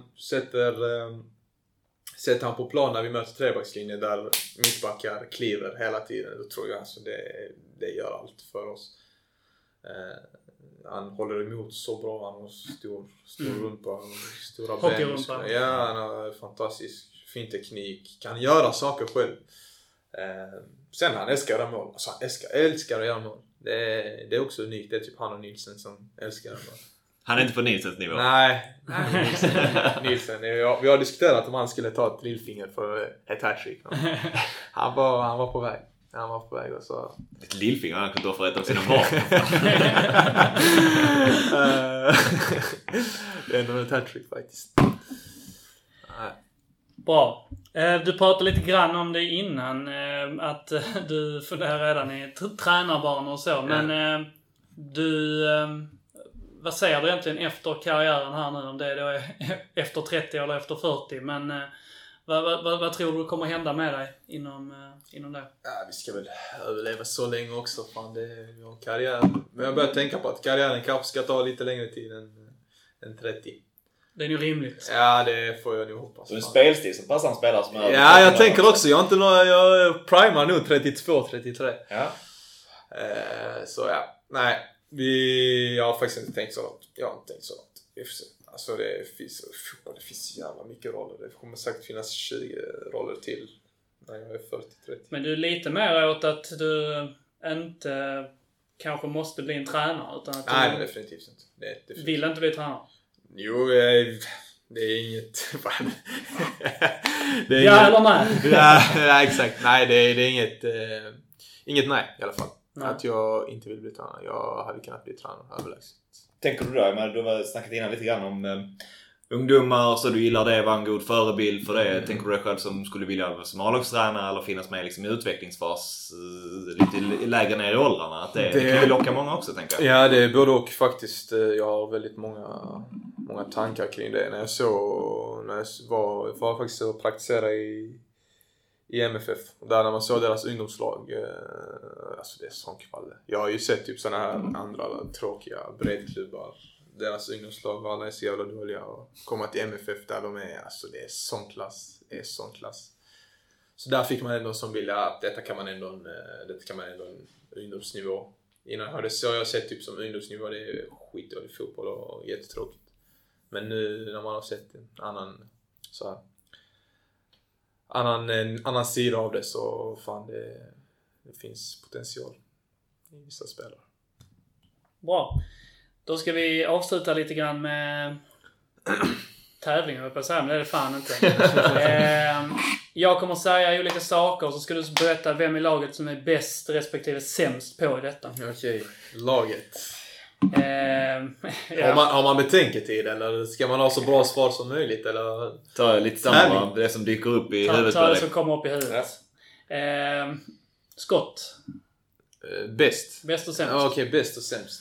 sätter han på plan när vi möter trebackslinjen där mittbackar kliver hela tiden, då tror jag alltså det gör allt för oss. Han håller emot så bra, han har stor rumpa, stora ben. Ja, han har fantastisk fin teknik, kan göra saker själv. Sen han älskar att göra mål, alltså han älskar att göra mål. Det är också unikt, det är typ han och Nielsen som älskar att göra mål. Han är inte på Nielsens nivå. Nej, Nielsen. Vi har diskuterat om han skulle ta ett lillfinger för ett hattrick. Han var på väg. Och så... Ett lillfinger, han kunde offra ett av sina barn. Det är ändå ett hattrick faktiskt. Bra. Du pratade lite grann om det innan. Att du funderar redan i tränarbarn och så. Men du... Vad säger du egentligen efter karriären här nu? Om det då är efter 30 eller efter 40. Men vad tror du kommer hända med dig inom det? Ja, vi ska väl överleva så länge också. Fan, det är en karriär. Men jag börjar tänka på att karriären kanske ska ta lite längre tid än 30. Det är ju rimligt. Ja, det får jag nog hoppas. Så en spelstil som passar en spelare som är... Ja, jag tänker också. Jag primar nu 32-33. Ja. Så ja, nej. Jag har faktiskt inte tänkt så långt. Vi får se. Alltså det finns så jävla mycket roller. Det kommer säkert finnas 20 roller till när jag är 40-30. Men du är lite mer åt att du inte kanske måste bli en tränare, utan att nej, definitivt inte. Vill inte bli tränare? Jo, det är inget... det är ja, eller nej? Ja, exakt. Nej, det är inget nej i alla fall. Nej. Att jag inte vill bli tränare. Jag hade kunnat bli tränare överlägset. Tänker du då? Men du har snackat innan lite grann om ungdomar, så du gillar det, var en god förebild för det. Tänker du dig själv som skulle vilja vara som A-lagstränare eller finnas med liksom i utvecklingsfas lite lägre ner i åldrarna? Att det kan ju locka många också, tänker jag. Ja, det är både och faktiskt. Jag har väldigt många tankar kring det. När jag var faktiskt och praktiserade i MFF. Där när man såg deras ungdomslag, alltså det är sån kvalitet. Jag har ju sett typ såna här andra tråkiga breddklubbar. Deras ungdomslag var alla så jävla dåliga, och komma till MFF där de är, alltså det är sån klass. Så där fick man ändå som vilja att detta kan man ändå en ungdomsnivå. Innan hade jag sett typ som ungdomsnivå, det är skitdålig fotboll och jättetråkigt. Men nu när man har sett en annan sida av det, så fan det finns potential. i vissa spelare. Bra. Då ska vi avsluta lite grann med tävlingen, jag på säga, men det är det fan inte. Jag kommer säga olika saker, så ska du berätta vem i laget som är bäst respektive sämst på detta. Okej, laget. Ja. Har man betänketid eller ska man ha så bra svar som möjligt? Eller? Ta lite samma, det som dyker upp i huvudet. Ta det som kommer upp i huvudet. Skott. Bäst. Bäst och sämst. Okej, bäst och sämst.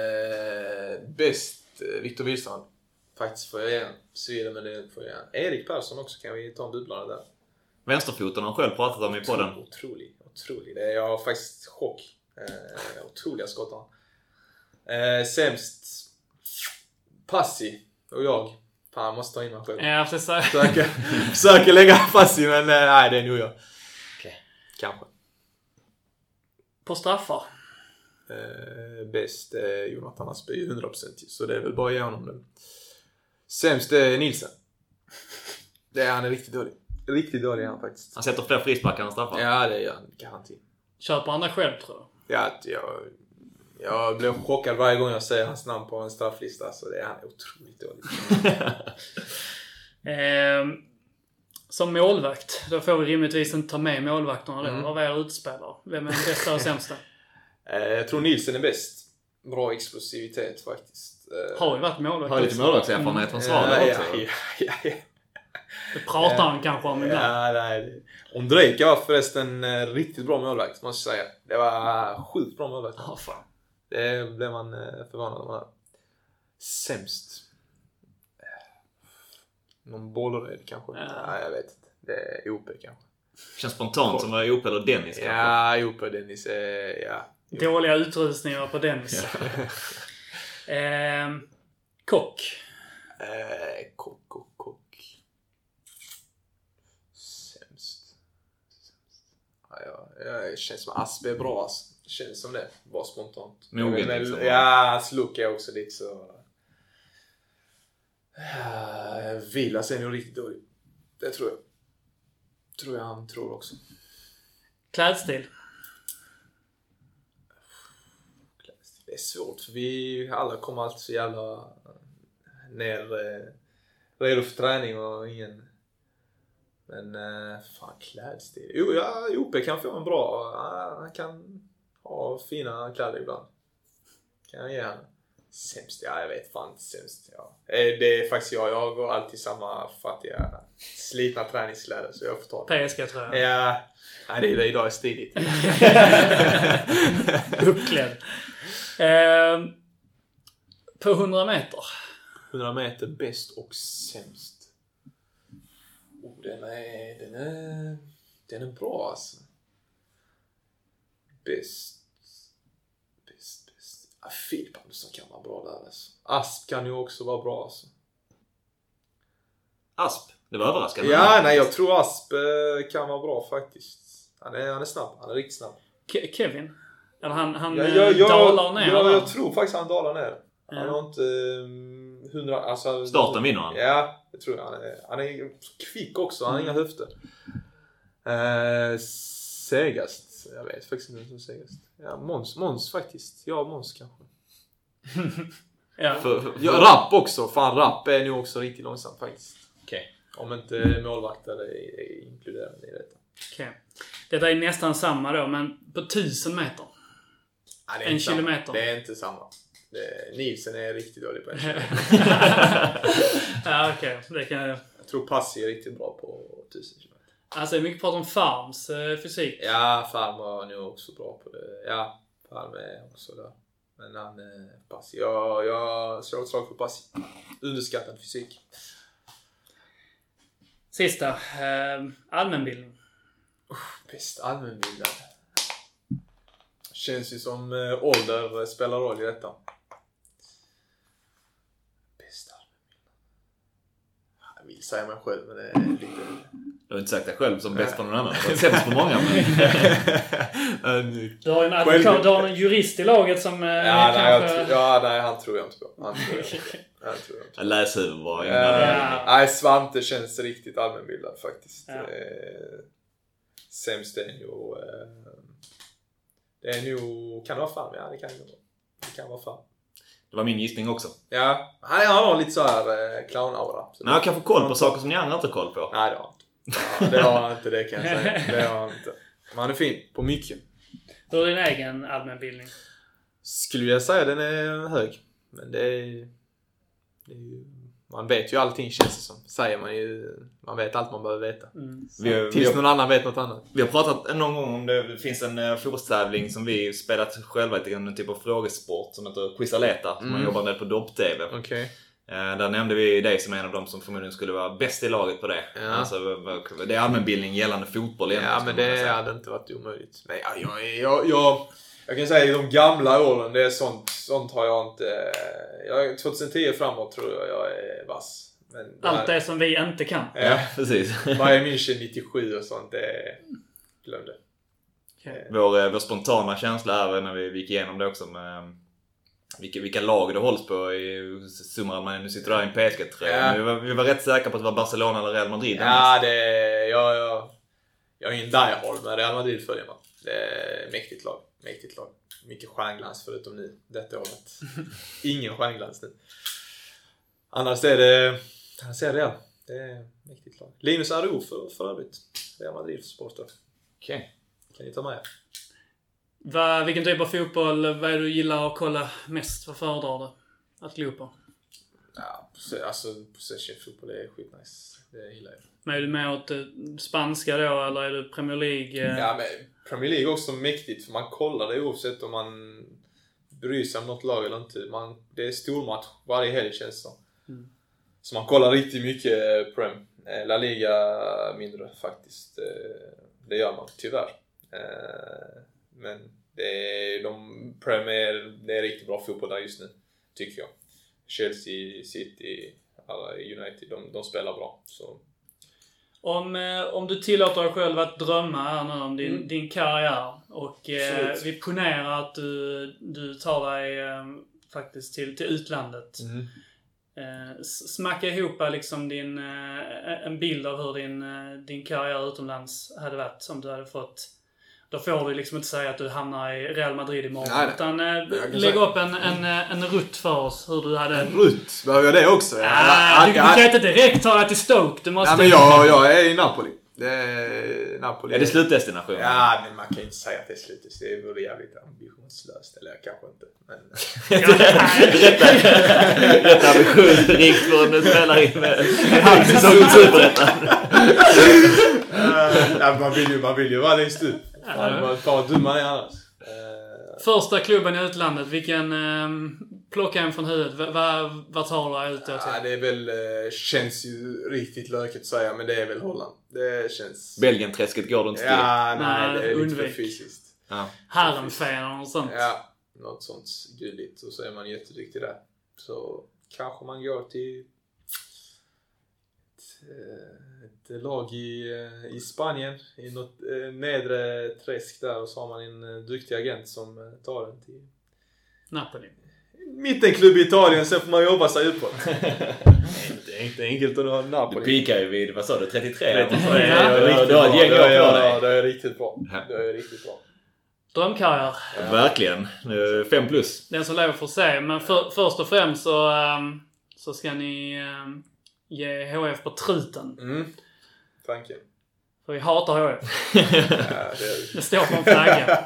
Bäst Victor Wilstrand. Faktiskt får jag igen. Syre, men det får jag igen. Erik Persson också, kan vi ta en bubblare där. Vänsterfoten har själv pratat om i podden. Otrolig. Jag har faktiskt chock. Otroliga skottar. Sämst Passi och jag. Fan, jag måste ta in mig själv. Ja, precis. Försöker lägga Passi, men nej, det är nog jag. Okay. Kanske. På straffar. Bäst Jonathan Asby 100%, så det är väl bara att ge honom den. Sämst är Nilsen. Han är riktigt dålig. Riktigt dålig är han faktiskt. Han sätter fler frisparkar än straffar. Ja, det gör han. Garanti. Köper han det själv, tror jag? Ja, jag blir chockad varje gång jag säger hans namn på en strafflista. Så han är otroligt dålig. Som målvakt, då får vi rimligtvis inte ta med målvakterna då. Av er utspelare. Vem är den bästa och sämsta? Jag tror Nilsen är bäst. Bra explosivitet faktiskt. Har ju varit målvakt. Har lite målvaktserfarenhet från Svalöv också. Ja. Det pratar han kanske om ibland. Ja, nej. Ondrejka var förresten riktigt bra målvakt, måste jag säga. Det var sjukt bra målvakt. Fan. Det blev man förvånad om. Sämst. Någon Bollered kanske. Ja. Nej, jag vet inte. Det är OP kanske. Känns spontant som var OP eller Dennis kanske. Ja, OP och Dennis är... Ja. Dåliga utrustningar på Dennis. Kock. Kock. Sämst. Ja, känns som Asp är bra. Det känns som det. Bara spontant. Mogen liksom. Ja, Sluk är också lite så... Vilas är nog riktigt dålig. Det tror jag. Tror jag han tror också. Klädstil. Det är svårt för vi alla kommer alltid så jävla ner redo för träning och ingen. Men fan, klädstil. Jo, Jope kan få en bra. Han kan ha fina kläder ibland. Kan jag ge henne. Sämst, jag vet fan inte sämst. Ja. Det är faktiskt jag går alltid samma fattiga slitna träningskläder, så jag får ta det. PSG tror jag. Ja, nej, det är idag är stiligt. Uppklädd. På 100 meter. 100 meter bäst och sämst. Den är bra alltså. Bäst. Filip Andersson kan vara bra där alltså. Asp kan ju också vara bra alltså. Asp? Det var överraskande. Ja, nej, jag tror Asp kan vara bra faktiskt. Han är snabb, han är riktigt snabb. Kevin? Eller han dalar ner? Ja, jag tror faktiskt han dalar ner. Ja. Han har inte 100... Alltså, Starten vinner han. Ja, det tror jag. Han är kvick också, han har inga höfter. Segast. Jag vet faktiskt inte som segast. Ja, Måns faktiskt. Ja, Måns kanske. Ja. Rapp också. Fan, Rapp är nog också riktigt långsam faktiskt. Okay. Om inte målvaktare är inkluderade i detta. Okay. Detta är nästan samma då, men på 1000 meter. Ja, en kilometer. Det är inte samma. Nielsen är riktigt dålig på en kilometer. Ja, okej. Det kan jag... Jag tror Passi är riktigt bra på 1000 kilometer. Alltså det är mycket prat om Farms fysik. Ja, Farm var nog också bra på det. Ja, Farm är också där. Men han Passi. Jag slår ett slag på Passi. Underskattad fysik. Sista. Allmänbildning. Bäst allmänbildad. Känns ju som ålder spelar roll i detta. Bäst allmänbildad. Jag vill säga mig själv, men det är lite... Du har inte sagt dig själv som bäst på någon annan. Du har sämst på många. Men... Du har en advokat, du har en jurist i laget som nej, han tror jag inte på. Han tror jag inte. Läshuvud var nej, Svante känns riktigt allmänbildad faktiskt. Ja. Sämst är ju Det är nog... Kan det vara fan? Ja, det kan vara fan. Det var min gissning också. Ja, han har lite så här clown-aura. Men jag kan få koll på saker som ni andra inte har koll på. Nej, det har inte. Ja, det har han inte, det kan jag säga. Det har han inte. Men han är fin på mycket. Hur är din egen allmänbildning? Skulle jag säga den är hög. Men det är ju... Man vet ju allting, känns det som. Säger man ju... Man vet allt man behöver veta. Tills någon annan vet något annat. Vi har pratat någon gång om det finns en fotbollstävling som vi spelat själva i en typ av frågesport som heter Quizaleta. Som man jobbar med på Dopp-TV. Okay. Där nämnde vi dig som en av dem som förmodligen skulle vara bäst i laget på det. Ja. Alltså, det är allmänbildning gällande fotboll egentligen. Ja, men det hade inte varit omöjligt. Men jag kan säga i de gamla åren, det är sånt har jag inte... 2010 framåt tror jag är vass. Men allt det som vi inte kan. Ja, precis. Bayern München 97 och sånt, det glömde. Okay. Vår spontana känsla är när vi gick igenom det också med vilka lag det hålls på i summar. Man nu sitter där i en PSG-tröja. Ja. Vi var rätt säkra på att det var Barcelona eller Real Madrid. Ja, jag är ingen diehard, men Real Madrid följer man. Det är mäktigt lag. Mycket stjärnglans förutom nu detta året. Ingen stjärnglans nu. Annars är det ja. Det är mäktigt lag. Linus Aro för övrigt. Real Madrid-supporter. Okej. Kan ni ta med? Vilken typ av fotboll, vad är du gillar att kolla mest? Vad föredrar du att glo på? Ja, alltså possession-fotboll är skitnice. Det gillar jag. Men är du med åt spanska då, eller är du Premier League? Ja, men Premier League är också mäktigt, för man kollar det oavsett om man bryr sig om något lag eller inte. Det är stormatch varje helg, känns det. Så man kollar riktigt mycket Prem. La Liga mindre faktiskt. Det gör man tyvärr. Men det är riktigt bra fotboll där just nu, tycker jag. Chelsea, City, alla United, de spelar bra. Så. Om du tillåter dig själv att drömma här nu om din karriär och vi ponerar att du tar dig faktiskt till utlandet. Smacka ihop liksom en bild av hur din karriär utomlands hade varit om du hade fått. Då får du liksom inte säga att du hamnar i Real Madrid imorgon. Nej. Utan lägg upp en rutt för oss. Hur du hade... En rutt? Behöver jag det också? Du kan inte direkt ta dig till Stoke. Du måste... men jag är i Napoli. Det är Napoli. Är det slutdestination? Ja, men man kan inte säga att det är slutdestination. Det vore jävligt ambitionslöst. Eller kanske inte. Men... Rätt ambitionsrikt för en spelare in med en halv säsong i Superettan. Man vill ju vara längst ut. Bara dumma är annars. Första klubben i utlandet, vilken plocka en från huvudet. Vad tar du ut då till? Ja, det är väl känns ju riktigt löket att säga, men det är väl Holland. Det känns... Belgien-träsket går du inte till. Ja, nej, det är lite för fysiskt. Ja. Harrenfen och sånt. Ja, något sånt gulligt. Och så är man jätteduktig där. Så kanske man går till ett lag i Spanien, i något nedre träsk där, och så har man en duktig agent som tar den till Napoli. Mittenklubb i Italien, sen får man jobba sig uppåt. Det är inte enkelt att ha Napoli. Du pikar ju vid, vad sa du, 33? Ja. Du har ett gäng år på dig. Det är riktigt bra. Drömkarriär. Ja. Verkligen. 5+. Den som lever får se. Men först och främst så ska ni ge HF på truten. Tanken. För vi hatar HF. Ja, det står på en flagga.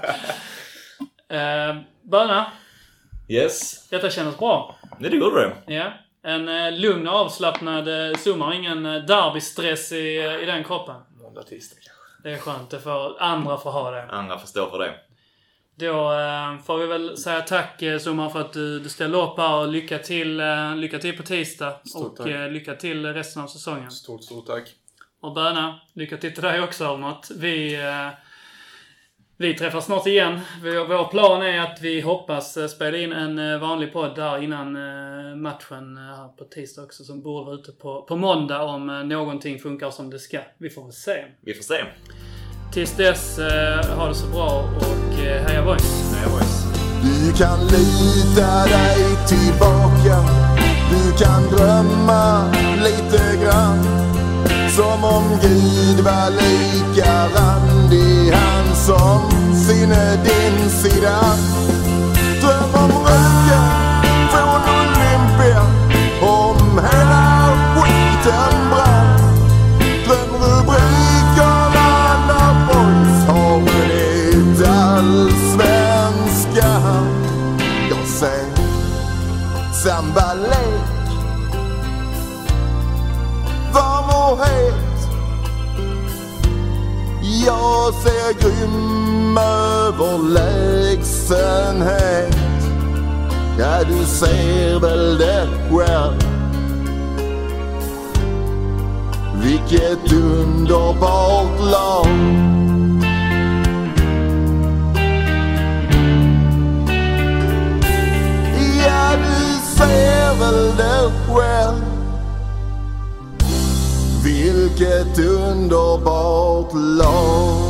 Böna. Yes. Detta känns bra. Det gjorde det. Ja. En lugn och avslappnad sommar. Ingen derbystress i den kroppen. Måndag, tisdag kanske. Det är skönt. Det får andra få ha det. Andra får stå för det. Då får vi väl säga tack Sommar för att du ställde upp här, och lycka till på tisdag. Stort och tack. Lycka till resten av säsongen. Stort tack. Och Böna, lycka till dig också om något. Vi träffas snart igen. Vår plan är att vi hoppas spela in en vanlig podd där innan matchen här på tisdag också, som borde vara ute på måndag om någonting funkar som det ska. Vi får väl se. Tills dess, ha det så bra och heja boys. Heja boys. Du kan lita dig tillbaka. Du kan drömma lite grann. Som om Gud var lika randig, han som sinne din sida. Dröm om röken från Olympia, om hela skiten brann. Dröm rubrikerna när boys har vunnit allsvenskan. Jag ser sambalek, varm och het. Jag ser grym överlägsenhet. Ja, du ser väl det själv. Vilket underbart lag. Ja, du ser väl det själv. Vilket underbart lag.